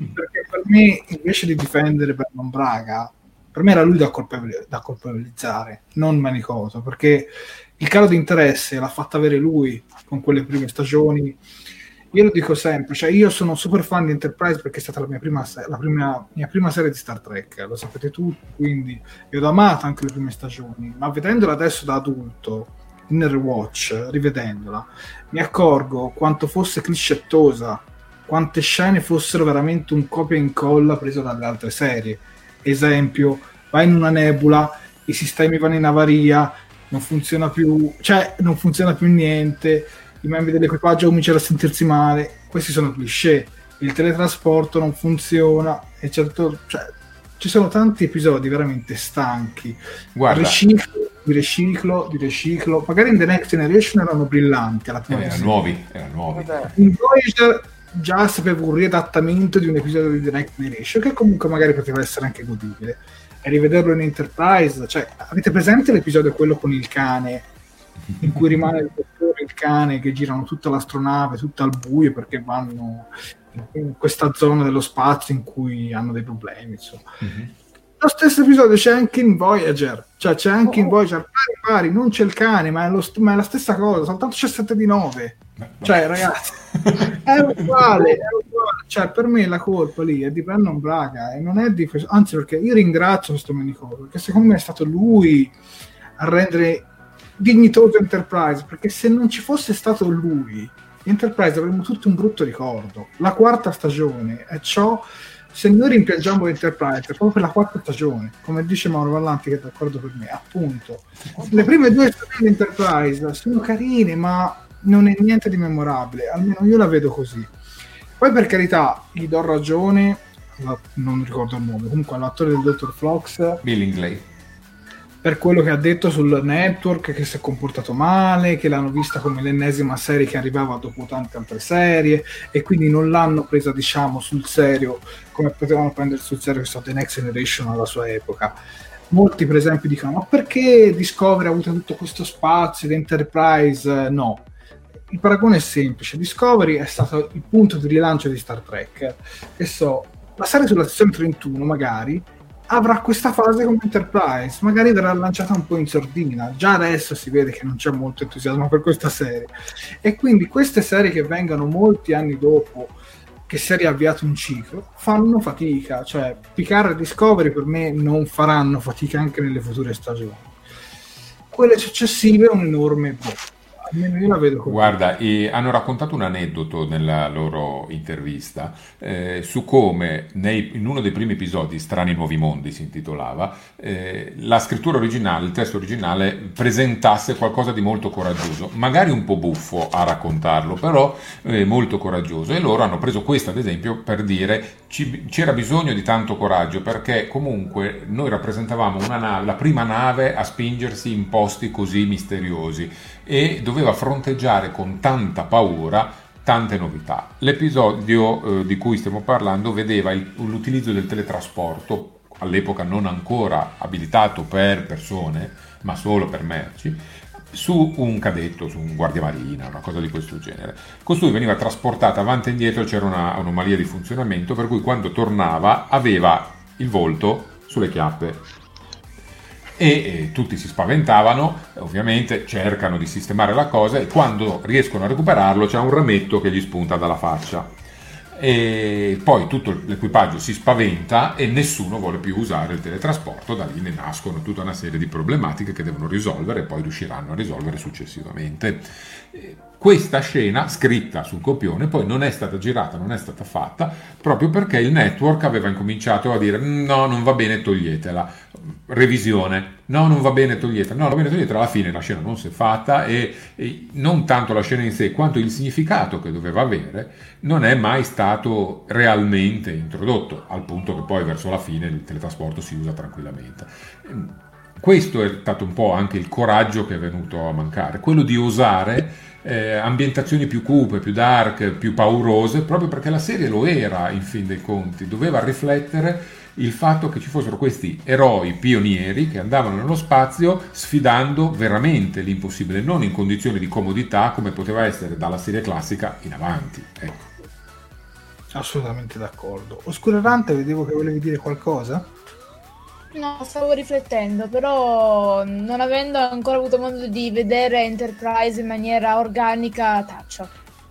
me invece di difendere Brandon Braga, per me era lui da colpevolizzare, non Manny Coto, perché il calo di interesse l'ha fatta avere lui con quelle prime stagioni. Io lo dico sempre, cioè io sono super fan di Enterprise perché è stata la mia prima serie di Star Trek, lo sapete tutti, quindi io ho amato anche le prime stagioni, ma vedendola adesso da adulto, in rewatch, rivedendola, mi accorgo quanto fosse clichettosa, quante scene fossero veramente un copia e incolla preso dalle altre serie. Esempio, vai in una nebula, i sistemi vanno in avaria, non funziona più niente, i membri dell'equipaggio cominciano a sentirsi male. Questi sono cliché. Il teletrasporto non funziona, e certo, cioè, ci sono tanti episodi veramente stanchi. Guarda, riciclo. Magari in The Next Generation erano brillanti alla prima erano nuovi. In Voyager già sapevo un riadattamento di un episodio di The Next Generation che comunque magari poteva essere anche godibile, e rivederlo in Enterprise, cioè, avete presente l'episodio quello con il cane, in cui rimane il dottore e il cane che girano tutta l'astronave, tutta al buio, perché vanno in questa zona dello spazio in cui hanno dei problemi, insomma. Lo stesso episodio c'è anche in Voyager, pari, non c'è il cane, ma è la stessa cosa, soltanto c'è 7 di 9. Cioè, ragazzi, è uguale. Cioè, per me la colpa lì è di Brandon Braga, e non è di questo, anzi, perché io ringrazio questo Manicoto, perché secondo me è stato lui a rendere dignitoso Enterprise, perché se non ci fosse stato lui, Enterprise avremmo tutti un brutto ricordo. La quarta stagione è ciò. Se noi rimpiangiamo Enterprise è proprio per la quarta stagione, come dice Mauro Vallanti, che è d'accordo per me, appunto. Le prime 2 stagioni di Enterprise sono carine, ma non è niente di memorabile, almeno io la vedo così. Poi, per carità, gli do ragione, non ricordo il nome, comunque all'attore del Dr. Phlox, Billingsley, per quello che ha detto sul network, che si è comportato male, che l'hanno vista come l'ennesima serie che arrivava dopo tante altre serie, e quindi non l'hanno presa, diciamo, sul serio come potevano prendere sul serio che è stato The Next Generation alla sua epoca. Molti, per esempio, dicono: ma perché Discovery ha avuto tutto questo spazio, l'Enterprise no? Il paragone è semplice: Discovery è stato il punto di rilancio di Star Trek, e la serie sulla sezione 31 magari avrà questa fase come Enterprise, magari verrà lanciata un po' in sordina. Già adesso si vede che non c'è molto entusiasmo per questa serie, e quindi queste serie che vengono molti anni dopo che si è riavviato un ciclo fanno fatica. Cioè, Picard e Discovery per me non faranno fatica anche nelle future stagioni. Quelle successive è un enorme almeno io la vedo così. Guarda, hanno raccontato un aneddoto nella loro intervista su come in uno dei primi episodi, Strani Nuovi Mondi si intitolava, la scrittura originale, il testo originale presentasse qualcosa di molto coraggioso, magari un po' buffo a raccontarlo, però molto coraggioso, e loro hanno preso questo ad esempio per dire c'era bisogno di tanto coraggio, perché comunque noi rappresentavamo una nave, la prima nave a spingersi in posti così misteriosi, e doveva fronteggiare con tanta paura tante novità. L'episodio di cui stiamo parlando vedeva l'utilizzo del teletrasporto, all'epoca non ancora abilitato per persone, ma solo per merci, su un cadetto, su un guardiamarina, una cosa di questo genere. Costui veniva trasportata avanti e indietro, c'era un'anomalia di funzionamento, per cui quando tornava aveva il volto sulle chiappe. E tutti si spaventavano, ovviamente cercano di sistemare la cosa, e quando riescono a recuperarlo c'è un rametto che gli spunta dalla faccia. E poi tutto l'equipaggio si spaventa e nessuno vuole più usare il teletrasporto. Da lì ne nascono tutta una serie di problematiche che devono risolvere e poi riusciranno a risolvere successivamente. Questa scena scritta sul copione poi non è stata girata, non è stata fatta, proprio perché il network aveva incominciato a dire no, non va bene, toglietela, revisione, no, non va bene, toglietela, no, non va bene, toglietela. Alla fine la scena non si è fatta, e non tanto la scena in sé quanto il significato che doveva avere non è mai stato realmente introdotto, al punto che poi verso la fine il teletrasporto si usa tranquillamente. Questo è stato un po' anche il coraggio che è venuto a mancare, quello di osare ambientazioni più cupe, più dark, più paurose, proprio perché la serie lo era, in fin dei conti, doveva riflettere il fatto che ci fossero questi eroi pionieri che andavano nello spazio sfidando veramente l'impossibile, non in condizioni di comodità come poteva essere dalla serie classica in avanti. Ecco. Assolutamente d'accordo. Oscurerante, vedevo che volevi dire qualcosa? No, stavo riflettendo, però non avendo ancora avuto modo di vedere Enterprise in maniera organica, taccio.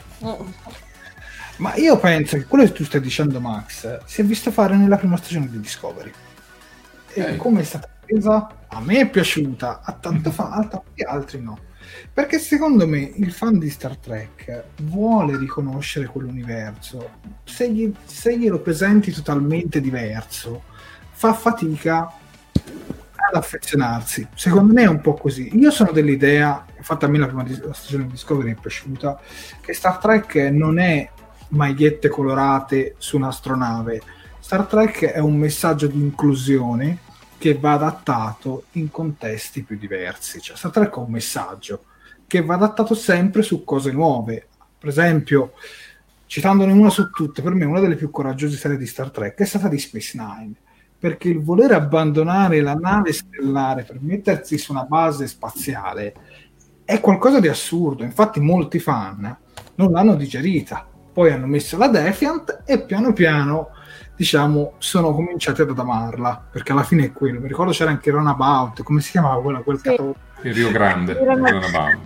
Ma io penso che quello che tu stai dicendo, Max, si è visto fare nella prima stagione di Discovery. E come è stata presa? A me è piaciuta, a tanti altri no. Perché secondo me il fan di Star Trek vuole riconoscere quell'universo. Se glielo presenti totalmente diverso, fa fatica ad affezionarsi. Secondo me è un po' così. Io sono dell'idea, infatti a me la prima stagione di Discovery è piaciuta, che Star Trek non è magliette colorate su un'astronave. Star Trek è un messaggio di inclusione che va adattato in contesti più diversi. Cioè Star Trek è un messaggio che va adattato sempre su cose nuove. Per esempio, citandone una su tutte, per me una delle più coraggiose serie di Star Trek è stata di Space Nine, perché il voler abbandonare la nave stellare per mettersi su una base spaziale è qualcosa di assurdo. Infatti molti fan non l'hanno digerita, poi hanno messo la Defiant e piano piano, diciamo, sono cominciati ad amarla, perché alla fine è quello. Mi ricordo c'era anche Runabout, come si chiamava quel sì. Il Rio Grande, Runabout.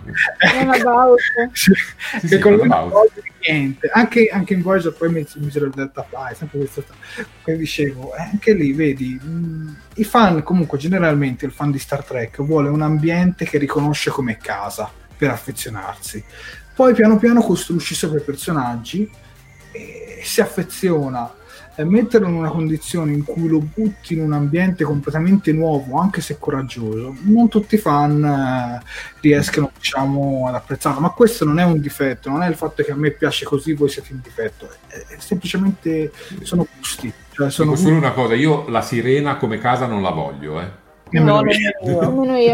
Che con lui non niente. Anche in Voyager poi misero il Delta Fly, sempre questo che dicevo, anche lì vedi, i fan comunque generalmente, il fan di Star Trek vuole un ambiente che riconosce come casa per affezionarsi, poi piano piano costruisce sopra i personaggi e si affeziona. Metterlo in una condizione in cui lo butti in un ambiente completamente nuovo, anche se coraggioso, non tutti i fan riescono, diciamo, ad apprezzarlo. Ma questo non è un difetto, non è il fatto che a me piace così, voi siete in difetto, è semplicemente sono gusti. Cioè, sono solo una cosa, io la sirena come casa non la voglio, nemmeno io.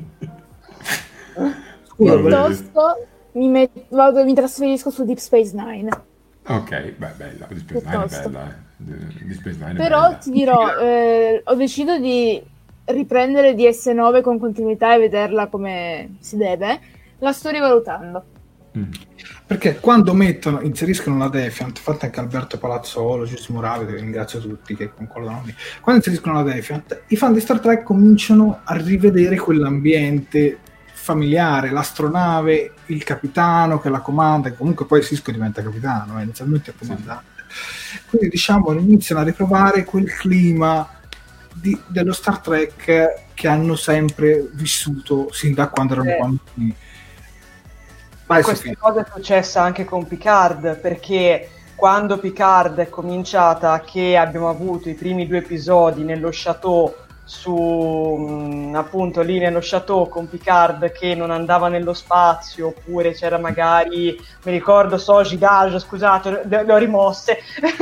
Piuttosto mi trasferisco su Deep Space Nine. Ok, bella, Deep Space Nine è bella, Deep Space Nine è però bella. ti dirò, ho deciso di riprendere DS9 con continuità e vederla come si deve. La sto rivalutando. Perché quando inseriscono la Defiant, fatta anche Alberto Palazzolo, Giuseppe Morale, che ringrazio tutti che concordano con me, quando inseriscono la Defiant, i fan di Star Trek cominciano a rivedere quell'ambiente familiare, l'astronave, il capitano che la comanda, che comunque poi Sisko diventa capitano, inizialmente è comandante. Quindi diciamo iniziano a riprovare quel clima dello Star Trek che hanno sempre vissuto sin da quando erano bambini. Questa cosa è successa anche con Picard, perché quando Picard è cominciata, che abbiamo avuto i primi 2 episodi nello chateau su appunto lì nello chateau con Picard che non andava nello spazio, oppure c'era magari, mi ricordo Soji Gage, scusate, le ho rimosse,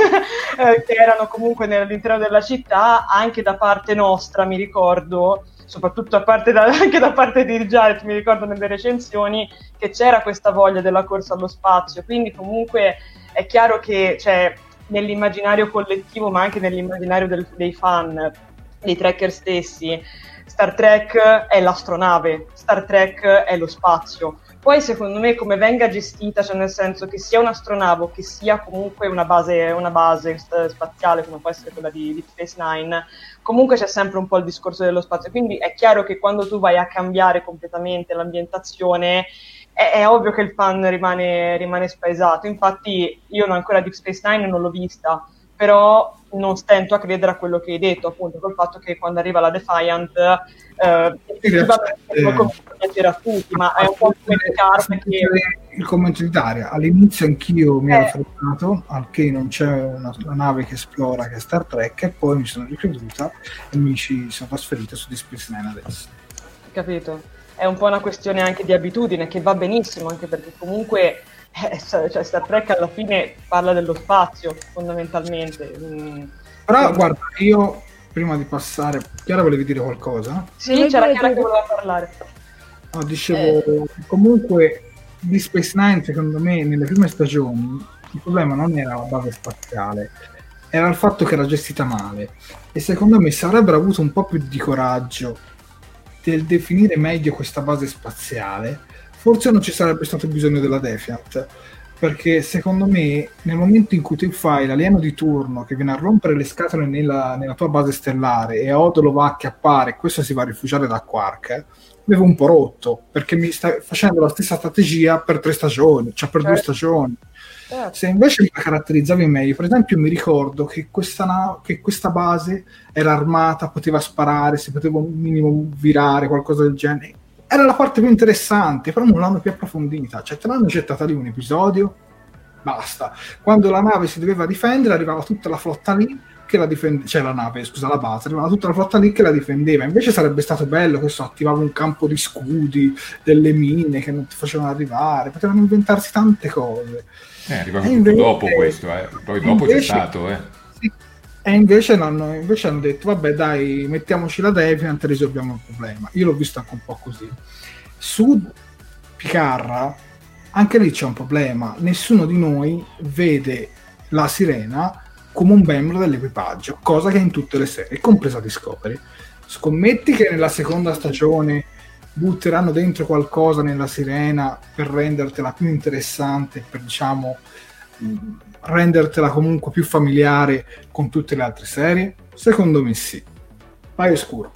che erano comunque all'interno della città, anche da parte nostra, mi ricordo, soprattutto anche da parte di Jared, mi ricordo nelle recensioni, che c'era questa voglia della corsa allo spazio, quindi comunque è chiaro che nell'immaginario collettivo, ma anche nell'immaginario dei fan, dei tracker stessi, Star Trek è l'astronave, Star Trek è lo spazio. Poi secondo me come venga gestita, cioè nel senso che sia un'astronave o che sia comunque una base spaziale come può essere quella di Deep Space Nine, comunque c'è sempre un po' il discorso dello spazio, quindi è chiaro che quando tu vai a cambiare completamente l'ambientazione è ovvio che il fan rimane spaesato. Infatti io ancora Deep Space Nine non l'ho vista, però non stento a credere a quello che hai detto, appunto col fatto che quando arriva la Defiant effettivamente come piacere a tutti, ma è un po' come Picard che... Il commento di Daria, all'inizio anch'io mi ero frenato al che non c'è una nave che esplora, che è Star Trek, e poi mi sono ricreduta e mi ci sono trasferito su Deep Space Nine adesso. Capito? È un po' una questione anche di abitudine, che va benissimo, anche perché comunque cioè Star Trek alla fine parla dello spazio fondamentalmente. Però guarda, io prima di passare, Chiara volevi dire qualcosa? Sì, c'era Chiara che voleva parlare. No, dicevo comunque di Space Nine, secondo me nelle prime stagioni il problema non era la base spaziale, era il fatto che era gestita male, e secondo me se avrebbero avuto un po' più di coraggio del definire meglio questa base spaziale, forse non ci sarebbe stato bisogno della Defiant, perché secondo me nel momento in cui tu fai l'alieno di turno che viene a rompere le scatole nella tua base stellare e Odo lo va a acchiappare e questo si va a rifugiare da Quark, avevo un po' rotto, perché mi stai facendo la stessa strategia per 3 stagioni, cioè per 2 stagioni. Se invece la caratterizzavi meglio, per esempio mi ricordo che questa base era armata, poteva sparare, si poteva un minimo virare, qualcosa del genere, era la parte più interessante, però non l'hanno più approfondita, cioè te l'hanno gettata lì un episodio, basta. Quando la nave si doveva difendere arrivava tutta la flotta lì che la difendeva, cioè la base, arrivava tutta la flotta lì che la difendeva. Invece sarebbe stato bello che attivava un campo di scudi, delle mine che non ti facevano arrivare, potevano inventarsi tante cose. Arrivava tutto dopo questo, poi dopo c'è stato, Sì. E invece hanno detto vabbè dai, mettiamoci la Defiant e risolviamo il problema. Io l'ho visto anche un po' così. Su Picard anche lì c'è un problema, nessuno di noi vede la sirena come un membro dell'equipaggio, cosa che è in tutte le serie, compresa Discovery. Scommetti che nella seconda stagione butteranno dentro qualcosa nella sirena per rendertela più interessante, per diciamo rendertela comunque più familiare con tutte le altre serie? Secondo me sì. Vai oscuro.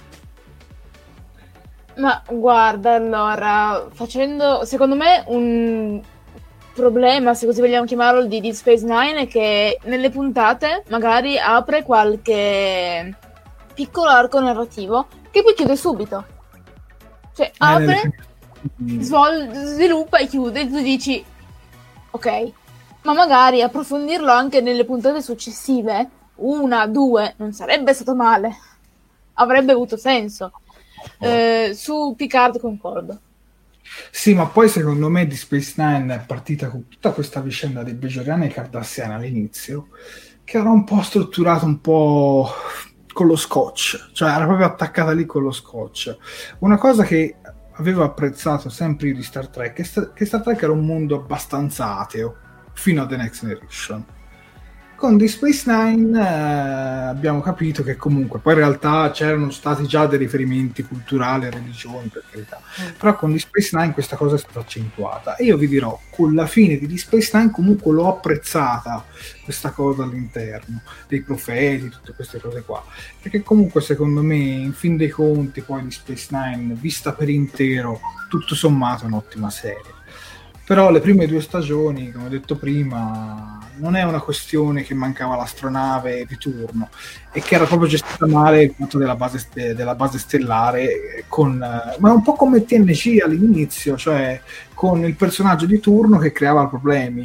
Ma guarda, allora, secondo me un problema, se così vogliamo chiamarlo, di Deep Space Nine è che nelle puntate magari apre qualche piccolo arco narrativo che poi chiude subito. Cioè apre, sviluppa e chiude, e tu dici ok, ma magari approfondirlo anche nelle puntate successive, 1, 2, non sarebbe stato male, avrebbe avuto senso. Su Picard concordo. Sì, ma poi secondo me di Space Nine è partita con tutta questa vicenda dei Bajoriani e Cardassiani all'inizio, che era un po' strutturato un po' con lo scotch, cioè era proprio attaccata lì con lo scotch. Una cosa che avevo apprezzato sempre io di Star Trek è che Star Trek era un mondo abbastanza ateo fino a The Next Generation. Con Deep Space Nine abbiamo capito che comunque poi in realtà c'erano stati già dei riferimenti culturali e religioni, per carità, però con Deep Space Nine questa cosa è stata accentuata, e io vi dirò, con la fine di Deep Space Nine comunque l'ho apprezzata questa cosa all'interno dei profeti, tutte queste cose qua, perché comunque secondo me in fin dei conti poi Deep Space Nine vista per intero tutto sommato è un'ottima serie. Però le prime 2 stagioni, come ho detto prima, non è una questione che mancava l'astronave di turno, e che era proprio gestita male il fatto della base stellare, ma è un po' come TNG all'inizio, cioè con il personaggio di turno che creava problemi,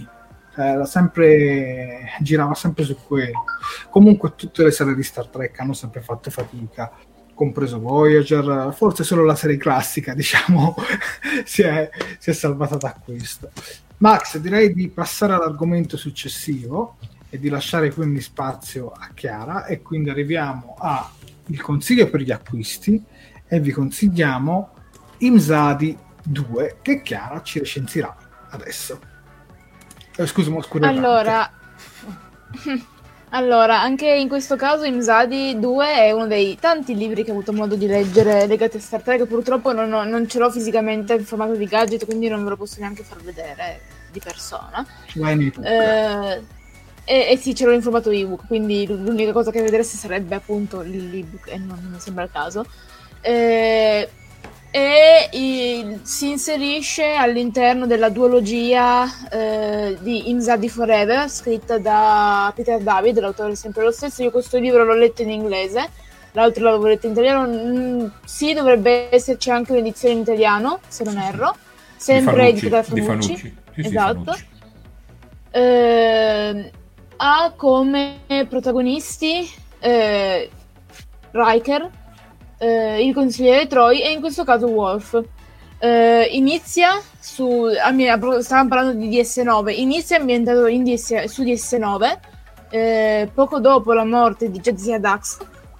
girava sempre su quello. Comunque tutte le serie di Star Trek hanno sempre fatto fatica compreso Voyager, forse solo la serie classica, diciamo, si è salvata da questo. Max, direi di passare all'argomento successivo e di lasciare quindi spazio a Chiara, e quindi arriviamo al consiglio per gli acquisti, e vi consigliamo Imzadi 2, che Chiara ci recensirà adesso. Scusa, ma oscuro. Allora, anche in questo caso Imzadi 2 è uno dei tanti libri che ho avuto modo di leggere legati a Star Trek. Purtroppo non ce l'ho fisicamente in formato di gadget, quindi non ve lo posso neanche far vedere di persona. E sì, ce l'ho in formato ebook, quindi l'unica cosa che vedreste sarebbe appunto l'ebook, e non mi sembra il caso. Si inserisce all'interno della duologia di Imzadi Forever, scritta da Peter David, l'autore è sempre lo stesso. Io questo libro l'ho letto in inglese, l'altro l'avevo letto in italiano. Sì, dovrebbe esserci anche un'edizione in italiano, se non erro, sempre editata da Fanucci. Sì, esatto. Ha come protagonisti Riker, il consigliere Troy, e in questo caso Worf. Inizia stavamo parlando di DS9, inizia ambientato su DS9, poco dopo la morte di Jadzia Dax,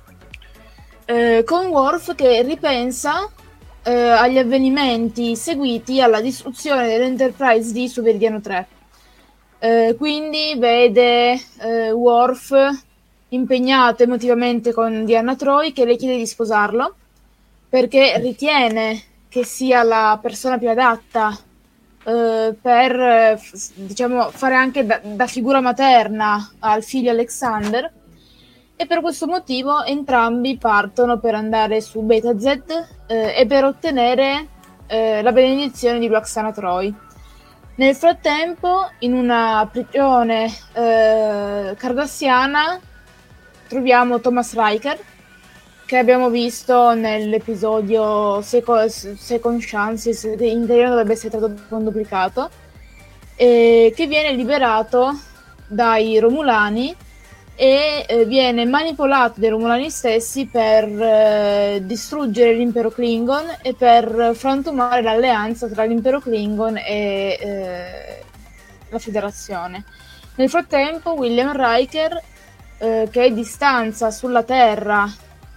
con Worf che ripensa agli avvenimenti seguiti alla distruzione dell'Enterprise D su Veridiano 3. Quindi vede Worf impegnato emotivamente con Deanna Troi, che le chiede di sposarlo perché ritiene che sia la persona più adatta per diciamo fare anche da figura materna al figlio Alexander, e per questo motivo entrambi partono per andare su Beta Z e per ottenere la benedizione di Lwaxana Troi. Nel frattempo, in una prigione cardassiana, troviamo Thomas Riker, che abbiamo visto nell'episodio Second Chances, che in italiano dovrebbe essere tradotto con duplicato, che viene liberato dai Romulani e viene manipolato dai Romulani stessi per distruggere l'impero Klingon e per frantumare l'alleanza tra l'impero Klingon e la Federazione. Nel frattempo William Riker, che è di stanza sulla Terra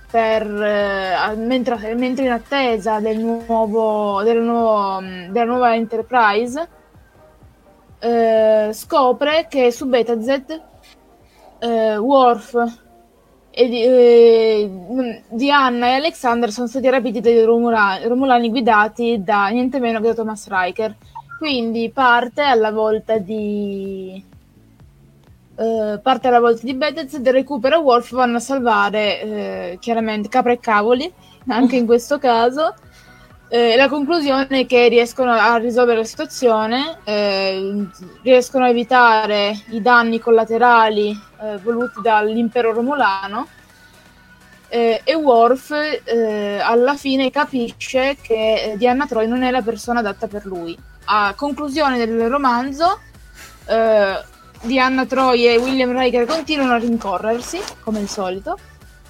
mentre in attesa della nuova Enterprise, scopre che su Beta Z Worf e Deanna e Alexander sono stati rapiti dai Romulani guidati da niente meno che da Thomas Riker. Quindi parte alla volta di Beta Z, recupera Worf, vanno a salvare chiaramente capra e cavoli anche in questo caso. La conclusione è che riescono a risolvere la situazione, riescono a evitare i danni collaterali voluti dall'impero romulano, e Worf alla fine capisce che Deanna Troi non è la persona adatta per lui. A conclusione del romanzo, Deanna Troi e William Riker continuano a rincorrersi come al solito,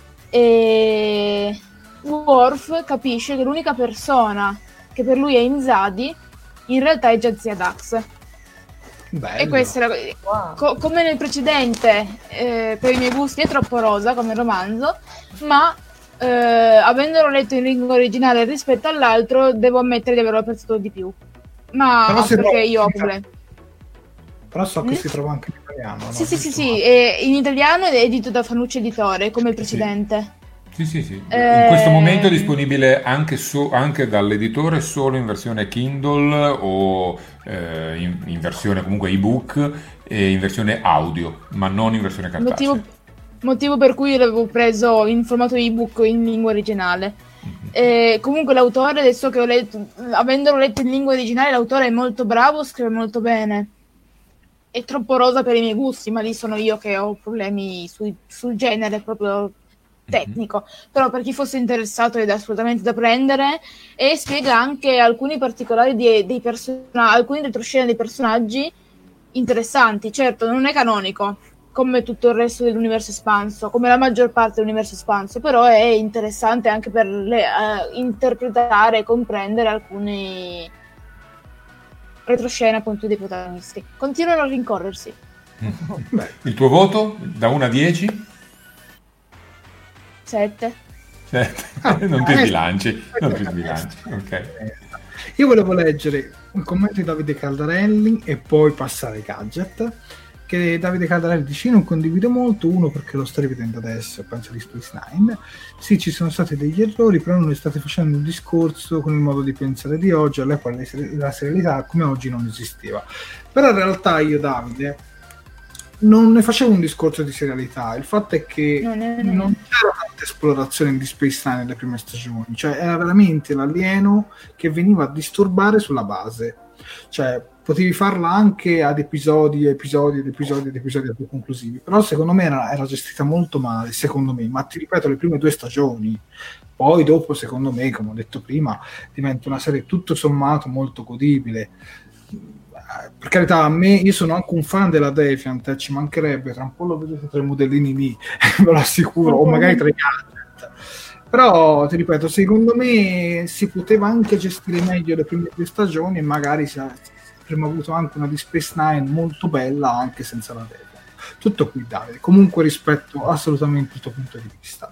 e Worf capisce che l'unica persona che per lui è Imzadi in realtà è Jadzia Dax. Bello. E questa è come nel precedente, per i miei gusti è troppo rosa come romanzo, ma avendolo letto in lingua originale rispetto all'altro devo ammettere di averlo apprezzato di più, ma perché io ho problemi. Però so che si trova anche in italiano, no? Sì, è in italiano ed è edito da Fanucci Editore come il precedente. Sì. In questo momento è disponibile anche dall'editore solo in versione Kindle o in versione comunque ebook e in versione audio, ma non in versione cartacea. Motivo per cui l'avevo preso in formato ebook in lingua originale. Comunque l'autore, adesso che ho letto, avendolo letto in lingua originale, l'autore è molto bravo, scrive molto bene. È troppo rosa per i miei gusti, ma lì sono io che ho problemi sul genere proprio tecnico, però per chi fosse interessato è assolutamente da prendere, e spiega anche alcuni particolari dei personaggi, alcune retroscene dei personaggi interessanti. Certo non è canonico come tutto il resto dell'universo espanso, come la maggior parte dell'universo espanso, però è interessante anche per interpretare e comprendere alcuni retroscena appunto dei protagonisti. Continuano a rincorrersi. Il tuo voto da 1 a 10? 7. Non ti sbilanci, ok. Io volevo leggere un commento di Davide Caldarelli e poi passare ai gadget. Che Davide Caldarelli dice: non condivido molto, uno perché lo sto rivedendo adesso, penso di Space Nine. Sì, ci sono stati degli errori, però non state facendo un discorso con il modo di pensare di oggi, alla quale la serialità come oggi non esisteva. Però in realtà io, Davide, non ne facevo un discorso di serialità. Il fatto è che non c'era tanta esplorazione di Space Nine nelle prime stagioni, cioè era veramente l'alieno che veniva a disturbare sulla base, cioè potevi farla anche ad episodi conclusivi, però secondo me era gestita molto male, secondo me, ma ti ripeto, le prime 2 stagioni, poi dopo secondo me, come ho detto prima, diventa una serie tutto sommato molto godibile. Per carità, a me, io sono anche un fan della Defiant, ci mancherebbe, tra un po' lo vedete tra i modellini lì, ve lo assicuro, o magari tra i gadget. Però ti ripeto, secondo me si poteva anche gestire meglio le prime 2 stagioni e magari avremmo avuto anche una di Space Nine molto bella anche senza la Defiant. Tutto qui, Davide, comunque rispetto assolutamente il tuo punto di vista.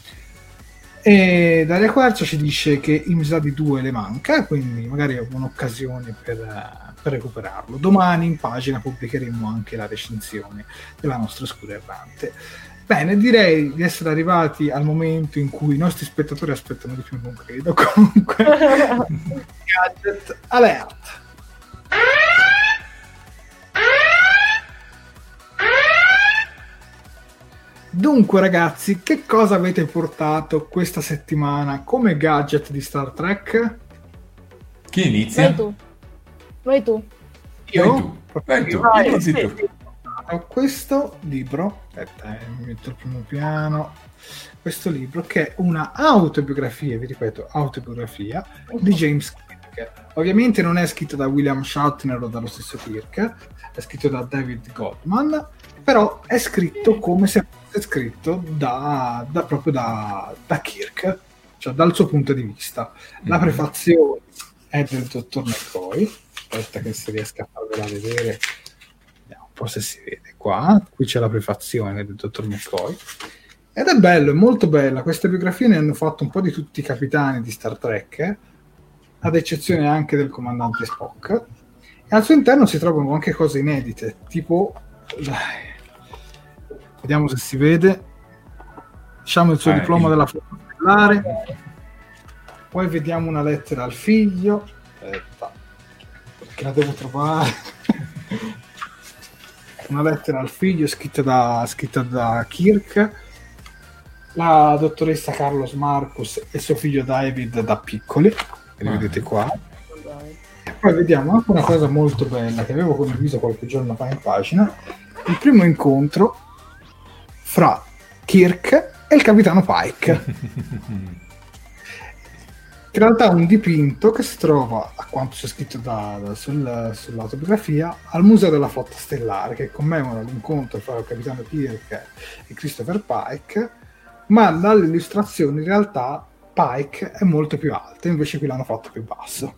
E Daria Quercia ci dice che Imsadi 2 le manca, quindi magari è un'occasione per recuperarlo. Domani in pagina pubblicheremo anche la recensione della nostra Oscura Errante. Bene, direi di essere arrivati al momento in cui i nostri spettatori aspettano di più, non credo. Comunque, gadget alert! Dunque ragazzi, che cosa avete portato questa settimana come gadget di Star Trek? Chi inizia? Vai tu. Io? Vai tu. Ho questo libro, aspetta, mi metto il primo piano, questo libro che è una autobiografia, vi ripeto, autobiografia di James Kirk. Ovviamente non è scritto da William Shatner o dallo stesso Kirk, è scritto da David Goldman, però è scritto come se fosse scritto proprio da Kirk, cioè dal suo punto di vista. La prefazione è del dottor McCoy, aspetta che si riesca a farvela vedere, vediamo un po' se si vede qua, qui c'è la prefazione del dottor McCoy, ed è bello, è molto bella. Queste biografie ne hanno fatto un po' di tutti i capitani di Star Trek, ad eccezione anche del comandante Spock, e al suo interno si trovano anche cose inedite, tipo, vediamo se si vede, diciamo il suo diploma della flotta stellare, poi vediamo una lettera al figlio, aspetta, perché la devo trovare, una lettera al figlio scritta da Kirk, la dottoressa Carlos Marcus e suo figlio David da piccoli, che li vedete qua. E poi vediamo anche una cosa molto bella che avevo condiviso qualche giorno fa in pagina, il primo incontro fra Kirk e il capitano Pike. In realtà è un dipinto che si trova, a quanto c'è scritto sull'autobiografia, al Museo della Flotta Stellare, che commemora l'incontro fra il capitano Kirk e Christopher Pike, ma dalle illustrazioni in realtà Pike è molto più alto, invece qui l'hanno fatto più basso.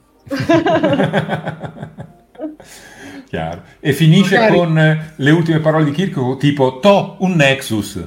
Chiaro. E finisce con le ultime parole di Kirk, tipo un Nexus.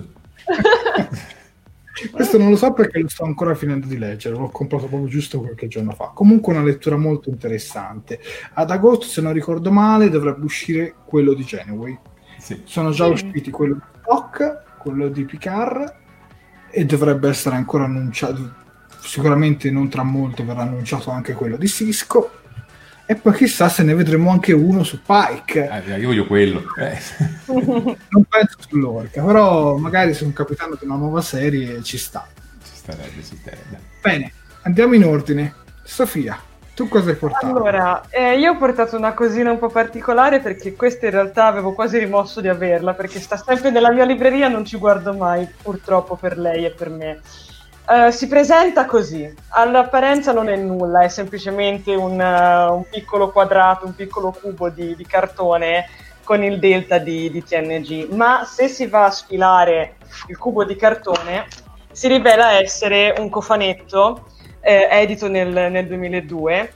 Questo non lo so perché lo sto ancora finendo di leggere, l'ho comprato proprio giusto qualche giorno fa. Comunque una lettura molto interessante. Ad agosto, se non ricordo male, dovrebbe uscire quello di Janeway. Sì. Sono già usciti quello di Spock, quello di Picard, e dovrebbe essere ancora annunciato, sicuramente non tra molto verrà annunciato anche quello di Sisko, e poi chissà se ne vedremo anche uno su Pike. Io voglio quello. Non penso sull'Orca, però magari se un capitano di una nuova serie ci sta. Ci starebbe. Bene, andiamo in ordine. Sofia, tu cosa hai portato? Allora, io ho portato una cosina un po' particolare, perché questa in realtà avevo quasi rimosso di averla, perché sta sempre nella mia libreria, non ci guardo mai, purtroppo, per lei e per me. Si presenta così, all'apparenza non è nulla, è semplicemente un piccolo quadrato, un piccolo cubo di cartone con il delta di TNG, ma se si va a sfilare il cubo di cartone si rivela essere un cofanetto edito nel 2002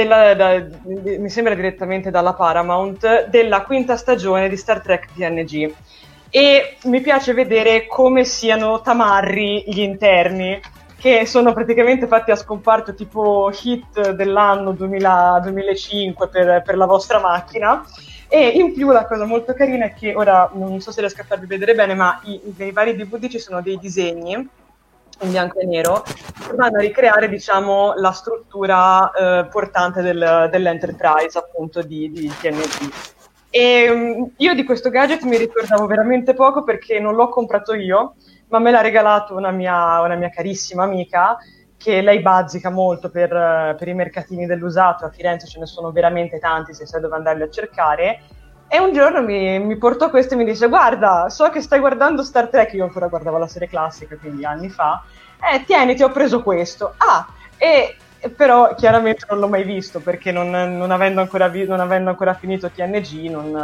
mi sembra direttamente dalla Paramount, della quinta stagione di Star Trek TNG. E mi piace vedere come siano tamarri gli interni, che sono praticamente fatti a scomparto, tipo hit dell'anno 2005 per la vostra macchina. E in più la cosa molto carina è che, ora non so se riesco a farvi vedere bene, ma nei vari DVD ci sono dei disegni in bianco e nero che vanno a ricreare, diciamo, la struttura portante dell'Enterprise, appunto, di TNG. E io di questo gadget mi ricordavo veramente poco perché non l'ho comprato io, ma me l'ha regalato una mia carissima amica, che lei bazzica molto per i mercatini dell'usato. A Firenze ce ne sono veramente tanti, se sai dove andarli a cercare. E un giorno mi portò questo e mi dice: guarda, so che stai guardando Star Trek, io ancora guardavo la serie classica, quindi anni fa, tieni, ti ho preso questo. Però chiaramente non l'ho mai visto, perché non avendo ancora finito TNG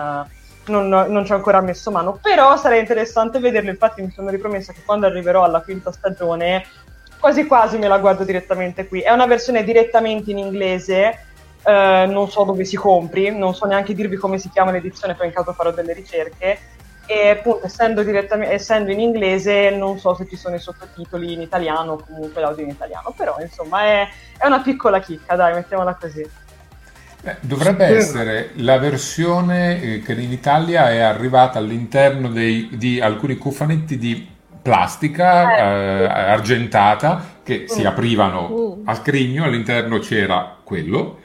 non ci ho ancora messo mano. Però sarà interessante vederlo, infatti mi sono ripromessa che quando arriverò alla quinta stagione quasi quasi me la guardo direttamente qui. È una versione direttamente in inglese, non so dove si compri, non so neanche dirvi come si chiama l'edizione, poi in caso farò delle ricerche. E appunto, essendo in inglese, non so se ci sono i sottotitoli in italiano o comunque l'audio in italiano, però insomma è una piccola chicca, dai, mettiamola così. Dovrebbe essere la versione che in Italia è arrivata all'interno di alcuni cofanetti di plastica argentata che si aprivano a scrigno, all'interno c'era quello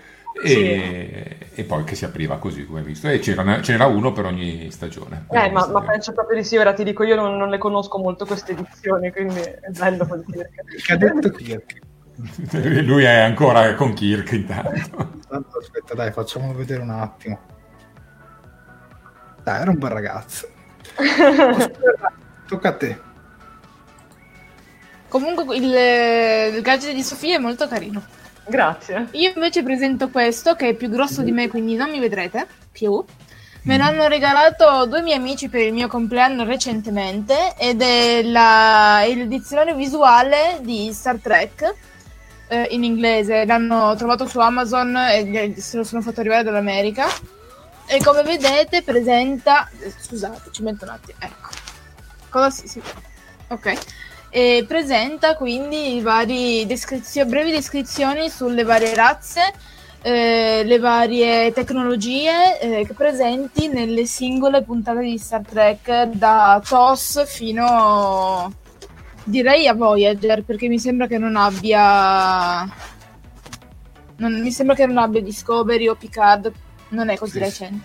e poi che si apriva così, come hai visto, e c'era uno per ogni stagione. Ma penso proprio di sì. Ora ti dico, io non le conosco molto queste edizioni, quindi è bello col Kirk. Che ha detto Kirk? Lui è ancora con Kirk intanto. Aspetta, dai, facciamolo vedere un attimo. Dai, era un bel ragazzo. Tocca a te. Comunque il gadget di Sofia è molto carino. Grazie. Io invece presento questo, che è più grosso di me, quindi non mi vedrete più. Me l'hanno regalato 2 miei amici per il mio compleanno recentemente, ed è il dizionario visuale di Star Trek in inglese. L'hanno trovato su Amazon e se lo sono fatto arrivare dall'America. E come vedete presenta... Scusate, ci metto un attimo. Ecco. Cosa si... Ok. E presenta quindi brevi descrizioni sulle varie razze, le varie tecnologie presenti nelle singole puntate di Star Trek, da TOS fino, direi, a Voyager, perché mi sembra che non abbia Discovery o Picard, non è così recente.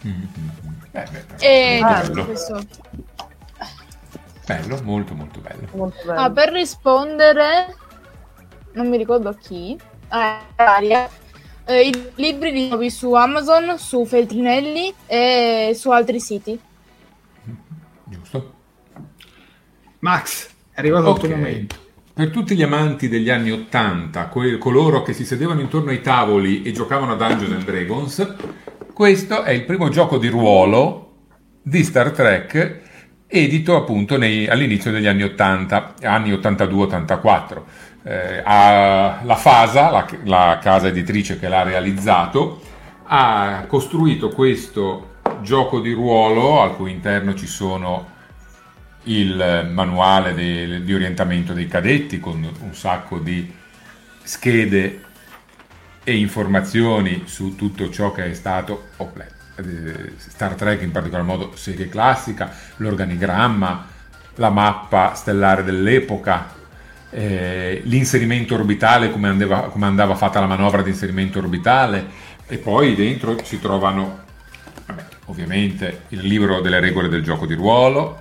Questo... Bello, molto molto bello. Molto bello. Per rispondere, non mi ricordo a chi, Aria, i libri li trovi su Amazon, su Feltrinelli e su altri siti. Giusto. Max, è arrivato il tuo momento. Per tutti gli amanti degli anni '80, coloro che si sedevano intorno ai tavoli e giocavano a Dungeons and Dragons, questo è il primo gioco di ruolo di Star Trek, edito appunto all'inizio degli anni 80, anni 82-84. La FASA, la casa editrice che l'ha realizzato, ha costruito questo gioco di ruolo al cui interno ci sono il manuale di orientamento dei cadetti con un sacco di schede e informazioni su tutto ciò che è stato Star Trek, in particolar modo serie classica, l'organigramma, la mappa stellare dell'epoca, l'inserimento orbitale, come andava fatta la manovra di inserimento orbitale, e poi dentro si trovano ovviamente il libro delle regole del gioco di ruolo,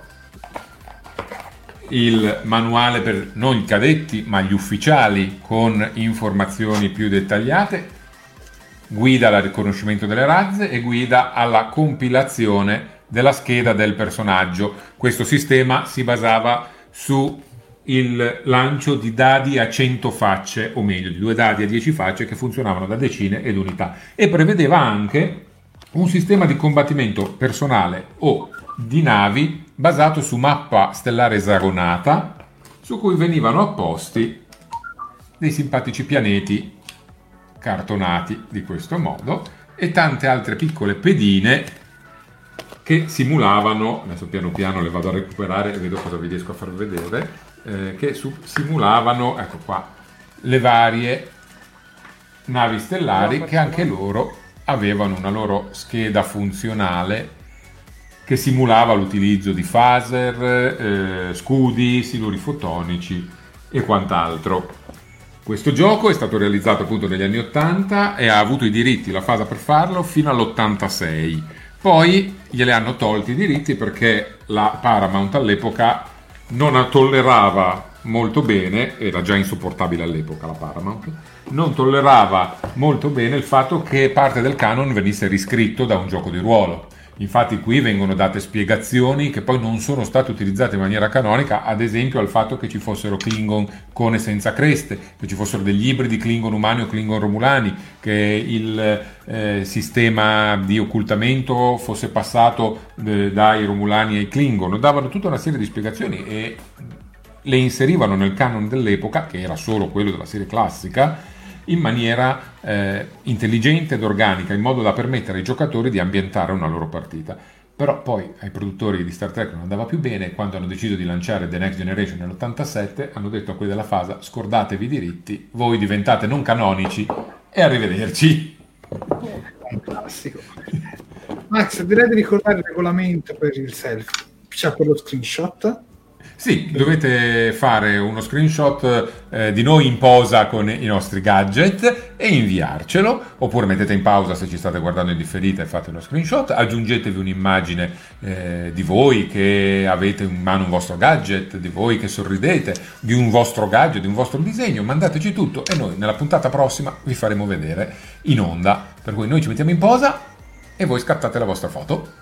il manuale per non i cadetti ma gli ufficiali con informazioni più dettagliate, guida al riconoscimento delle razze e guida alla compilazione della scheda del personaggio. Questo sistema si basava su il lancio di dadi a 100 facce, o meglio di 2 dadi a 10 facce che funzionavano da decine ed unità, e prevedeva anche un sistema di combattimento personale o di navi basato su mappa stellare esagonata, su cui venivano apposti dei simpatici pianeti cartonati di questo modo e tante altre piccole pedine che simulavano, adesso piano piano le vado a recuperare e vedo cosa vi riesco a far vedere, che simulavano, ecco qua, le varie navi stellari che anche loro avevano una loro scheda funzionale che simulava l'utilizzo di phaser, scudi, siluri fotonici e quant'altro. Questo gioco è stato realizzato appunto negli anni 80 e ha avuto i diritti, la FASA per farlo, fino all'86. Poi gliele hanno tolti i diritti perché la Paramount all'epoca non tollerava molto bene, era già insopportabile all'epoca la Paramount, non tollerava molto bene il fatto che parte del canon venisse riscritto da un gioco di ruolo. Infatti qui vengono date spiegazioni che poi non sono state utilizzate in maniera canonica, ad esempio al fatto che ci fossero Klingon con e senza creste, che ci fossero degli ibridi Klingon umani o Klingon romulani, che il sistema di occultamento fosse passato dai romulani ai Klingon. Davano tutta una serie di spiegazioni e le inserivano nel canon dell'epoca, che era solo quello della serie classica, in maniera intelligente ed organica, in modo da permettere ai giocatori di ambientare una loro partita. Però poi ai produttori di Star Trek non andava più bene e quando hanno deciso di lanciare The Next Generation nell'87 hanno detto a quelli della FASA: scordatevi i diritti, voi diventate non canonici e arrivederci. Un classico. Max, direi di ricordare il regolamento per il selfie. C'è quello screenshot. Sì, dovete fare uno screenshot di noi in posa con i nostri gadget e inviarcelo, oppure mettete in pausa se ci state guardando in differita e fate uno screenshot, aggiungetevi un'immagine di voi che avete in mano un vostro gadget, di voi che sorridete, di un vostro gadget, di un vostro disegno, mandateci tutto e noi nella puntata prossima vi faremo vedere in onda, per cui noi ci mettiamo in posa e voi scattate la vostra foto.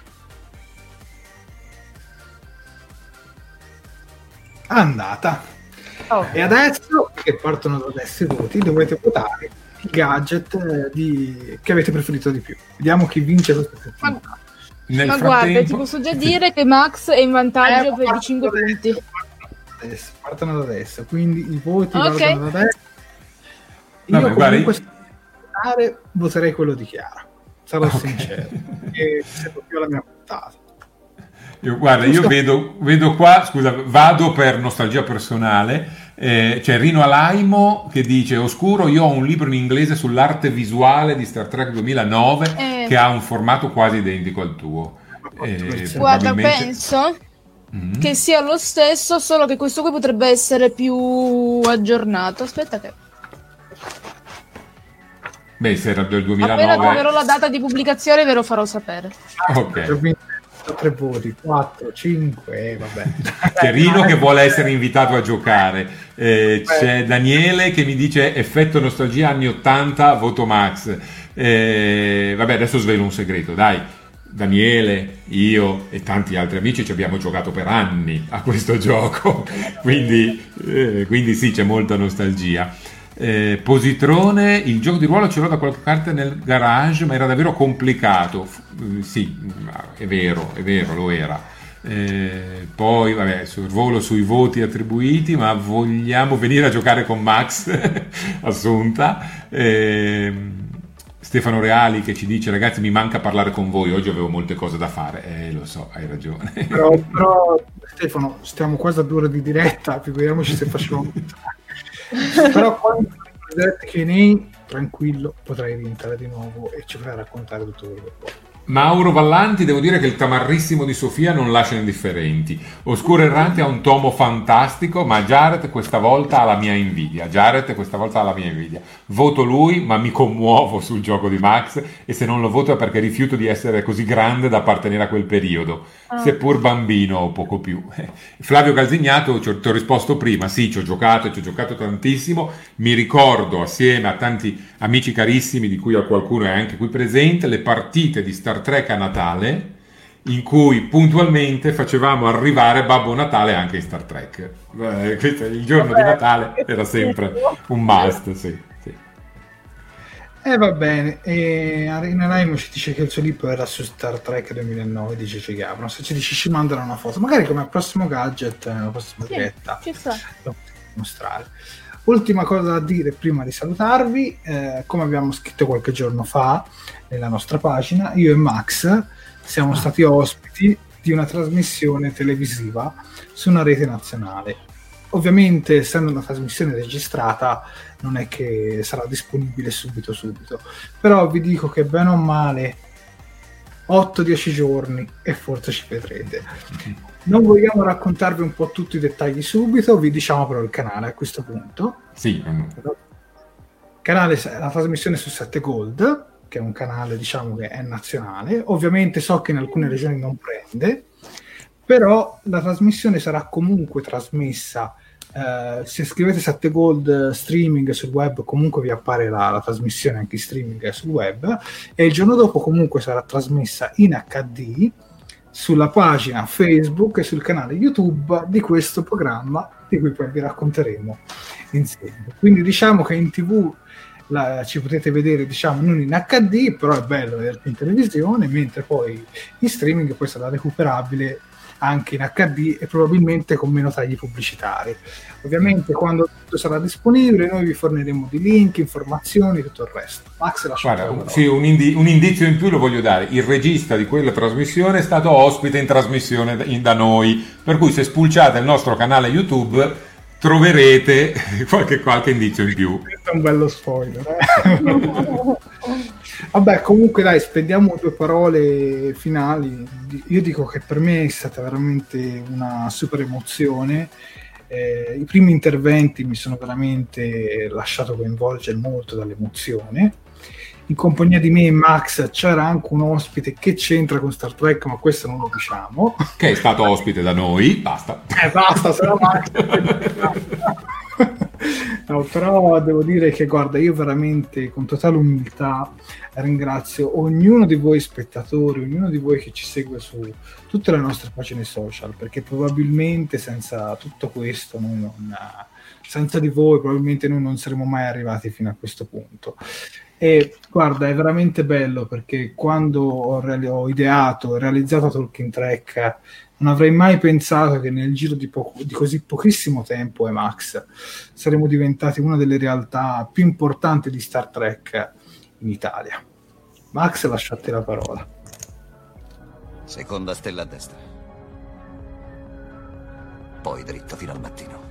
Andata. E adesso che partono da adesso i voti, dovete votare i gadget che avete preferito di più. Vediamo chi vince questa settimana. Ma guarda, ti posso già dire che Max è in vantaggio per i 5 punti. Partono da adesso, quindi i voti partono da adesso. Io comunque voterei quello di Chiara, sarò sincero, e se proprio la mia puntata. Io vedo qua, scusa, vado per nostalgia personale, c'è Rino Alaimo che dice: Oscuro, io ho un libro in inglese sull'arte visuale di Star Trek 2009 che ha un formato quasi identico al tuo. Guarda, penso che sia lo stesso, solo che questo qui potrebbe essere più aggiornato. Aspetta che... Beh, se era del 2009... Appena troverò la data di pubblicazione ve lo farò sapere. Ok. 3 voti, 4, 5, vabbè. C'è Rino che vuole essere invitato a giocare, c'è Daniele che mi dice effetto nostalgia anni 80, voto Max. Vabbè, adesso svelo un segreto, dai. Daniele, io e tanti altri amici ci abbiamo giocato per anni a questo gioco, quindi sì, c'è molta nostalgia. Positrone, il gioco di ruolo ce l'ho da qualche parte nel garage, ma era davvero complicato. Sì, è vero, lo era. Poi vabbè, sorvolo sui voti attribuiti, ma vogliamo venire a giocare con Max Assunta. Stefano Reali che ci dice: ragazzi, mi manca parlare con voi, oggi avevo molte cose da fare. Lo so, hai ragione. Però Stefano, stiamo quasi a 2 ore di diretta, figuriamoci se facciamo. Però quando vedete che nei tranquillo potrai rientrare di nuovo e ci potrai raccontare tutto quello che vuoi. Mauro Vallanti, devo dire che il tamarrissimo di Sofia non lascia indifferenti. Oscuro Errante ha un tomo fantastico, ma Jared questa volta ha la mia invidia. Voto lui, ma mi commuovo sul gioco di Max, e se non lo voto è perché rifiuto di essere così grande da appartenere a quel periodo, seppur bambino o poco più. Flavio Calzignato, ti ho risposto prima, sì, ci ho giocato tantissimo, mi ricordo assieme a tanti amici carissimi, di cui a qualcuno è anche qui presente, le partite di Star Trek a Natale, in cui puntualmente facevamo arrivare Babbo Natale anche in Star Trek. Il giorno di Natale era sempre un must, sì. Va bene, e Arena Lime ci dice che il suo libro era su Star Trek 2009, dice C. Gabron. Se ci dici ci mandano una foto, magari come al prossimo gadget, nella prossima diretta, ci sta. lo mostrare. Ultima cosa da dire prima di salutarvi, come abbiamo scritto qualche giorno fa nella nostra pagina, io e Max siamo stati ospiti di una trasmissione televisiva su una rete nazionale. Ovviamente, essendo una trasmissione registrata, non è che sarà disponibile subito, però vi dico che bene o male 8-10 giorni e forse ci vedrete. Non vogliamo raccontarvi un po' tutti i dettagli subito, vi diciamo però il canale a questo punto. Sì. Canale, la trasmissione su 7 Gold, che è un canale diciamo che è nazionale. Ovviamente so che in alcune regioni non prende, però la trasmissione sarà comunque trasmessa. Se scrivete 7 Gold streaming sul web, comunque vi appare la trasmissione anche in streaming sul web, e il giorno dopo comunque sarà trasmessa in HD sulla pagina Facebook e sul canale YouTube di questo programma, di cui poi vi racconteremo insieme. Quindi diciamo che in TV ci potete vedere, diciamo, non in HD, però è bello vederci in televisione, mentre poi in streaming poi sarà recuperabile anche in HD e probabilmente con meno tagli pubblicitari. Ovviamente quando tutto sarà disponibile noi vi forniremo di link, informazioni, tutto il resto. Max, un indizio in più lo voglio dare: il regista di quella trasmissione è stato ospite in trasmissione da noi, per cui se spulciate il nostro canale YouTube troverete qualche indizio in più. Questo è un bello spoiler, Vabbè, comunque dai, spendiamo 2 parole finali. Io dico che per me è stata veramente una super emozione. I primi interventi mi sono veramente lasciato coinvolgere molto dall'emozione. In compagnia di me e Max c'era anche un ospite che c'entra con Star Trek, ma questo non lo diciamo. Che è stato ospite da noi, basta. Basta, se no Max. No, però devo dire che, guarda, io veramente con totale umiltà ringrazio ognuno di voi spettatori, ognuno di voi che ci segue su tutte le nostre pagine social, perché probabilmente senza tutto questo senza di voi probabilmente noi non saremmo mai arrivati fino a questo punto. E guarda, è veramente bello, perché quando ho ideato e realizzato Talking Trek non avrei mai pensato che nel giro di così pochissimo tempo, Max, saremmo diventati una delle realtà più importanti di Star Trek in Italia. Max, lascio a te la parola. Seconda stella a destra. Poi dritto fino al mattino.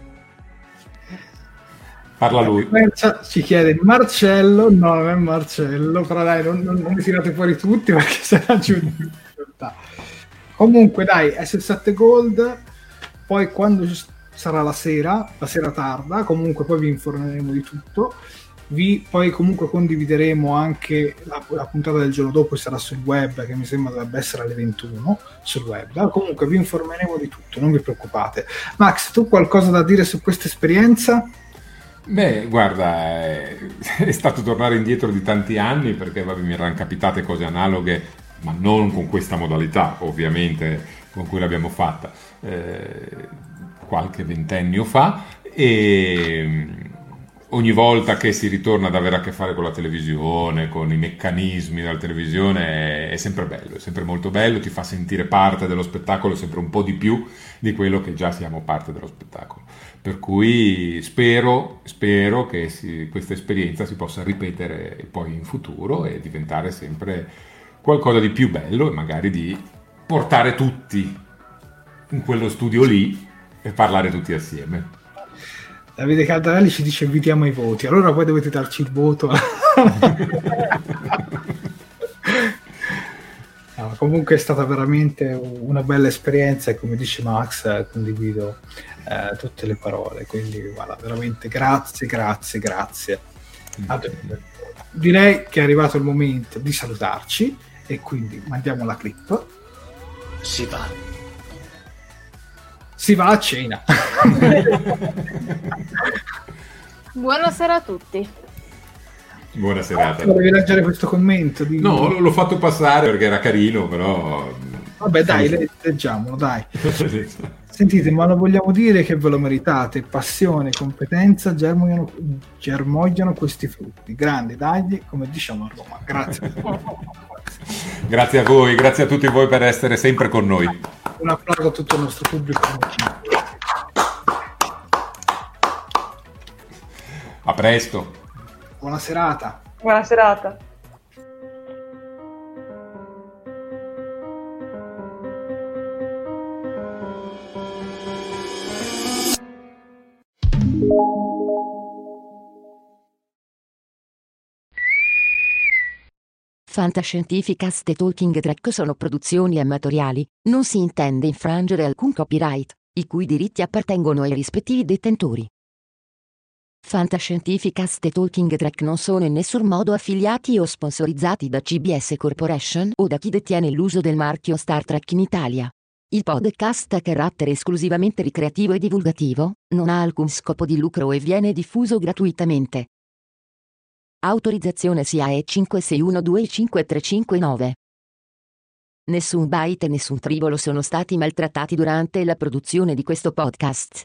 Parla lui. Ci chiede Marcello, no, non è Marcello, però dai, non mi tirate fuori tutti perché sarà giù in realtà. Comunque dai, S7 Gold, poi quando sarà la sera tarda, comunque poi vi informeremo di tutto, poi comunque condivideremo anche la puntata del giorno dopo, sarà sul web, che mi sembra dovrebbe essere alle 21 sul web. Comunque vi informeremo di tutto, non vi preoccupate. Max, tu qualcosa da dire su questa esperienza? Beh, guarda, è stato tornare indietro di tanti anni, perché mi erano capitate cose analoghe, ma non con questa modalità, ovviamente, con cui l'abbiamo fatta qualche ventennio fa, e ogni volta che si ritorna ad avere a che fare con la televisione, con i meccanismi della televisione, è sempre bello, è sempre molto bello, ti fa sentire parte dello spettacolo sempre un po' di più di quello che già siamo parte dello spettacolo. Per cui spero che questa esperienza si possa ripetere poi in futuro e diventare sempre qualcosa di più bello, e magari di portare tutti in quello studio lì e parlare tutti assieme. Davide Caldarelli ci dice invitiamo i voti, allora poi dovete darci il voto. No, comunque è stata veramente una bella esperienza, e come dice Max condivido tutte le parole, quindi guarda, veramente grazie. Direi che è arrivato il momento di salutarci, e quindi mandiamo la clip. Si va a cena. Buonasera a tutti. Buona serata. Volevi leggere questo commento? No, l'ho fatto passare perché era carino, però Vabbè, dai, leggiamolo, dai. Sentite, ma lo vogliamo dire che ve lo meritate. Passione, competenza, germogliano questi frutti. Grandi, dai, come diciamo a Roma. Grazie. Grazie a voi, grazie a tutti voi per essere sempre con noi. Un applauso a tutto il nostro pubblico. A presto. Buona serata. Buona serata. Fantascientificast e Talking Track sono produzioni amatoriali, non si intende infrangere alcun copyright, i cui diritti appartengono ai rispettivi detentori. Fantascientificast e Talking Track non sono in nessun modo affiliati o sponsorizzati da CBS Corporation o da chi detiene l'uso del marchio Star Trek in Italia. Il podcast ha carattere esclusivamente ricreativo e divulgativo, non ha alcun scopo di lucro e viene diffuso gratuitamente. Autorizzazione SIAE 56125359. Nessun byte e nessun tribolo sono stati maltrattati durante la produzione di questo podcast.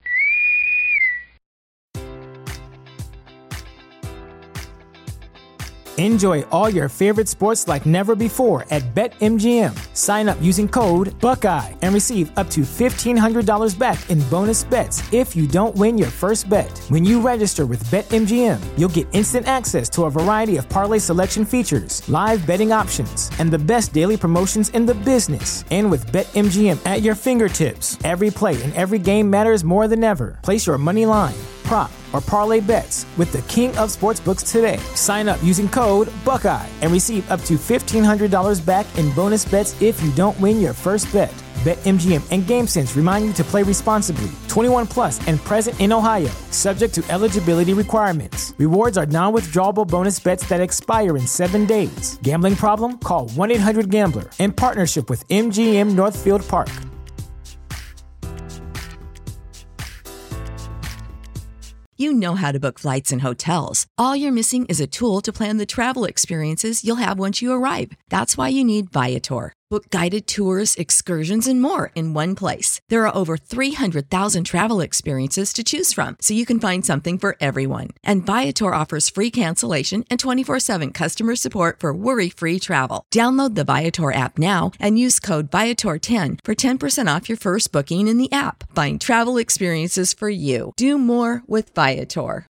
Enjoy all your favorite sports like never before at BetMGM. Sign up using code Buckeye and receive up to $1,500 back in bonus bets if you don't win your first bet. When you register with BetMGM, you'll get instant access to a variety of parlay selection features, live betting options, and the best daily promotions in the business. And with BetMGM at your fingertips, every play and every game matters more than ever. Place your money line, prop, or parlay bets with the king of sportsbooks today. Sign up using code Buckeye and receive up to $1,500 back in bonus bets if you don't win your first bet. BetMGM and GameSense remind you to play responsibly. 21 plus and present in Ohio, subject to eligibility requirements. Rewards are non-withdrawable bonus bets that expire in 7 days. Gambling problem? Call 1-800-GAMBLER. In partnership with MGM Northfield Park. You know how to book flights and hotels. All you're missing is a tool to plan the travel experiences you'll have once you arrive. That's why you need Viator. Book guided tours, excursions, and more in one place. There are over 300,000 travel experiences to choose from, so you can find something for everyone. And Viator offers free cancellation and 24/7 customer support for worry-free travel. Download the Viator app now and use code Viator10 for 10% off your first booking in the app. Find travel experiences for you. Do more with Viator.